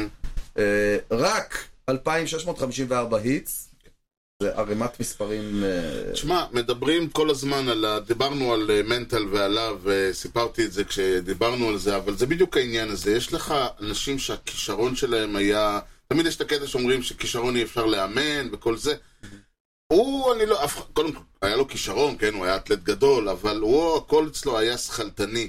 רק אלפיים שש מאות חמישים וארבע היטס. זה ערימת מספרים... תשמע, מדברים כל הזמן על... דיברנו על מנטל ועליו, וסיפרתי את זה כשדיברנו על זה, אבל זה בדיוק העניין הזה. יש לך אנשים שהכישרון שלהם היה... תמיד יש את הקטע שאומרים שכישרון אי אפשר לאמן וכל זה. הוא, אני לא... קודם כל, היה לו כישרון, כן? הוא היה אתלט גדול, אבל הוא, הכל אצלו היה שכלתני.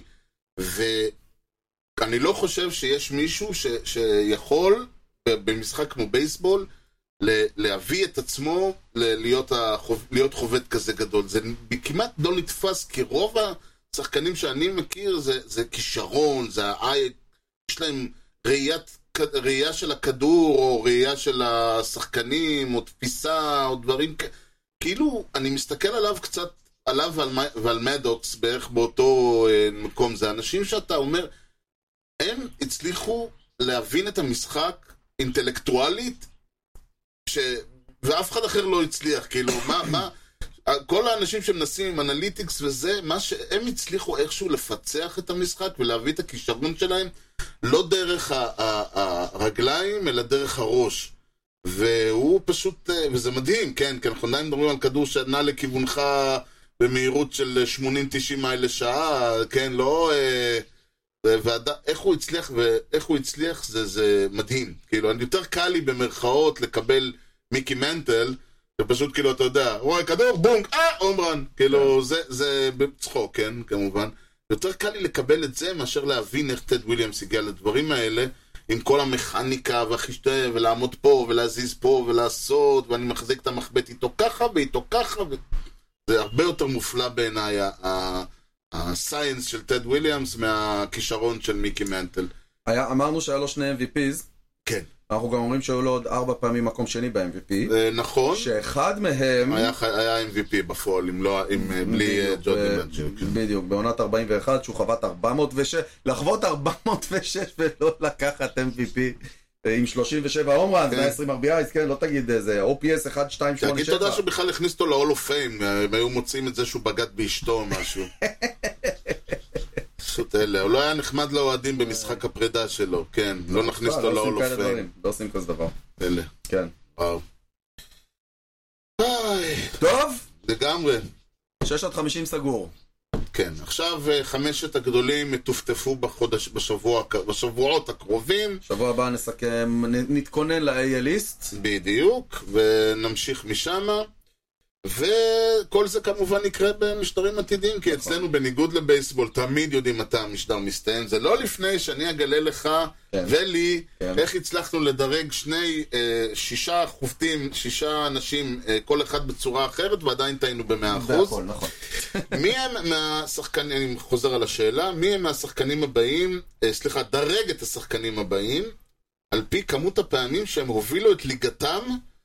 ואני לא חושב שיש מישהו ש... שיכול, במשחק כמו בייסבול, להביא את עצמו להיות, החוב, להיות חובד כזה גדול. זה כמעט לא נתפס, כי רוב השחקנים שאני מכיר זה, זה כישרון, זה העי, יש להם ראיית, ראייה של הכדור, או ראייה של השחקנים, או תפיסה, או דברים כאלה. כאילו, אני מסתכל עליו קצת, עליו ועל, ועל מדוקס בערך באותו מקום. זה אנשים שאתה אומר, הם הצליחו להבין את המשחק אינטלקטואלית, ש... ואף אחד אחר לא הצליח, כאילו, מה, מה, כל האנשים שמנסים עם אנליטיקס וזה, מה שהם הצליחו איכשהו לפצח את המשחק ולהביא את הכישרון שלהם, לא דרך ה- ה- הרגליים, אלא דרך הראש. והוא פשוט, וזה מדהים, כן, כי אנחנו עדיין מדברים על כדור שנע לכיוונך במהירות של שמונים תשעים מייל לשעה, כן, לא... ועד... איך הוא הצליח, ואיך הוא הצליח זה, זה מדהים. כאילו, אני יותר קל לי במרכאות לקבל מיקי מנטל, ופשוט כאילו, אתה יודע, וואי, כדור, בונק, אה, אומרן. כאילו, זה, זה בצחוק, כן, כמובן. יותר קל לי לקבל את זה, מאשר להבין איך טד וויליאמס הגיע לדברים האלה, עם כל המכניקה והחישתה, ולעמוד פה, ולהזיז פה, ולעשות, ואני מחזיק את המחבט איתו ככה, ואיתו ככה, ו... זה הרבה יותר מופלא בעיניי, ה... הסיינס של טד וויליאמס מהכישרון של מיקי מנטל. היה, אמרנו שהיה לו שני אם וי פיז. כן. אנחנו גם אומרים שהיו לו עוד ארבע פעמים מקום שני ב-אם וי פי. נכון. שאחד מהם... היה, היה אם וי פי בפועל, אם לא, אם, בלי ג'ורדי מנג'ר. בדיוק, בעונת ארבעים ואחת, שהוא חוות ארבע מאות ושש, לחוות ארבע מאות ושש ולא לקחת אם וי פי. עם שלושים ושבע הום ראנס, מאה ועשרים אר בי איי, כן, לא תגיד איזה, או פי אס אחת שתיים שמונה שבע. תגיד תודה שבכלל הכניס אותו ל-Hall of Fame, הם היו מוצאים את זה שהוא בגד באשתו או משהו. פשוט אלה, הוא לא היה נחמד לאוהדים במשחק הפרידה שלו, כן, לא נכניס אותו ל-Hall of Fame. לא עושים כזה דבר. אלה. כן. וואו. טוב. לגמרי. שש עד חמישים סגור. כן, עכשיו חמשת הגדולים מטופטפו בחודש, בשבוע, בשבועות הקרובים. שבוע הבא נסכם, נתכונן ל-איי אל East. בדיוק, ונמשיך משם. וכל זה כמובן יקרה במשדרים עתידיים, כי אצלנו בניגוד לבייסבול תמיד יודעים מתי המשדר מסתיים. זה לא לפני שאני אגלה לך כן. ולי כן. איך הצלחנו לדרג שני, אה, שישה חופטים, שישה אנשים, אה, כל אחד בצורה אחרת, ועדיין טעינו במאה אחוז. בהכל, נכון. מי הם מהשחקנים, אני חוזר על השאלה, מי הם מהשחקנים הבאים, אה, סליחה, דרג את השחקנים הבאים, על פי כמות הפעמים שהם הובילו את ליגתם,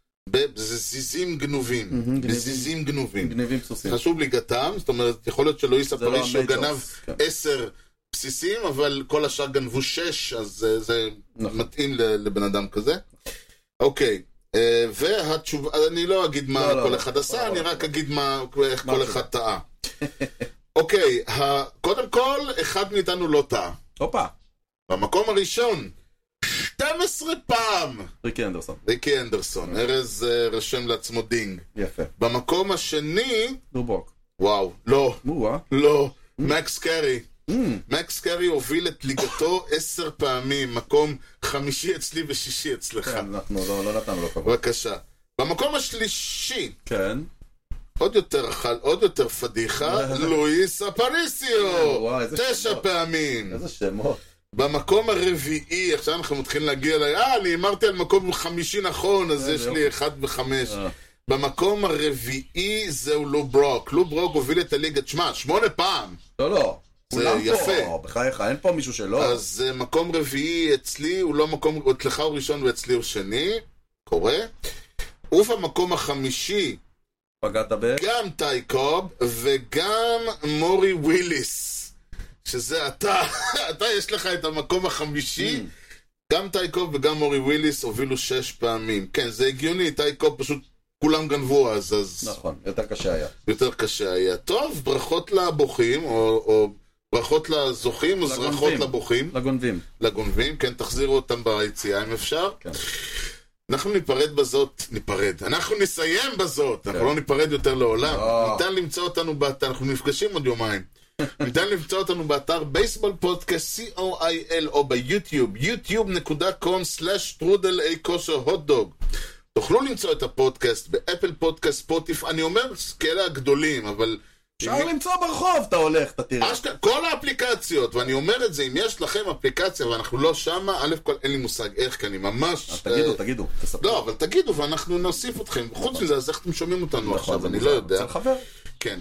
בזיזים גנובים, בזיזים גנובים. גנבים בסיסים. חשוב ליגתם, זאת אומרת, יכול להיות שלואיס אפרישו גנב עשר בסיסים, אבל כל השאר גנבו שש, אז זה מתאים לבן אדם כזה. אוקיי, והתשובה, אני לא אגיד מה כל אחד עשה, אני רק אגיד איך כל אחד טעה. אוקיי, קודם כל, אחד מאיתנו לא טעה. הופה. במקום הראשון, שתים עשרה פעם ריקי אנדרסון ריקי אנדרסון, ארז רשם לעצמו דינג. יפה. במקום השני דורבוק. וואו, לא וואה. לא, מקס קרי. מקס קרי הוביל את ליגתו עשר פעמים, מקום חמישי אצלי ושישי אצלך. כן, אנחנו לא נתנו לו כבוד. בבקשה. במקום השלישי, כן, עוד יותר אכל, עוד יותר פדיחה, לואיס אפריסיו, תשע פעמים. איזה שמות. במקום הרביעי, עכשיו אנחנו מתחילים להגיע אליי, אה, אני אמרתי על מקום חמישי נכון, אז יש לי אחד וחמש. במקום הרביעי זהו לו ברוק. לו ברוק הוביל את הליגה, תשמע, שמונה פעם. לא, לא. זה יפה. בחייך, אין פה מישהו שלא. אז מקום רביעי אצלי, הוא לא מקום, אצלך הוא ראשון ואצלי הוא שני. קורה. ובמקום החמישי, פגעת ב... גם טי קוב וגם מורי וויליס. שזה אתה, אתה יש לך את המקום החמישי, גם טייקוב וגם מורי וויליס הובילו שש פעמים. כן, זה הגיוני, טייקוב פשוט כולם גנבו אז, אז... נכון, יותר קשה היה. יותר קשה היה. טוב, ברכות לבוכים, או, או ברכות לזוכים, או ברכות לבוכים. לגונבים. לגונבים, כן, תחזירו אותם ביציאה אם אפשר. כן. אנחנו ניפרד בזאת, ניפרד. אנחנו נסיים בזאת, אנחנו לא ניפרד יותר לעולם. ניתן למצוא אותנו באתר, אנחנו נפגשים עוד יומיים. ניתן למצוא אותנו באתר בייסבול פודקאסט סי או איי אל או ביוטיוב, יוטיוב דוט קום סלאש טרודל איי כושר הוטדוג. תוכלו למצוא את הפודקאסט באפל פודקאסט, ספוטיפיי, אני אומר כאלה הגדולים, אבל... אפשר למצוא ברחוב, אתה הולך, אתה תראה. כל האפליקציות, ואני אומר את זה, אם יש לכם אפליקציה ואנחנו לא שמה, א' כל אין לי מושג איך, כי אני ממש... אז תגידו, תגידו. לא, אבל תגידו, ואנחנו נוסיף אתכם. חוץ מזה, אז איך אתם שומעים אותנו עכשיו, אני לא יודע. אצל חבר. כן.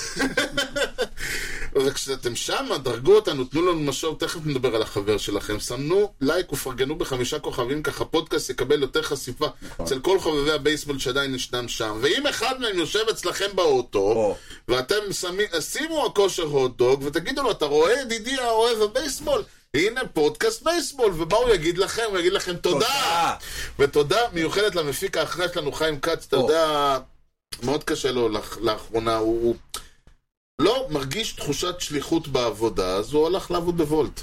וכשאתם שם, דרגו אותנו, תנו לנו משהו, תכף נדבר על החבר שלכם. סמנו לייק ופרגנו בחמישה כוכבים, ככה פודקאסט יקבל יותר חשיפה אצל כל חובבי הבייסבול שעדיין ישנם שם. ואם אחד מהם יושב אצלכם באוטו, ואתם שימו הכושר הוטדוג, ותגידו לו, אתה רואה ידידי האוהב הבייסבול? הנה פודקאסט בייסבול, ובא הוא יגיד לכם, הוא יגיד לכם תודה. ותודה מיוחדת למפיק האחראי שלנו, חיים כץ, אתה יודע... מאוד קשה לו לאחרונה, הוא לא מרגיש תחושת שליחות בעבודה, אז הוא הולך לעבוד בוולט.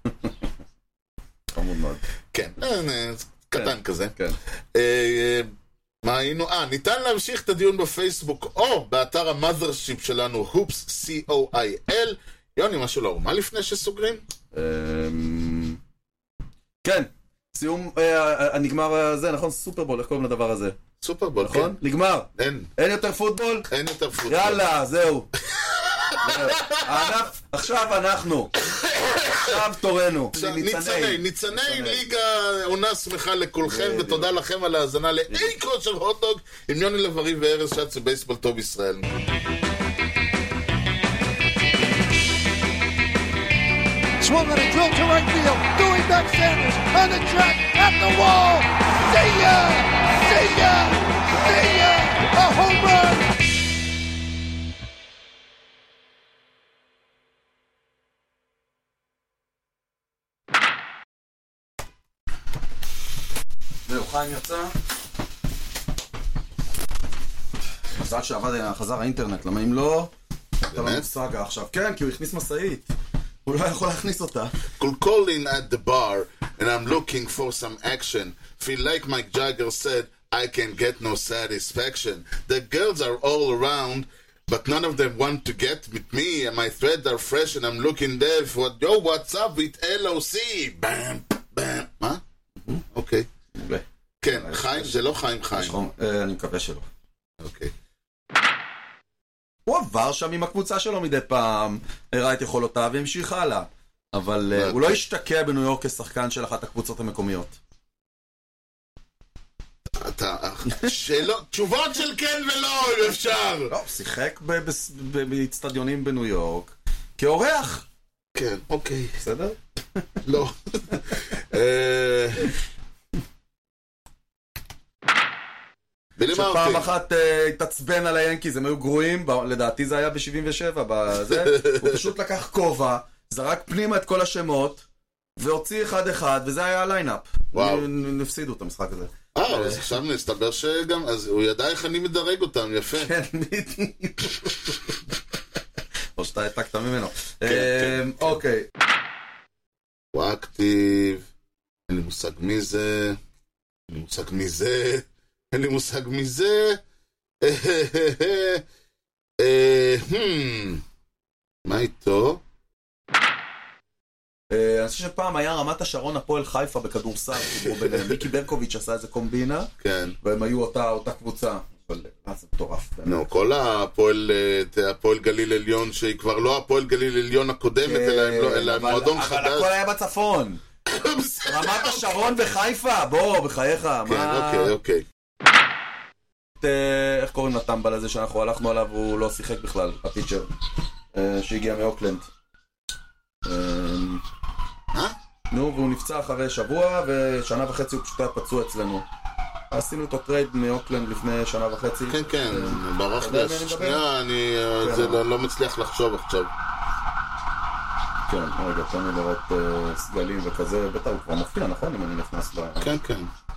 חמוד מאוד. כן, קטן כזה. כן. מה היינו? אה, ניתן להמשיך את הדיון בפייסבוק, או באתר המאזרשיפ שלנו, הופס סי או איי אל. יוני, משהו לא, מה לפני שסוגרים? כן, סיום, נגמר זה, נכון? סופרבול, איך קוראים לדבר הזה? סופרבול, נכון? כן. נגמר. אין. אין יותר פוטבול? אין יותר פוטבול. יאללה, זהו. הענף, עכשיו אנחנו. עכשיו תורנו. ניצני, ניצני ליגה עונה שמחה לכולכם, ותודה לכם על ההאזנה לאי כושר הוטדוג עם יוני לב-ארי וארז שץ ובייסבול טוב ישראל. Swung on a drill to right field. Doing back Sanders on the track at the wall. See ya! See ya! See ya! A home run! זהו, חיים יצא. מזל שעבד חזר האינטרנט, למה אם לא... אתה לא מושגה עכשיו. כן, כי הוא הכניס מסעית. הוא לא יכול להכניס אותה. Calling at the bar and I'm looking for some action. Feel like Mike Jagger said, I can get no satisfaction. The girls are all around, but none of them want to get with me. And my threads are fresh and I'm looking there for, yo, what's up with L O C? Bam, bam. מה? אוקיי. כן, חיים, זה לא חיים חיים. אני מקווה שלא. אוקיי. הוא עבר שם עם הקבוצה שלו מדי פעם, הראה את יכולותיו והמשיך הלאה. אבל הוא לא השתקע בניו יורק כשחקן של אחת הקבוצות המקומיות. אתה... שאלות, תשובות של כן ולא, אם אפשר. לא, שיחק באצטדיונים בניו יורק כאורח. כן, אוקיי. בסדר? לא. שפעם אחת התעצבן על היאנקיז, הם היו גרועים, לדעתי זה היה ב-שבעים ושבע, הוא פשוט לקח כובע, זרק פנימה את כל השמות, והוציא אחד אחד, וזה היה הליינאפ. נפסידו את המשחק הזה. אה, אז עכשיו נסתבר שגם, אז הוא ידע איך אני מדרג אותם, יפה. כן, בדיוק. או שאתה העתקת ממנו. אוקיי. הוא אקטיב, אין לי מושג מי זה, אין לי מושג מי זה, אין לי מושג מי זה. מה איתו? אני חושב שפעם היה רמת השרון הפועל חיפה בכדורסל, מיקי ברקוביץ' עשה איזה קומבינה, והם היו אותה קבוצה, אבל זה מטורף. כל הפועל גליל עליון, שהיא כבר לא הפועל גליל עליון הקודמת, אלא מועדון חדש. אבל הכל היה בצפון. רמת השרון בחיפה, בוא, בחייך. כן, אוקיי, אוקיי. איך קוראים לטמבל הזה שאנחנו הלכנו עליו, הוא לא שיחק בכלל, הפיצ'ר, שהגיע מאוקלנד. מה? נו, והוא נפצע אחרי שבוע, ושנה וחצי הוא פשוט היה פצוע אצלנו. עשינו אותו טרייד מאוקלנד לפני שנה וחצי. כן, כן, ברח לי. שנייה, אני לא מצליח לחשוב עכשיו. כן, רגע, תן לי לראות סגלים וכזה, בטח הוא כבר מופיע, נכון? אם אני נכנס ל... כן, כן.